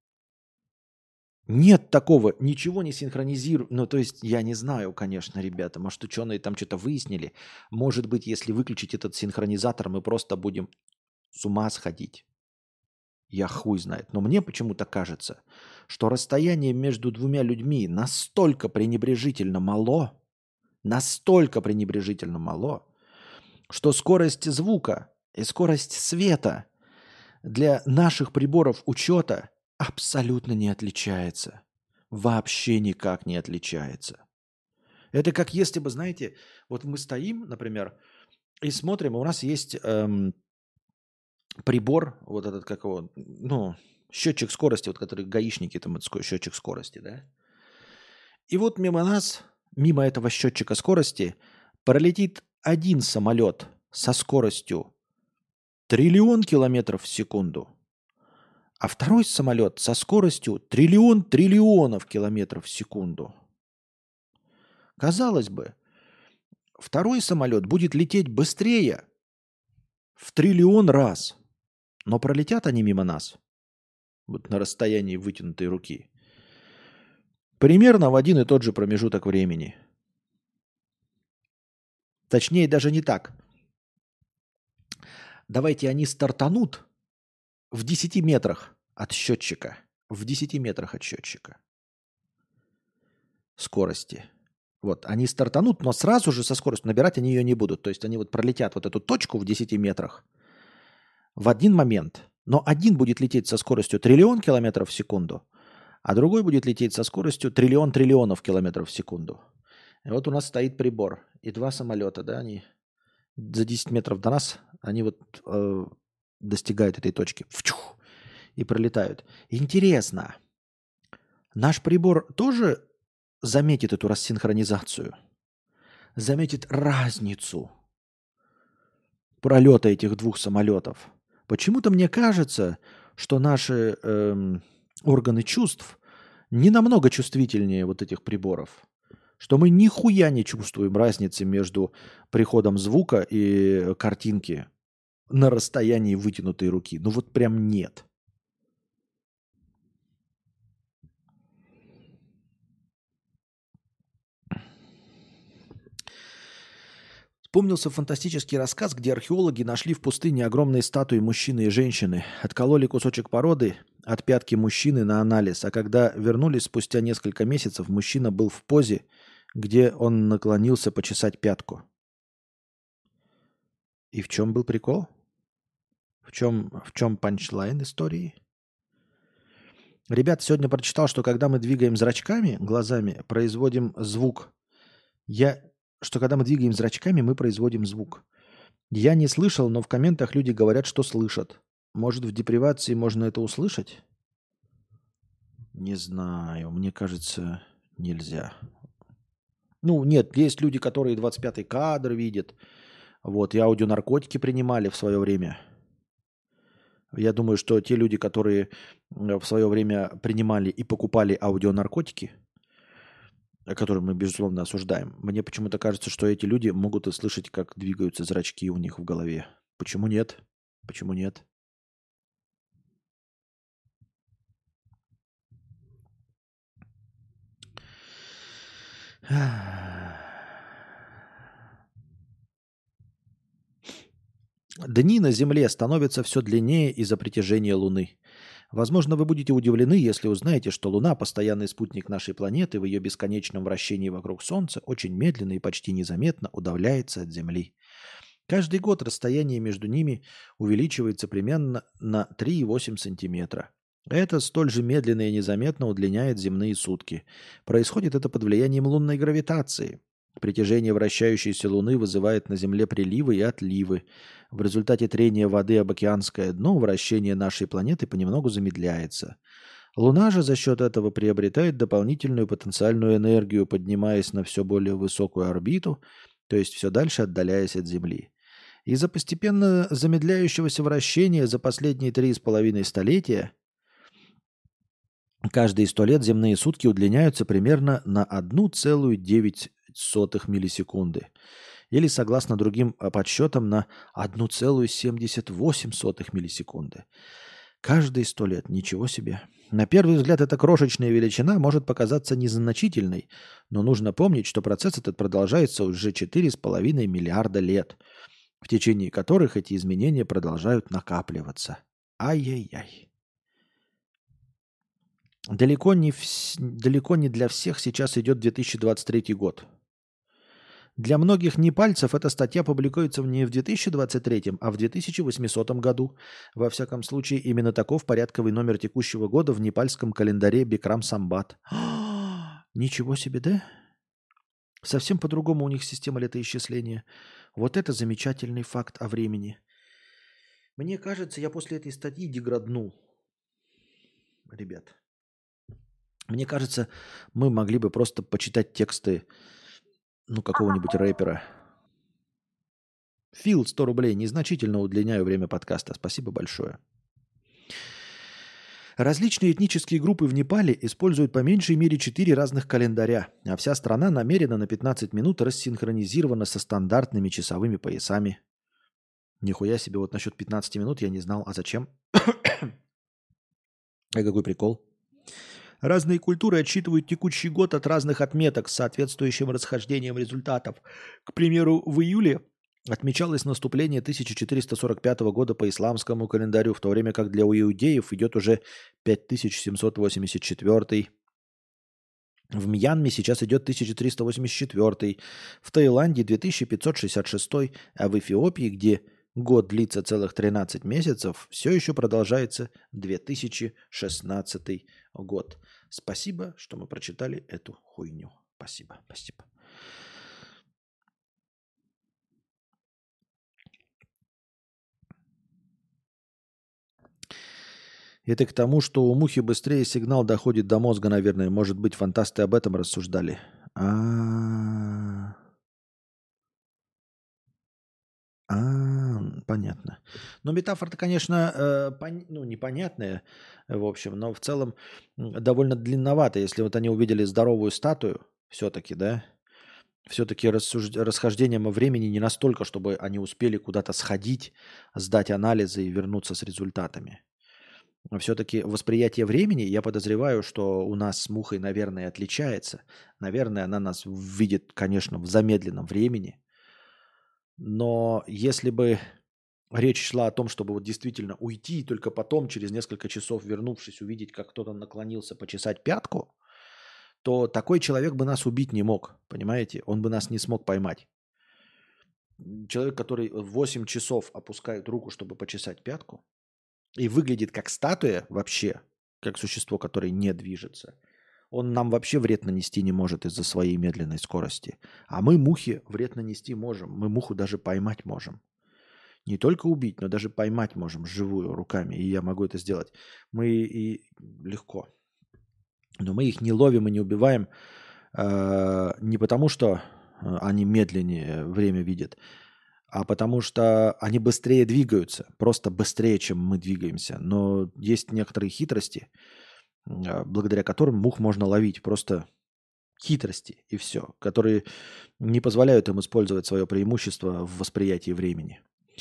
Нет такого, ничего не синхронизирует. Ну, то есть, я не знаю, конечно, ребята, может, ученые там что-то выяснили. Может быть, если выключить этот синхронизатор, мы просто будем с ума сходить. Я хуй знает. Но мне почему-то кажется, что расстояние между двумя людьми настолько пренебрежительно мало, настолько пренебрежительно мало, что скорость звука и скорость света для наших приборов учета абсолютно не отличается. Вообще никак не отличается. Это как если бы, знаете, вот мы стоим, например, и смотрим, и у нас есть... Эм, прибор, вот этот, как его, ну, счетчик скорости, вот который гаишники, там, это счетчик скорости, да? И вот мимо нас, мимо этого счетчика скорости, пролетит один самолет со скоростью триллион километров в секунду, а второй самолет со скоростью триллион триллионов километров в секунду. Казалось бы, второй самолет будет лететь быстрее в триллион раз. Но пролетят они мимо нас, вот на расстоянии вытянутой руки, примерно в один и тот же промежуток времени. Точнее, даже не так. Давайте они стартанут в десяти метрах от счетчика. В десяти метрах от счетчика скорости. Вот, они стартанут, но сразу же со скоростью набирать они ее не будут. То есть они вот пролетят вот эту точку в десяти метрах в один момент. Но один будет лететь со скоростью триллион километров в секунду, а другой будет лететь со скоростью триллион триллионов километров в секунду. И вот у нас стоит прибор. И два самолета, да, они за десять метров до нас, они вот э, достигают этой точки. Вчух, и пролетают. Интересно, наш прибор тоже заметит эту рассинхронизацию? Заметит разницу? пролета этих двух самолетов. Почему-то мне кажется, что наши эм, органы чувств не намного чувствительнее вот этих приборов. Что мы нихуя не чувствуем разницы между приходом звука и картинки на расстоянии вытянутой руки. Ну вот прям нет. Вспомнился фантастический рассказ, где археологи нашли в пустыне огромные статуи мужчины и женщины, откололи кусочек породы от пятки мужчины на анализ, а когда вернулись спустя несколько месяцев, мужчина был в позе, где он наклонился почесать пятку. И в чем был прикол? В чем, в чем панчлайн истории? Ребят, сегодня прочитал, что когда мы двигаем зрачками, глазами, производим звук. Я... Что когда мы двигаем зрачками, мы производим звук. Я не слышал, но в комментах люди говорят, что слышат. Может, в депривации можно это услышать? Не знаю, мне кажется, нельзя. Ну, нет, есть люди, которые двадцать пятый кадр видят. Вот, и аудионаркотики принимали в свое время. Я думаю, что те люди, которые в свое время принимали и покупали аудионаркотики, которые мы, безусловно, осуждаем, мне почему-то кажется, что эти люди могут и слышать, как двигаются зрачки у них в голове. Почему нет? Почему нет? Дни на Земле становятся все длиннее из-за притяжения Луны. Возможно, вы будете удивлены, если узнаете, что Луна, постоянный спутник нашей планеты, в ее бесконечном вращении вокруг Солнца, очень медленно и почти незаметно удаляется от Земли. Каждый год расстояние между ними увеличивается примерно на три целых восемь десятых сантиметра. Это столь же медленно и незаметно удлиняет земные сутки. Происходит это под влиянием лунной гравитации. Притяжение вращающейся Луны вызывает на Земле приливы и отливы. В результате трения воды об океанское дно вращение нашей планеты понемногу замедляется. Луна же за счет этого приобретает дополнительную потенциальную энергию, поднимаясь на все более высокую орбиту, то есть все дальше отдаляясь от Земли. Из-за постепенно замедляющегося вращения за последние три с половиной столетия каждые сто лет земные сутки удлиняются примерно на одна целая девять сотых миллисекунды. Или, согласно другим подсчетам, на одна целая семьдесят восемь сотых миллисекунды. Каждые сто лет. Ничего себе. На первый взгляд, эта крошечная величина может показаться незначительной, но нужно помнить, что процесс этот продолжается уже четыре с половиной миллиарда лет, в течение которых эти изменения продолжают накапливаться. Ай-яй-яй. Далеко не, вс... Далеко не для всех сейчас идет две тысячи двадцать третий год. Для многих непальцев эта статья публикуется не в две тысячи двадцать третьем, а в две тысячи восьмисотом году. Во всяком случае, именно таков порядковый номер текущего года в непальском календаре Бикрам Самбат. Ничего себе, да? Совсем по-другому у них система летоисчисления. Вот это замечательный факт о времени. Мне кажется, я после этой статьи деграднул. Ребят. Мне кажется, мы могли бы просто почитать тексты ну, какого-нибудь рэпера. Фил, сто рублей. Незначительно удлиняю время подкаста. Спасибо большое. Различные этнические группы в Непале используют по меньшей мере четыре разных календаря, а вся страна намеренно на пятнадцать минут рассинхронизирована со стандартными часовыми поясами. Нихуя себе, вот насчет пятнадцати минут я не знал. А зачем? А какой прикол? Разные культуры отсчитывают текущий год от разных отметок с соответствующим расхождением результатов. К примеру, в июле отмечалось наступление тысяча четыреста сорок пятого года по исламскому календарю, в то время как для иудеев идет уже пять тысяч семьсот восемьдесят четвёртый. В Мьянме сейчас идет тысяча триста восемьдесят четвёртый. В Таиланде две тысячи пятьсот шестьдесят шестой. А в Эфиопии, где год длится целых тринадцать месяцев, все еще продолжается две тысячи шестнадцатый год. Спасибо, что мы прочитали эту хуйню. Спасибо, спасибо. Это к тому, что у мухи быстрее сигнал доходит до мозга, наверное. Может быть, фантасты об этом рассуждали. А, а, Понятно. Но метафора-то, конечно, э, пон- ну, непонятная, в общем, но в целом м, довольно длинновато. Если вот они увидели здоровую статую, все-таки, да, все-таки расхождение во времени не настолько, чтобы они успели куда-то сходить, сдать анализы и вернуться с результатами. Все-таки восприятие времени, я подозреваю, что у нас с мухой, наверное, отличается. Наверное, она нас видит, конечно, в замедленном времени. Но если бы речь шла о том, чтобы вот действительно уйти и только потом, через несколько часов вернувшись, увидеть, как кто-то наклонился почесать пятку, то такой человек бы нас убить не мог, понимаете? Он бы нас не смог поймать. Человек, который восемь часов опускает руку, чтобы почесать пятку, и выглядит как статуя вообще, как существо, которое не движется, он нам вообще вред нанести не может из-за своей медленной скорости. А мы мухи вред нанести можем. Мы муху даже поймать можем. Не только убить, но даже поймать можем живую руками. И я могу это сделать. Мы и легко. Но мы их не ловим и не убиваем э, не потому, что они медленнее время видят, а потому что они быстрее двигаются. Просто быстрее, чем мы двигаемся. Но есть некоторые хитрости, э, благодаря которым мух можно ловить. Просто хитрости и все, которые не позволяют им использовать свое преимущество в восприятии времени.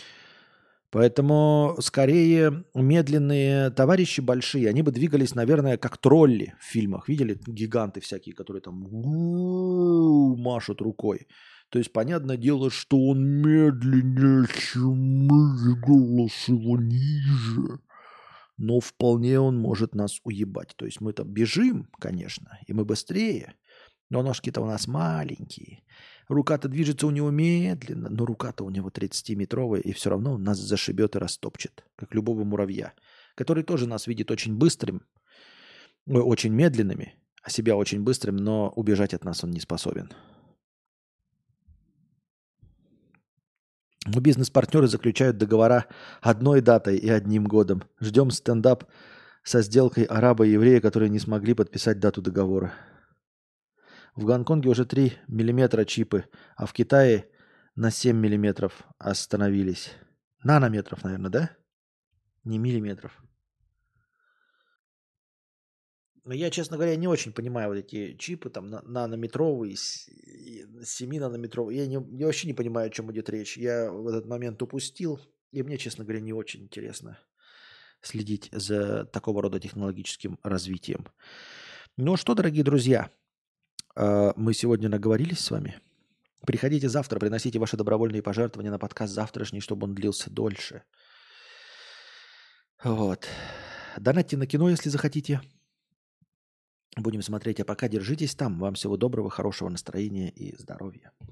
Поэтому скорее медленные товарищи большие, они бы двигались, наверное, как тролли в фильмах. Видели гиганты всякие, которые там машут рукой. То есть, понятное дело, что он медленнее, чем мы, голос его ниже. Но вполне он может нас уебать. То есть мы-то бежим, конечно, и мы быстрее, но ножки-то у нас маленькие. Рука-то движется у него медленно, но рука-то у него тридцатиметровая, и все равно он нас зашибет и растопчет, как любого муравья, который тоже нас видит очень быстрым, очень медленными, а себя очень быстрым, но убежать от нас он не способен. Но бизнес-партнеры заключают договора одной датой и одним годом. Ждем стендап со сделкой араба и еврея, которые не смогли подписать дату договора. В Гонконге уже три миллиметра чипы, а в Китае на семь миллиметров остановились. Нанометров, наверное, да? Не миллиметров. Но я, честно говоря, не очень понимаю вот эти чипы, там, нанометровые, семинанометровые. Я, не, я вообще не понимаю, о чем идет речь. Я в этот момент упустил, и мне, честно говоря, не очень интересно следить за такого рода технологическим развитием. Ну что, дорогие друзья, мы сегодня наговорились с вами. Приходите завтра, приносите ваши добровольные пожертвования на подкаст завтрашний, чтобы он длился дольше. Вот. Донатьте на кино, если захотите. Будем смотреть. А пока держитесь там. Вам всего доброго, хорошего настроения и здоровья.